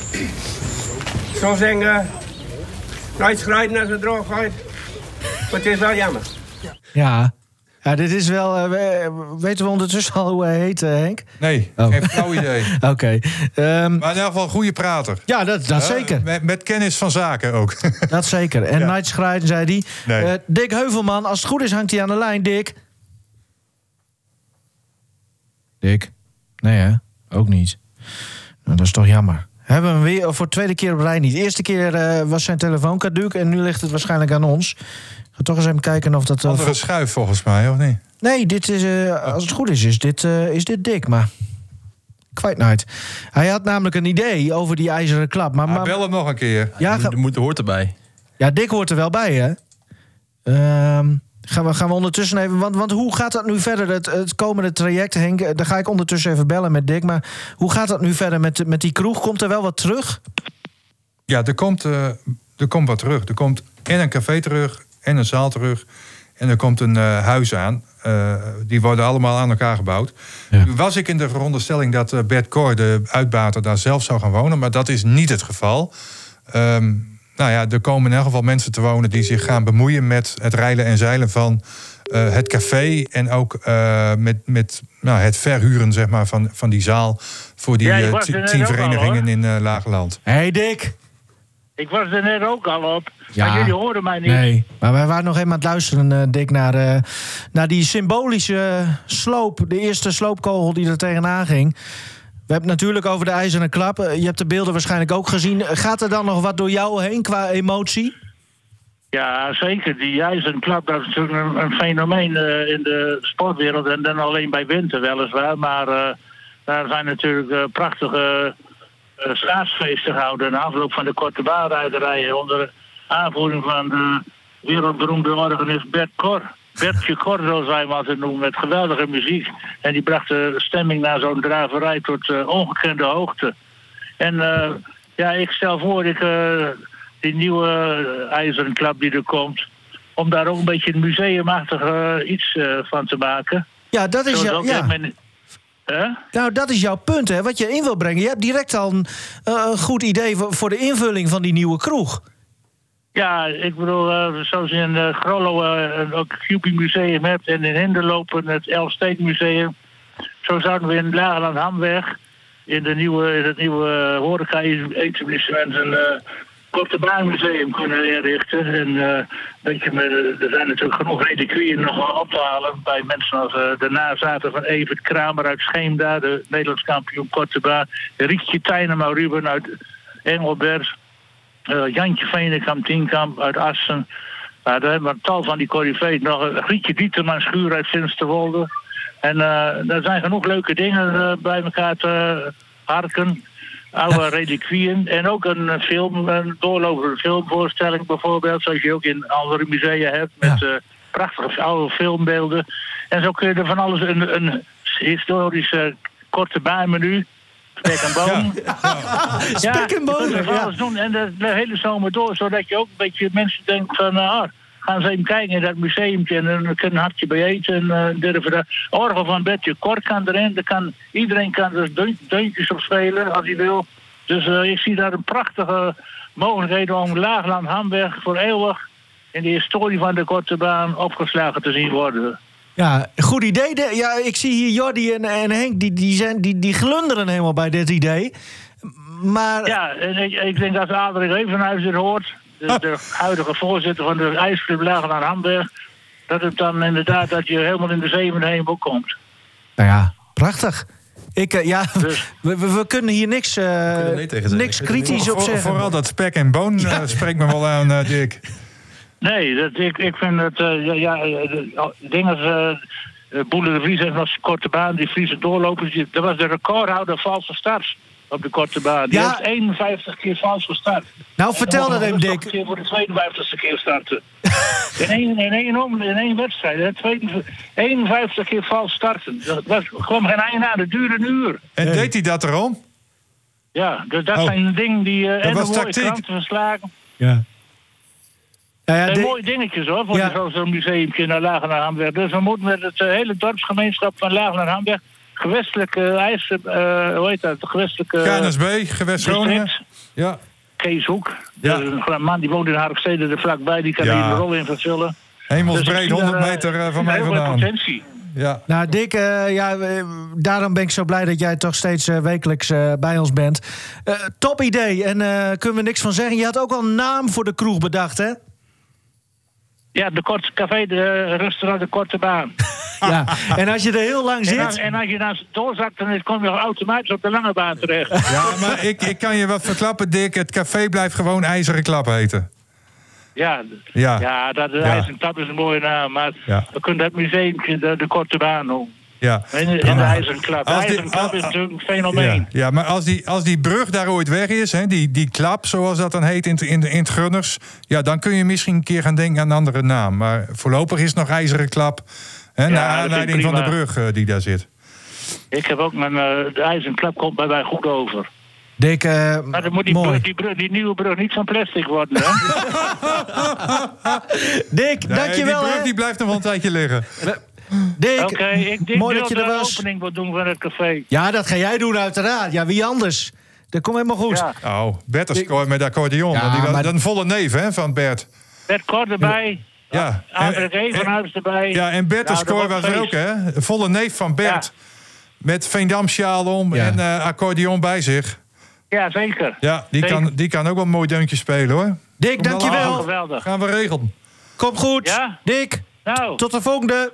Speaker 7: Zo zeggen... Uh, nooit schrijven als het droog gaat. Maar het is wel jammer.
Speaker 2: Ja, ja dit is wel... Uh, weten we ondertussen al hoe hij heet, uh, Henk?
Speaker 4: Nee, oh. geen flauw idee.
Speaker 2: Oké. Okay. Um,
Speaker 4: maar in ieder geval een goede prater.
Speaker 2: Ja, dat, dat uh, zeker.
Speaker 4: Met, met kennis van zaken ook.
Speaker 2: Dat zeker. En ja. Night schrijven, zei hij. Nee. Uh, Dick Heuvelman, als het goed is hangt hij aan de lijn. Dick? Dick? Nee hè? Ook niet. Nou, dat is toch jammer. Hebben we hem weer voor de tweede keer op rij niet. De eerste keer uh, was zijn telefoon caduc en nu ligt het waarschijklijk aan ons. Ik ga toch eens even kijken of dat... Uh,
Speaker 4: Andere schuif volgens mij, of niet?
Speaker 2: Nee, dit is, uh, als het goed is, is dit, uh, is dit Dick, maar... Kwijt nooit. Hij had namelijk een idee over die ijzeren klap. Maar,
Speaker 4: ah,
Speaker 2: maar...
Speaker 4: bel hem nog een keer.
Speaker 3: Ja, ga... moet, hoort erbij.
Speaker 2: Ja, Dick hoort er wel bij, hè? Ehm... Uh, Gaan we, gaan we ondertussen even... Want, want hoe gaat dat nu verder, het, het komende traject, Henk? Daar ga ik ondertussen even bellen met Dick. Maar hoe gaat dat nu verder met, met die kroeg? Komt er wel wat terug?
Speaker 4: Ja, er komt, uh, er komt wat terug. Er komt en een café terug, en een zaal terug. En er komt een uh, huis aan. Uh, die worden allemaal aan elkaar gebouwd. Ja. Nu was ik in de veronderstelling dat uh, Bert Cor, de uitbater, daar zelf zou gaan wonen. Maar dat is niet het geval. Um, Nou ja, er komen in elk geval mensen te wonen die zich gaan bemoeien met het reilen en zeilen van uh, het café. En ook uh, met, met nou, het verhuren zeg maar, van, van die zaal voor die ja, uh, teamverenigingen in uh, Lageland.
Speaker 2: Hey Dick!
Speaker 8: Ik was er net ook al op, ja. Maar jullie horen mij niet.
Speaker 2: Nee, maar wij waren nog even aan het luisteren, uh, Dick, naar, uh, naar die symbolische sloop. De eerste sloopkogel die er tegenaan ging. We hebben het natuurlijk over de ijzeren klap. Je hebt de beelden waarschijnlijk ook gezien. Gaat er dan nog wat door jou heen qua emotie?
Speaker 8: Ja, zeker. Die ijzeren klap, dat is natuurlijk een, een fenomeen uh, in de sportwereld. En dan alleen bij winter weliswaar. Maar uh, daar zijn natuurlijk uh, prachtige uh, schaatsfeesten gehouden. Na afloop van de korte baanrijderijen onder aanvoering van de wereldberoemde organist Bert Cor. Bertje Cor, zoals wij hem altijd noemen, met geweldige muziek. En die bracht de stemming naar zo'n draverij tot uh, ongekende hoogte. En uh, ja, ik stel voor, ik, uh, die nieuwe uh, ijzeren klap die er komt, om daar ook een beetje een museumachtig uh, iets uh, van te maken.
Speaker 2: Ja, dat is jouw... Ja.
Speaker 8: Mijn... Huh?
Speaker 2: Nou, dat is jouw punt, hè, wat je in wil brengen. Je hebt direct al een, uh, een goed idee voor, voor de invulling van die nieuwe kroeg.
Speaker 8: Ja, ik bedoel, uh, zoals je in uh, Grollo uh, ook het Cupie Museum hebt en in Hinderlopen het Elfsteed Museum. Zo zouden we in Lageland Hamweg in, de nieuwe, in het nieuwe uh, horeca-etablissement een uh, korte baanmuseum kunnen inrichten. En uh, dat je met, uh, er zijn natuurlijk genoeg reliquieën nog op te halen bij mensen als uh, de nazaten van Evert Kramer uit Scheemda, de Nederlands kampioen korte baan, Rietje Tijnema Ruben uit Engelbert. Uh, Jantje Veenenkamp, Tienkamp uit Assen. Uh, daar hebben we een tal van die corriveeën. Nog uh, Grietje Dieterman Schuur uit Finsterwolde. En uh, er zijn genoeg leuke dingen uh, bij elkaar te harken. oude reliquieën. En ook een film, een doorlopende filmvoorstelling bijvoorbeeld. Zoals je ook in andere musea hebt. Met ja. uh, prachtige oude filmbeelden. En zo kun je er van alles een, een historische korte baanmenu. Spek en boom. Ja,
Speaker 2: ja. Spek en boom.
Speaker 8: Je kunt er alles doen. En de, de hele zomer door. Zodat je ook een beetje mensen denken van... Uh, gaan ze even kijken in dat museumtje en dan kunnen een hartje bij eten. En uh, durven de orgel van Bertje Kort kan erin. Er kan, iedereen kan er deun, deuntjes op spelen als hij wil. Dus uh, ik zie daar een prachtige mogelijkheid om Laagland Hamweg voor eeuwig in de historie van de korte baan opgeslagen te zien worden.
Speaker 2: Ja, goed idee. De, ja, ik zie hier Jordi en, en Henk, die, die, zijn, die, die glunderen helemaal bij dit idee. Maar...
Speaker 8: Ja, en ik, ik denk dat Adrik Evenhuis dit hoort. De, de huidige voorzitter van de ijsclub Laagland Hamweg. Dat het dan inderdaad dat je helemaal in de zevende hemel komt.
Speaker 2: Nou ja, prachtig. Ik, uh, ja, dus. we, we, we kunnen hier niks, uh, kunnen niks kritisch op zeggen.
Speaker 4: Vooral dat spek en boon ja. uh, spreekt me wel aan, uh, Dick.
Speaker 8: Nee, dat, ik, ik vind het... Uh, ja, uh, dingen... Uh, Boele de Vries heeft nog korte baan. Die Friese doorlopers. Die, dat was de recordhouder valse starts op de korte baan. Die ja. heeft eenenvijftig keer vals gestart.
Speaker 2: Nou, vertel dat even, Dick.
Speaker 8: Nog een keer voor de tweeënvijftigste keer starten. in, één, in, één, in één wedstrijd. Hè, tweede, eenenvijftig keer vals starten. Dat was gewoon geen einde aan. Dat duurde een uur.
Speaker 4: En nee. deed hij dat erom?
Speaker 8: Ja, dus dat oh. zijn dingen die... Uh, en een mooie kranten verslagen.
Speaker 2: Ja.
Speaker 8: Ja, ja, de... mooie dingetjes hoor, voor ja. zo'n museumje naar Laagland Hamweg. Dus we moeten met het uh, hele dorpsgemeenschap van Laagland Hamweg gewestelijke uh, ijs, uh, hoe heet dat? Gewestelijke...
Speaker 4: K N S B, gewest Groningen. Ja.
Speaker 8: Kees Hoek, ja. een man die woont in Harkstede er vlakbij, die kan ja. hier een rol in vervullen.
Speaker 4: Hemelsbreed, dus honderd meter uh, van mij vandaan.
Speaker 8: Potentie.
Speaker 4: Ja.
Speaker 2: Nou, Dick, uh, ja, uh, daarom ben ik zo blij dat jij toch steeds uh, wekelijks uh, bij ons bent. Uh, top idee, en uh, kunnen we niks van zeggen. Je had ook al een naam voor de kroeg bedacht, hè?
Speaker 8: Ja, de korte café, de restaurant De Korte Baan.
Speaker 2: Ja, en als je er heel lang zit...
Speaker 8: En als, en als je dan doorzakt, dan kom je automatisch op de lange baan terecht.
Speaker 4: Ja, maar ik, ik kan je wat verklappen, Dick. Het café blijft gewoon IJzeren Klap heten.
Speaker 8: Ja, ja. ja dat de ja. IJzeren Klap is een mooie naam. Maar ja. we kunnen het museum de, de Korte Baan noemen. Ja. En de, de IJzeren Klap. De IJzeren Klap is natuurlijk een fenomeen.
Speaker 4: Ja, ja, maar als die, als die brug daar ooit weg is, hè, die, die klap, zoals dat dan heet in, in, in het Grunners... ja, dan kun je misschien een keer gaan denken aan een andere naam. Maar voorlopig is het nog IJzeren Klap, hè, ja, naar aanleiding van de brug uh, die daar zit.
Speaker 8: Ik heb ook mijn... Uh, de IJzeren Klap komt bij mij goed over.
Speaker 2: Dick, uh,
Speaker 8: maar dan moet die, brug, die, brug, die nieuwe brug niet van plastic worden, hè?
Speaker 2: Dick, nee, dankjewel.
Speaker 4: Die brug die blijft nog wel een tijdje liggen.
Speaker 2: Dick,
Speaker 8: Oké, okay, ik denk
Speaker 2: mooi
Speaker 8: dat je
Speaker 2: er
Speaker 8: de
Speaker 2: was.
Speaker 8: opening wil doen van het café.
Speaker 2: Ja, dat ga jij doen uiteraard. Ja, wie anders? Dat komt helemaal goed.
Speaker 4: Ja. Oh, Bert is Dick... met accordeon. Ja, die was maar... een volle neef hè, van Bert.
Speaker 8: Bert Kort erbij.
Speaker 4: Ja.
Speaker 8: Adrik Evenhuis erbij.
Speaker 4: Ja, en Bert de Scoor was er ook, hè? Een volle neef van Bert. Ja. Met Veendamsjaal om ja. en uh, accordeon bij zich.
Speaker 8: Ja, zeker.
Speaker 4: Ja, die, zeker. Kan, die kan ook wel een mooi deuntje spelen, hoor.
Speaker 2: Dick, dankjewel.
Speaker 8: Oh, geweldig.
Speaker 4: Gaan we regelen.
Speaker 2: Kom goed.
Speaker 8: Ja?
Speaker 2: Dick,
Speaker 8: nou.
Speaker 2: tot de volgende.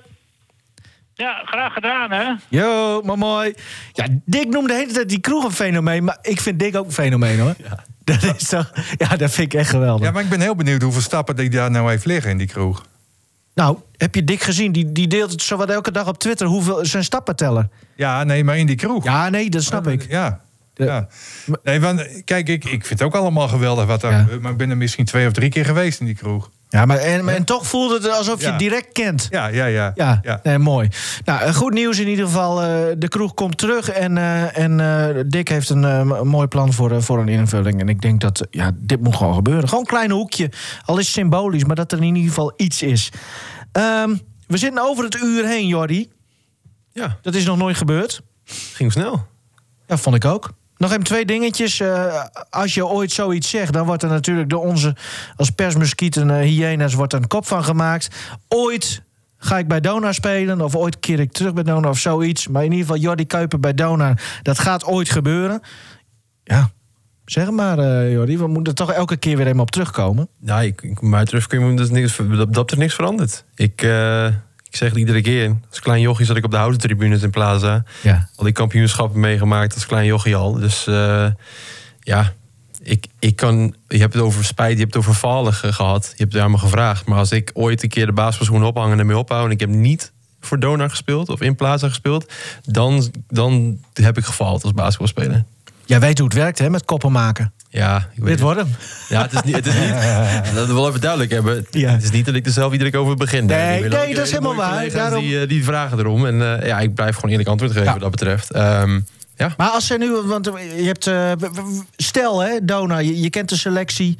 Speaker 8: Ja, graag gedaan, hè?
Speaker 2: Jo, maar mooi. Ja, Dick noemde de hele tijd die kroeg een fenomeen, maar ik vind Dick ook een fenomeen, hoor. Ja. Dat is toch, ja, dat vind ik echt geweldig.
Speaker 4: Ja, maar ik ben heel benieuwd hoeveel stappen die daar nou heeft liggen in die kroeg.
Speaker 2: Nou, heb je Dick gezien? Die, die deelt het zowat elke dag op Twitter hoeveel zijn stappen tellen.
Speaker 4: Ja, nee, maar in die kroeg.
Speaker 2: Ja, nee, dat snap
Speaker 4: ja,
Speaker 2: ik.
Speaker 4: Ja. De... ja. Nee, want kijk, ik, ik vind het ook allemaal geweldig wat daar ja. gebeurt. Maar ik ben er misschien twee of drie keer geweest in die kroeg.
Speaker 2: Ja, maar en, ja. en toch voelde het alsof je ja. het direct kent.
Speaker 4: Ja, ja, ja.
Speaker 2: Ja, ja. Nee, mooi. Nou, goed nieuws in ieder geval. Uh, de kroeg komt terug. En, uh, en uh, Dick heeft een, uh, een mooi plan voor, uh, voor een invulling. En ik denk dat uh, ja, dit moet gewoon gebeuren. Gewoon een klein hoekje. Al is het symbolisch, maar dat er in ieder geval iets is. Um, we zitten over het uur heen, Jordi.
Speaker 3: Ja.
Speaker 2: Dat is nog nooit gebeurd.
Speaker 3: Ging snel.
Speaker 2: Ja, vond ik ook. Nog even twee dingetjes. Uh, als je ooit zoiets zegt, dan wordt er natuurlijk door onze als persmuskieten, uh, hyena's, wordt er een kop van gemaakt. Ooit ga ik bij Donar spelen, of ooit keer ik terug bij Donar of zoiets. Maar in ieder geval Jordi Kuiper bij Donar, dat gaat ooit gebeuren. Ja, zeg maar, uh, Jordi, we moeten er toch elke keer weer even op terugkomen.
Speaker 3: Ja, ik, ik, maar terugkomen, dat, niks, dat, dat er niks veranderd. Ik... Uh... Ik zeg het iedere keer. Als klein jochie zat ik op de houten tribunes in Plaza. Ja. Al die kampioenschappen meegemaakt als klein jochie al. Dus uh, ja, ik, ik kan... Je hebt het over spijt, je hebt het over falen ge- gehad. Je hebt het aan me gevraagd. Maar als ik ooit een keer de basketbalschoen ophangen en ermee ophouden... en ik heb niet voor Donar gespeeld of in Plaza gespeeld... dan, dan heb ik gefaald als basketbalspeler.
Speaker 2: Jij weet hoe het werkt, hè, met koppen maken.
Speaker 3: Ja, ik weet
Speaker 2: Dit wordt hem.
Speaker 3: Ja, het is niet... Het is niet dat we wel even duidelijk hebben.
Speaker 2: Ja.
Speaker 3: Het is niet dat ik er zelf iedere keer over begin.
Speaker 2: Nee,
Speaker 3: Ik
Speaker 2: nee,
Speaker 3: ook,
Speaker 2: dat is helemaal waar.
Speaker 3: collega's
Speaker 2: Daarom...
Speaker 3: Die, die vragen erom. En uh, ja, ik blijf gewoon eerlijk antwoord geven
Speaker 2: Ja.
Speaker 3: wat dat betreft. Um, ja.
Speaker 2: Maar als ze nu... Want je hebt... Uh, stel, hè, Dona, je, je kent de selectie.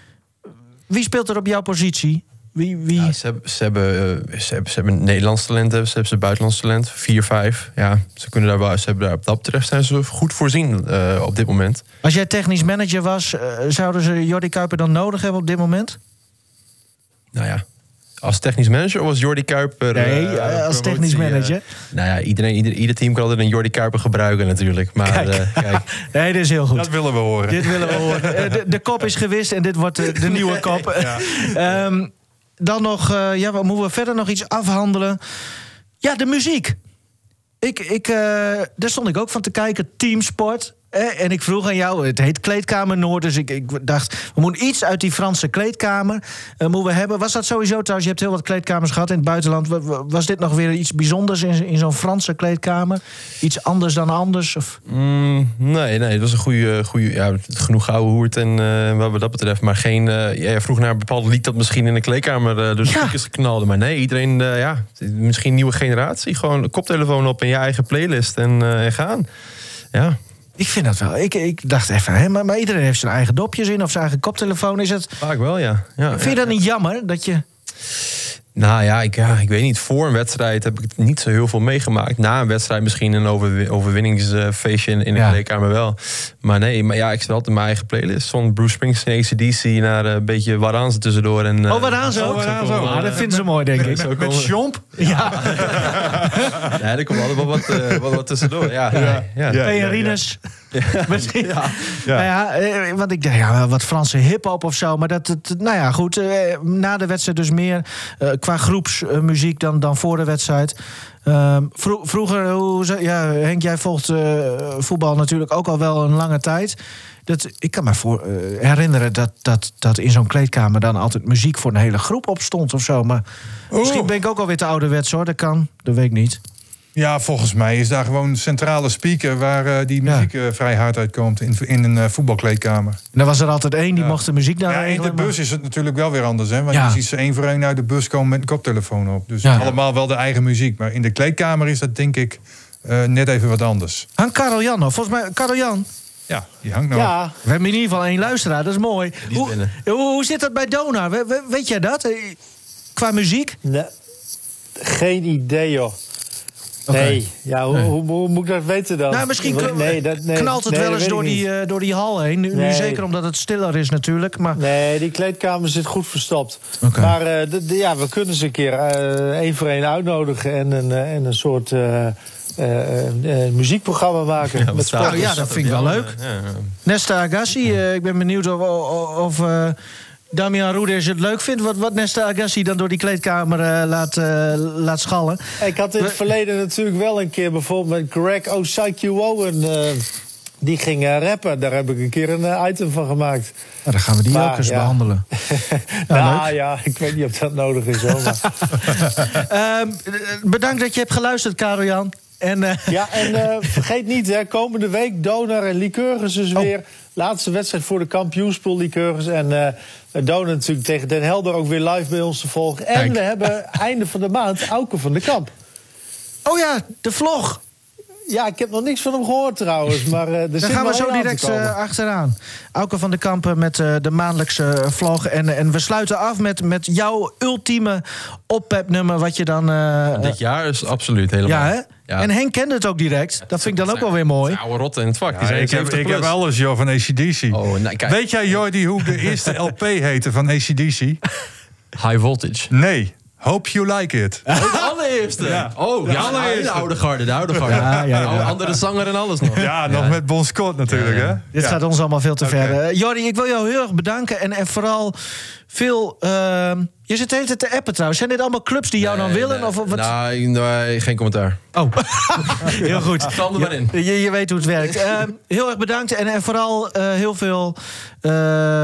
Speaker 2: Wie speelt er op jouw positie? Wie, wie...
Speaker 3: Ja, ze, hebben, ze, hebben, uh, ze, hebben, ze hebben Nederlands talent, ze hebben ze buitenlands talent. Vier, vijf. Ja, ze kunnen daar wel... Ze hebben daar, op dat betreft zijn ze goed voorzien uh, op dit moment.
Speaker 2: Als jij technisch manager was, uh, zouden ze Jordi Kuiper dan nodig hebben op dit moment?
Speaker 3: Nou ja, als technisch manager of als Jordi Kuiper?
Speaker 2: Nee,
Speaker 3: uh,
Speaker 2: als
Speaker 3: promotie,
Speaker 2: technisch manager.
Speaker 3: Uh, nou ja, iedereen, ieder, ieder team kan altijd een Jordi Kuiper gebruiken natuurlijk. Maar
Speaker 2: Kijk.
Speaker 3: Uh, kijk.
Speaker 2: Nee, dat is heel goed.
Speaker 4: Dat willen we horen.
Speaker 2: Dit willen we horen. Uh, de, de kop is gewist en dit wordt de, de nieuwe kop. Ja. um, dan nog, uh, ja, wat moeten we verder nog iets afhandelen? Ja, de muziek. Ik, ik, uh, daar stond ik ook van te kijken. Teamsport. Eh, en ik vroeg aan jou, het heet Kleedkamer Noord. Dus ik, ik dacht, we moeten iets uit die Franse kleedkamer uh, moeten we hebben. Was dat sowieso trouwens? Je hebt heel wat kleedkamers gehad in het buitenland. Was dit nog weer iets bijzonders in, in zo'n Franse kleedkamer? Iets anders dan anders? Of?
Speaker 3: Mm, nee, nee, het was een goede, goede ja, genoeg ouwe hoert en uh, wat dat betreft. Maar geen, uh, ja, vroeg naar een bepaald lied dat misschien in de kleedkamer uh, door de speakers ja. knalde. Maar nee, iedereen, uh, ja, misschien een nieuwe generatie. Gewoon een koptelefoon op en je eigen playlist en, uh, en gaan. Ja.
Speaker 2: Ik vind dat wel. Ik, ik dacht even, hè, maar, maar iedereen heeft zijn eigen dopjes in of zijn eigen koptelefoon. Is het...
Speaker 3: Vaak wel, ja. ja
Speaker 2: vind je
Speaker 3: ja,
Speaker 2: dat
Speaker 3: ja.
Speaker 2: niet jammer dat je...
Speaker 3: Nou ja ik, ja, ik weet niet. Voor een wedstrijd heb ik niet zo heel veel meegemaakt. Na een wedstrijd misschien een overw- overwinningsfeestje in, in de
Speaker 2: ja.
Speaker 3: kleedkamer wel. Maar nee, maar ja, ik zit altijd in mijn eigen playlist. Van Bruce Springsteen, A C D C naar uh, een beetje Waranze tussendoor. En, uh,
Speaker 2: oh, Waranze ook?
Speaker 4: Waranze ook.
Speaker 2: Ah, dat vinden ze mooi, denk ik.
Speaker 4: Met, met Chomp?
Speaker 2: Ja.
Speaker 3: Nee, er komt altijd wel wat, uh, wat, wat tussendoor. Ja, ja. ja. ja.
Speaker 2: ja. Peerines. Ja. Misschien. Ja.
Speaker 4: Ja.
Speaker 2: Nou ja, eh, want ik dacht, ja, wat Franse hip-hop of zo. Maar dat, het, nou ja, goed. Eh, na de wedstrijd dus meer uh, qua groepsmuziek dan, dan voor de wedstrijd. Uh, vro- vroeger, hoe, ja, Henk, jij volgt uh, voetbal natuurlijk ook al wel een lange tijd. Dat, ik kan me voor, uh, herinneren dat, dat, dat in zo'n kleedkamer dan altijd muziek voor een hele groep op stond of zo. Maar oh. misschien ben ik ook alweer te ouderwets hoor. Dat kan, dat weet ik niet.
Speaker 4: Ja, volgens mij is daar gewoon een centrale speaker waar uh, die muziek ja. uh, vrij hard uitkomt in, in een uh, voetbalkleedkamer.
Speaker 2: En dan was er altijd één die
Speaker 4: ja.
Speaker 2: mocht de muziek daar
Speaker 4: ja,
Speaker 2: regelen.
Speaker 4: in de bus maar... is het natuurlijk wel weer anders, hè? Want
Speaker 2: ja.
Speaker 4: je ziet ze één voor één uit de bus komen met een koptelefoon op. Dus
Speaker 2: ja.
Speaker 4: allemaal wel de eigen muziek. Maar in de kleedkamer is dat denk ik uh, net even wat anders.
Speaker 2: Hangt Karel Jan nog? Volgens mij, Karel Jan.
Speaker 4: Ja, die hangt nog.
Speaker 2: Ja. We hebben in ieder geval één luisteraar, dat is mooi.
Speaker 3: Ja,
Speaker 2: hoe, hoe, hoe zit dat bij Dona? We, we, weet jij dat? Qua muziek?
Speaker 5: Nee, geen idee, joh. Okay. Nee, ja, hoe, nee. Hoe, hoe, hoe moet ik dat weten dan?
Speaker 2: Nou, misschien k- nee, dat, nee, knalt het nee, wel eens door die, uh, door die hal heen. Nu, nee. nu zeker omdat het stiller is natuurlijk. Maar...
Speaker 5: Nee, die kleedkamer zit goed verstopt. Okay. Maar uh, de, de, ja, we kunnen ze een keer uh, één voor één uitnodigen... en een, uh, en een soort uh, uh, uh, muziekprogramma maken.
Speaker 2: Ja, met nou, ja, dat vind ik wel leuk. Ja, ja. Nesta Agassi, uh, ik ben benieuwd of... of uh, Damian Roeders het leuk vindt wat, wat Nesta Agassi dan door die kleedkamer uh, laat, uh, laat schallen.
Speaker 5: Ik had in het verleden natuurlijk wel een keer bijvoorbeeld met Greg Osakiwoen. Uh, die ging uh, rappen. Daar heb ik een keer een uh, item van gemaakt.
Speaker 2: Ja, dan gaan we die maar, ook eens ja. behandelen.
Speaker 5: Ja, nou ja, ik weet niet of dat nodig is. Hoor, maar.
Speaker 2: uh, bedankt dat je hebt geluisterd, Karel Jan. En, uh...
Speaker 5: Ja, en uh, vergeet niet, hè, komende week Donar en Lycurgus dus oh. weer. Laatste wedstrijd voor de kampioenspool Lycurgus. En uh, Donar natuurlijk tegen Den Helder ook weer live bij ons te volgen. En Kijk. we hebben einde van de maand Auke van de Kamp.
Speaker 2: Oh ja, de vlog.
Speaker 5: Ja, ik heb nog niks van hem gehoord trouwens. Maar uh,
Speaker 2: daar gaan we zo direct uh, achteraan. Auke van de Kampen met uh, de maandelijkse vlog. En, en we sluiten af met, met jouw ultieme oppepnummer. Wat je dan... Uh,
Speaker 3: Dit jaar is absoluut helemaal...
Speaker 2: Ja, hè? Ja. En Henk kende het ook direct. Dat vind ik dan ook wel weer mooi.
Speaker 3: Oude rotten in het vak.
Speaker 4: Ja, ik, heb, ik heb alles, joh, van A C D C. Oh, nou, weet jij, Jordi, hoe de eerste L P heette van A C D C?
Speaker 3: High Voltage.
Speaker 4: Nee. Hope You Like It.
Speaker 3: Oh, de allereerste? Ja. Oh, ja, de, de oude garde, de oude garde. Ja, ja, ja. Andere zanger en alles nog.
Speaker 4: Ja, nog ja. met Bon Scott natuurlijk, ja, ja.
Speaker 2: hè? Dit
Speaker 4: ja.
Speaker 2: gaat ons allemaal veel te okay. ver. Uh, Jordi, ik wil jou heel erg bedanken. En, en vooral veel... Uh, je zit de hele tijd te appen trouwens. Zijn dit allemaal clubs die jou nee, dan willen?
Speaker 3: Nee,
Speaker 2: of wat?
Speaker 3: Nou, nee, geen commentaar.
Speaker 2: Oh, heel goed.
Speaker 3: Val er maar in.
Speaker 2: Je, je weet hoe het werkt. Uh, heel erg bedankt. En, en vooral uh, heel veel uh,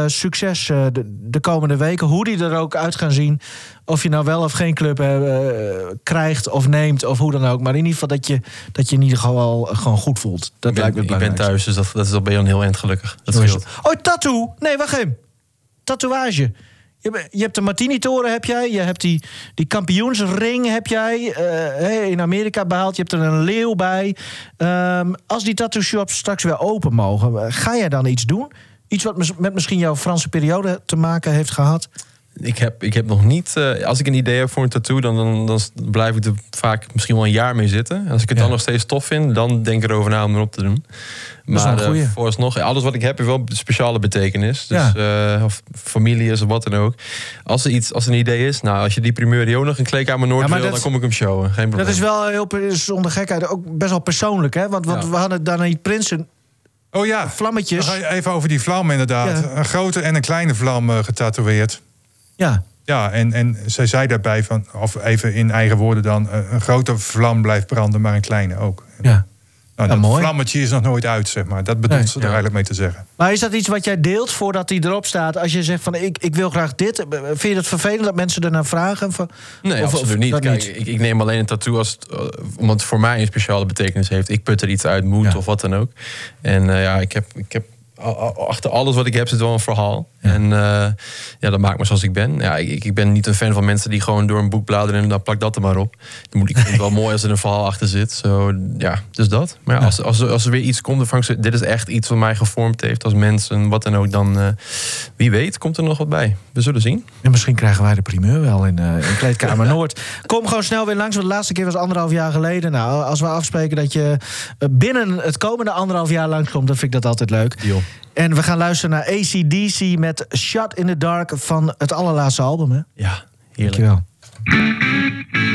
Speaker 2: uh, succes uh, de, de komende weken. Hoe die er ook uit gaan zien. Of je nou wel of geen club uh, krijgt of neemt of hoe dan ook. Maar in ieder geval dat je, dat je in ieder geval gewoon goed voelt. Dat
Speaker 3: ik
Speaker 2: lijkt me
Speaker 3: ben, ik ben thuis, dus dat, dat is al ben je dan heel eind gelukkig. Dat
Speaker 2: scheelt. Oh, tattoo! Nee, wacht even. Tatoeage. Je, je hebt de Martini-toren, heb jij. Je hebt die, die kampioensring, heb jij. Uh, in Amerika behaald. Je hebt er een leeuw bij. Um, als die tattoo-shops straks weer open mogen, ga jij dan iets doen? Iets wat mis, met misschien jouw Franse periode te maken heeft gehad?
Speaker 3: Ik heb, ik heb nog niet... Uh, als ik een idee heb voor een tattoo, dan, dan, dan blijf ik er vaak misschien wel een jaar mee zitten. En als ik het ja. dan nog steeds tof vind, dan denk ik erover na om erop te doen. Maar uh, vooralsnog, alles wat ik heb, heeft wel een speciale betekenis. Dus ja. uh, of familie is of wat dan ook. Als er iets, als er een idee is, nou, als je die primeur die ook nog een kleedkamer Noord ja, wil, dan kom ik hem showen. Geen probleem.
Speaker 2: Dat is wel heel, zonder gekheid, ook best wel persoonlijk, hè? Want, want ja. we hadden daar niet Prinsen.
Speaker 4: Oh ja,
Speaker 2: vlammetjes.
Speaker 4: Dan ga je even over die vlam inderdaad. Ja. Een grote en een kleine vlam uh, getatoeëerd.
Speaker 2: Ja.
Speaker 4: Ja, en, en zij zei daarbij van, of even in eigen woorden dan, een grote vlam blijft branden, maar een kleine ook.
Speaker 2: Ja.
Speaker 4: Nou,
Speaker 2: ja,
Speaker 4: dat
Speaker 2: mooi.
Speaker 4: vlammetje is nog nooit uit, zeg maar. Dat bedoelt
Speaker 2: nee.
Speaker 4: ze er
Speaker 2: ja.
Speaker 4: eigenlijk mee te zeggen.
Speaker 2: Maar is dat iets wat jij deelt voordat hij erop staat? Als je zegt van, ik, ik wil graag dit. Vind je het vervelend dat mensen ernaar vragen? Van,
Speaker 3: nee,
Speaker 2: of,
Speaker 3: absoluut
Speaker 2: of,
Speaker 3: niet. Kijk,
Speaker 2: niet?
Speaker 3: Ik, ik neem alleen een tattoo als het, uh, omdat het voor mij een speciale betekenis heeft. Ik put er iets uit, moet ja. of wat dan ook. En uh, ja, ik heb... Ik heb achter alles wat ik heb zit wel een verhaal. Ja. En uh, ja, dat maakt me zoals ik ben. Ja, ik, ik ben niet een fan van mensen die gewoon door een boek bladeren en dan plak dat er maar op. Dan moet ik vind het wel mooi als er een verhaal achter zit. Zo, ja, dus dat. Maar ja, ja. Als, als, als er weer iets komt, dan ik, dit is echt iets wat mij gevormd heeft als mens en wat dan ook, dan uh, wie weet komt er nog wat bij. We zullen zien.
Speaker 2: En misschien krijgen wij de primeur wel in, uh, in Kleedkamer Noord. Kom gewoon snel weer langs, want de laatste keer was anderhalf jaar geleden. Nou, als we afspreken dat je binnen het komende anderhalf jaar langskomt, dan vind ik dat altijd leuk.
Speaker 3: Deal.
Speaker 2: En we gaan luisteren naar A C D C met Shot in the Dark van het allerlaatste album, hè?
Speaker 3: Ja, heerlijk.
Speaker 2: Dankjewel.